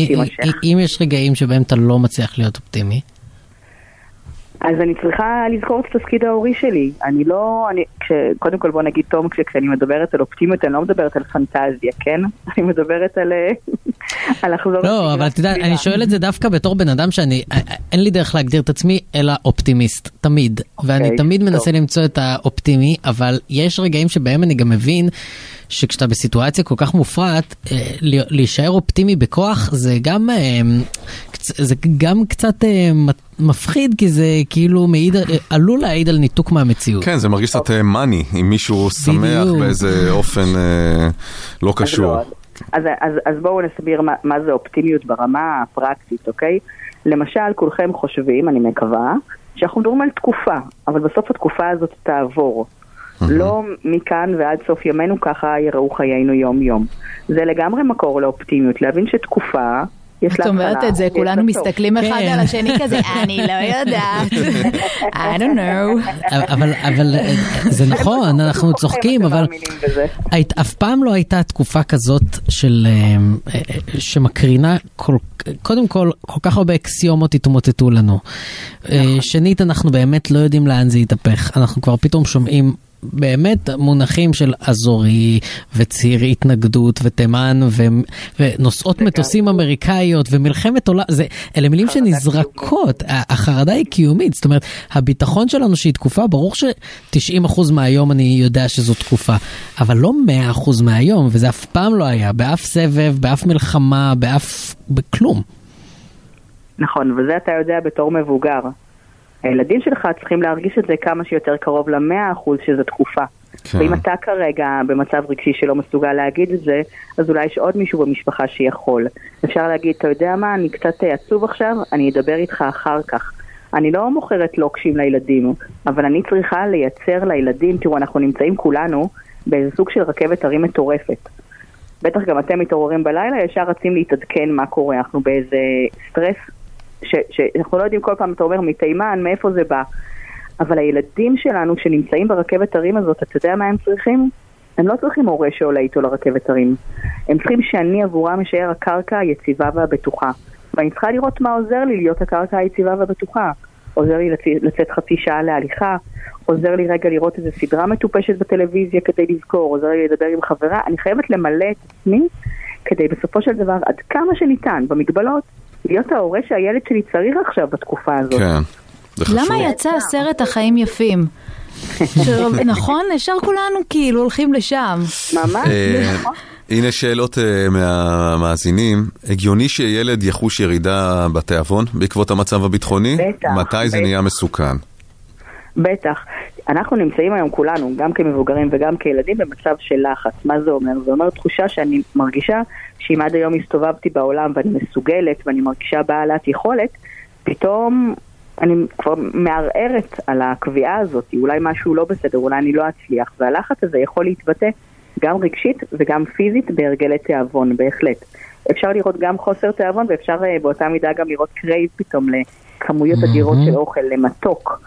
אם יש רגעים שבהם אתה לא מצליח להיות אופטימי? אז אני צריכה לזכור את התפקיד ההורי שלי. אני לא, אני, כש, קודם כל בוא נגיד תום, כשאני מדברת על אופטימיות, אני לא מדברת על פנטזיה, כן? אני מדברת על, על לחזור... לא, אבל אתה יודע, אני שואל את זה דווקא בתור בן אדם שאני, אין לי דרך להגדיר את עצמי, אלא אופטימיסט, תמיד. ואני תמיד מנסה למצוא את האופטימי, אבל יש רגעים שבהם אני גם מבין שכשאתה בסיטואציה כל כך מופרעת, להישאר אופטימי בכוח, זה גם זה גם קצת מפחיד, כי זה כאילו מעיד, עלול להעיד על ניתוק מהמציאות. כן, זה מרגיש קצת מאני, אם מישהו שמח באיזה אופן לא קשור. אז, אז, אז בואו נסביר מה, מה זה אופטימיות ברמה הפרקטית, אוקיי? למשל, כולכם חושבים, אני מקווה, שאנחנו מדברים על תקופה, אבל בסוף התקופה הזאת תעבור. Mm-hmm. לא מכאן ועד סוף ימינו ככה יראו חיינו יום יום. זה לגמרי מקור לאופטימיות, להבין שתקופה, את אומרת את זה, כולנו מסתכלים אחד על השני כזה, אני לא יודעת, I don't know. אבל זה נכון, אנחנו צוחקים, אבל אף פעם לא הייתה תקופה כזאת שמקרינה, קודם כל, כל כך הרבה אקסיומות התמוטטו לנו. שנית, אנחנו באמת לא יודעים לאן זה יתהפך, אנחנו כבר פתאום שומעים באמת מונחים של אזורי וציר התנגדות ותימן ו... ונוסעות מטוסים אמריקאיות ומלחמת עולם, זה, אלה מילים שנזרקות, החרדה היא קיומית, זאת אומרת, הביטחון שלנו שהיא תקופה, ברור ש-תשעים אחוז מהיום אני יודע שזו תקופה, אבל לא מאה אחוז מהיום, וזה אף פעם לא היה, באף סבב, באף מלחמה, באף, בכלום. נכון, וזה אתה יודע בתור מבוגר. הילדים שלך צריכים להרגיש את זה כמה שיותר קרוב למאה אחוז שזה תקופה. כן. ואם אתה כרגע במצב רגשי שלא מסוגל להגיד את זה, אז אולי יש עוד מישהו במשפחה שיכול. אפשר להגיד, אתה יודע מה, אני קצת עצוב עכשיו, אני אדבר איתך אחר כך. אני לא מוכרת לוקשים לילדים, אבל אני צריכה לייצר לילדים, תראו, אנחנו נמצאים כולנו באיזה סוג של רכבת הרים מטורפת. בטח גם אתם מתעוררים בלילה, ישר רצים להתעדכן מה קורה, אנחנו באיזה סטרס, שאנחנו לא יודעים כל פעם, אתה אומר, מתימן, מאיפה זה בא. אבל הילדים שלנו שנמצאים ברכבת הרים הזאת, אתה יודע מה הם צריכים? הם לא צריכים הורה שעולה איתו לרכבת הרים. הם צריכים שאני עבורם משאר הקרקע היציבה והבטוחה. ואני צריכה לראות מה עוזר לי להיות הקרקע היציבה והבטוחה. עוזר לי לצאת חצי שעה להליכה, עוזר לי רגע לראות איזו סדרה מטופשת בטלוויזיה כדי לזכור, עוזר לי לדבר עם חברה. אני חייבת למלא את עצמי כדי בסופו של דבר, עד כמה שניתן, במגבלות, להיות ההורה שהילד שלי צריך עכשיו בתקופה הזאת. כן, זה חשוב. למה יצא הסרט החיים יפים? נכון, ישר כולנו כאילו הולכים לשם. ממש, נכון. הנה שאלות מהמאזינים. הגיוני שילד יחוש ירידה בתיאבון בעקבות המצב הביטחוני? בטח. מתי זה נהיה מסוכן? בטח. אנחנו נמצאים היום כולנו, גם כמבוגרים וגם כילדים, במצב של לחץ. מה זה אומר? זה אומר תחושה שאני מרגישה שאם עד היום הסתובבתי בעולם ואני מסוגלת ואני מרגישה בעלת יכולת, פתאום אני כבר מערערת על הקביעה הזאת. אולי משהו לא בסדר, אולי אני לא אצליח. והלחץ הזה יכול להתבטא גם רגשית וגם פיזית בהרגלי תיאבון, בהחלט. אפשר לראות גם חוסר תיאבון, ואפשר באותה מידה גם לראות קרייב פתאום לכמויות אדירות של אוכל, למתוק.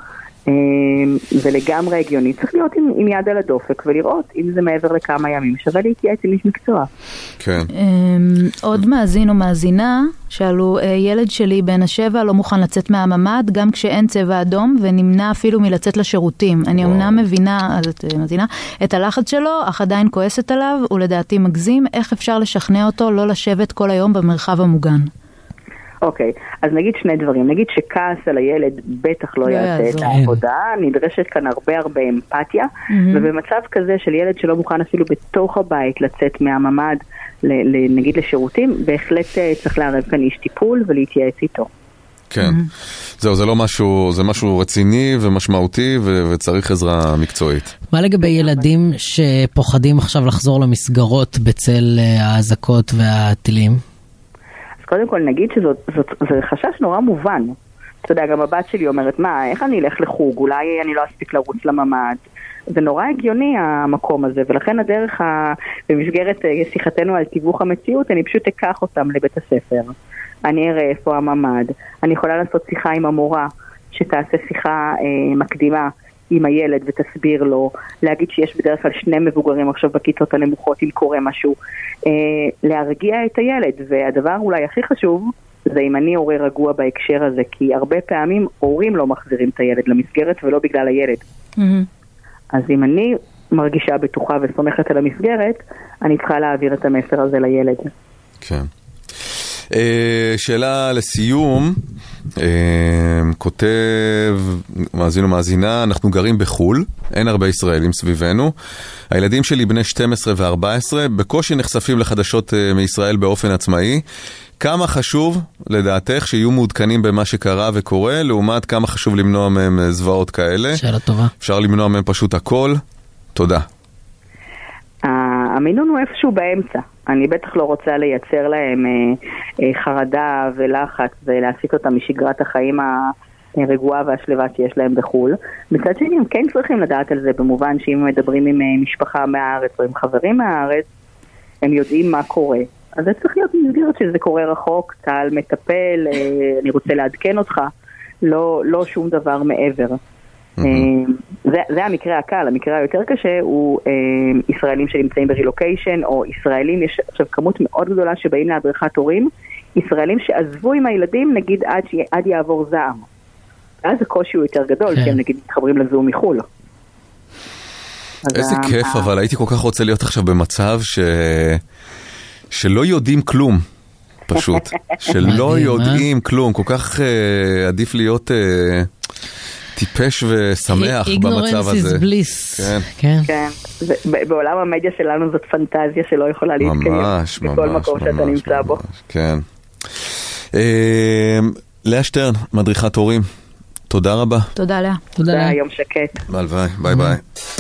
זה לגמרי הגיוני. צריך להיות עם, עם יד על הדופק ולראות אם זה מעבר לכמה ימים. שווה להתייעץ עם איש מקצוע. כן. עוד מאזין או מאזינה שאלו, ילד שלי בן השבע לא מוכן לצאת מהממד גם כשאין צבע אדום ונמנע אפילו מלצאת לשירותים. אני אמנם מבינה, אז את מאזינה, את הלחץ שלו, אך עדיין כועסת עליו ולדעתי מגזים. איך אפשר לשכנע אותו לא לשבת כל היום במרחב המוגן? אוקיי, אז נגיד שני דברים. נגיד שכעס על הילד בטח לא יעשה את העבודה, נדרשת כאן הרבה הרבה אמפתיה, ובמצב כזה של ילד שלא מוכן אפילו בתוך הבית לצאת מהממד, נגיד לשירותים, בהחלט צריך לערב כאן איש טיפול ולהתייעץ איתו. כן, זהו, זה לא משהו, זה משהו רציני ומשמעותי וצריך עזרה מקצועית. מה לגבי ילדים שפוחדים עכשיו לחזור למסגרות בצל האזעקות והטילים? קודם כל נגיד שזה חשש נורא מובן. אתה יודע, גם הבת שלי אומרת, מה, איך אני אלך לחוג? אולי אני לא אספיק לרוץ לממד. זה נורא הגיוני המקום הזה, ולכן הדרך ה... במסגרת שיחתנו על תיווך המציאות, אני פשוט אקח אותם לבית הספר. אני אראה איפה הממד. אני יכולה לעשות שיחה עם המורה, שתעשה שיחה אה, מקדימה עם הילד ותסביר לו, להגיד שיש בדרך כלל שני מבוגרים עכשיו בכיתות הנמוכות אם קורה משהו, אה, להרגיע את הילד. והדבר אולי הכי חשוב זה אם אני הורה רגוע בהקשר הזה, כי הרבה פעמים הורים לא מחזירים את הילד למסגרת ולא בגלל הילד. Mm-hmm. אז אם אני מרגישה בטוחה וסומכת על המסגרת, אני צריכה להעביר את המסר הזה לילד. כן. שאלה לסיום, כותב מאזין ומאזינה, אנחנו גרים בחול, אין הרבה ישראלים סביבנו, הילדים שלי בני שתים עשרה ו-ארבע עשרה בקושי נחשפים לחדשות מישראל באופן עצמאי, כמה חשוב, לדעתך, שיהיו מעודכנים במה שקרה וקורה, לעומת כמה חשוב למנוע מהם זוועות כאלה? שאלה טובה. אפשר למנוע מהם פשוט הכל? תודה. המינון הוא איפשהו באמצע. אני בטח לא רוצה לייצר להם אה, אה, חרדה ולחץ ולהסיק אותם משגרת החיים הרגועה והשלווה שיש להם בחול. מצד שני, הם כן צריכים לדעת על זה, במובן שאם מדברים עם משפחה מהארץ או עם חברים מהארץ, הם יודעים מה קורה. אז זה צריך להיות מגדיר שזה קורה רחוק, צה"ל מטפל, אה, אני רוצה לעדכן אותך, לא, לא שום דבר מעבר. זה, זה המקרה הקל. המקרה היותר קשה הוא אה, ישראלים שנמצאים ברילוקיישן, או ישראלים, יש עכשיו כמות מאוד גדולה שבאים להדרכת הורים, ישראלים שעזבו עם הילדים נגיד עד, ש... עד יעבור זעם. אז הקושי הוא יותר גדול, כי הם נגיד מתחברים לזום מחול. איזה כיף, אבל הייתי כל כך רוצה להיות עכשיו במצב ש... שלא יודעים כלום, פשוט. שלא יודעים כלום, כל כך uh, עדיף להיות... Uh, טיפש ושמח במצב הזה. Ignorance is bliss. כן. כן. בעולם המדיה שלנו זאת פנטזיה שלא יכולה להתקיים. ממש, ממש. בכל מקום שאתה נמצא בו. כן. לאה שטרן, מדריכת הורים. תודה רבה. תודה לאה. תודה, יום שקט. ביי ביי. ביי.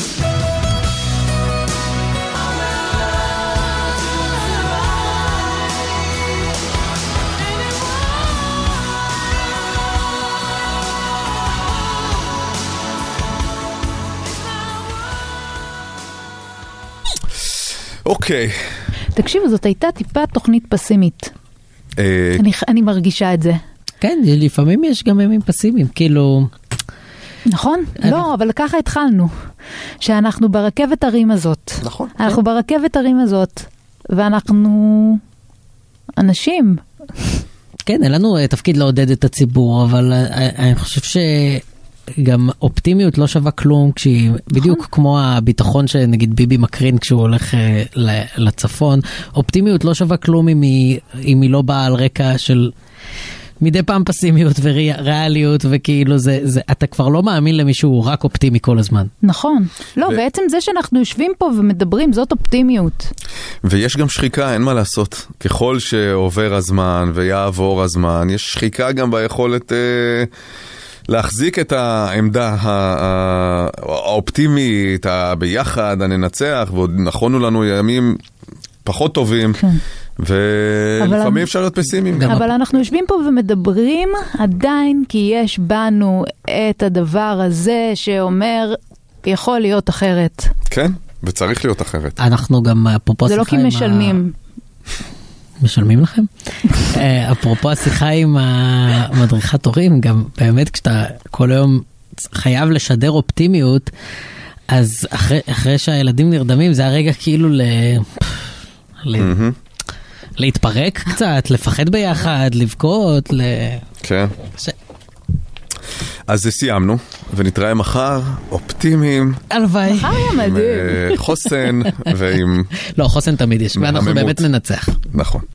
אוקיי. תקשיבו, זאת הייתה טיפה תוכנית פסימית. אני, אני מרגישה את זה. כן, לפעמים יש גם ימים פסימיים, כאילו... נכון? לא, אבל ככה התחלנו. שאנחנו ברכבת הרים הזאת. נכון. אנחנו ברכבת הרים הזאת, ואנחנו אנשים. כן, אין לנו תפקיד לעודד את הציבור, אבל אני חושב ש... גם אופטימיות לא שווה כלום, כשהיא בדיוק כמו הביטחון שנגיד ביבי מקרין כשהוא הולך לצפון, אופטימיות לא שווה כלום אם היא, אם היא לא באה על רקע של מדי פעם פסימיות וריאליות, וכאילו זה, זה, אתה כבר לא מאמין למישהו רק אופטימי כל הזמן. נכון. לא, ו... בעצם זה שאנחנו יושבים פה ומדברים, זאת אופטימיות. ויש גם שחיקה, אין מה לעשות. ככל שעובר הזמן ויעבור הזמן, יש שחיקה גם ביכולת... אה... להחזיק את העמדה האופטימית, הביחד, הננצח, ועוד נכונו לנו ימים פחות טובים, ולפעמים אפשר להיות פסימיים. אבל אנחנו יושבים פה ומדברים עדיין, כי יש בנו את הדבר הזה שאומר, יכול להיות אחרת. כן, וצריך להיות אחרת. אנחנו גם, אפרופו... זה לא כי משלמים. משלמים לכם? אפרופו השיחה עם המדריכת הורים, גם באמת כשאתה כל היום חייב לשדר אופטימיות, אז אחרי, אחרי שהילדים נרדמים, זה הרגע כאילו ל... ל... להתפרק קצת, לפחד ביחד, לבכות, ל... כן. ש... אז סיימנו, ונתראה מחר, אופטימיים. הלוואי. מחר יום מדהים. עם חוסן ועם... לא, חוסן תמיד יש, ואנחנו באמת ננצח. נכון.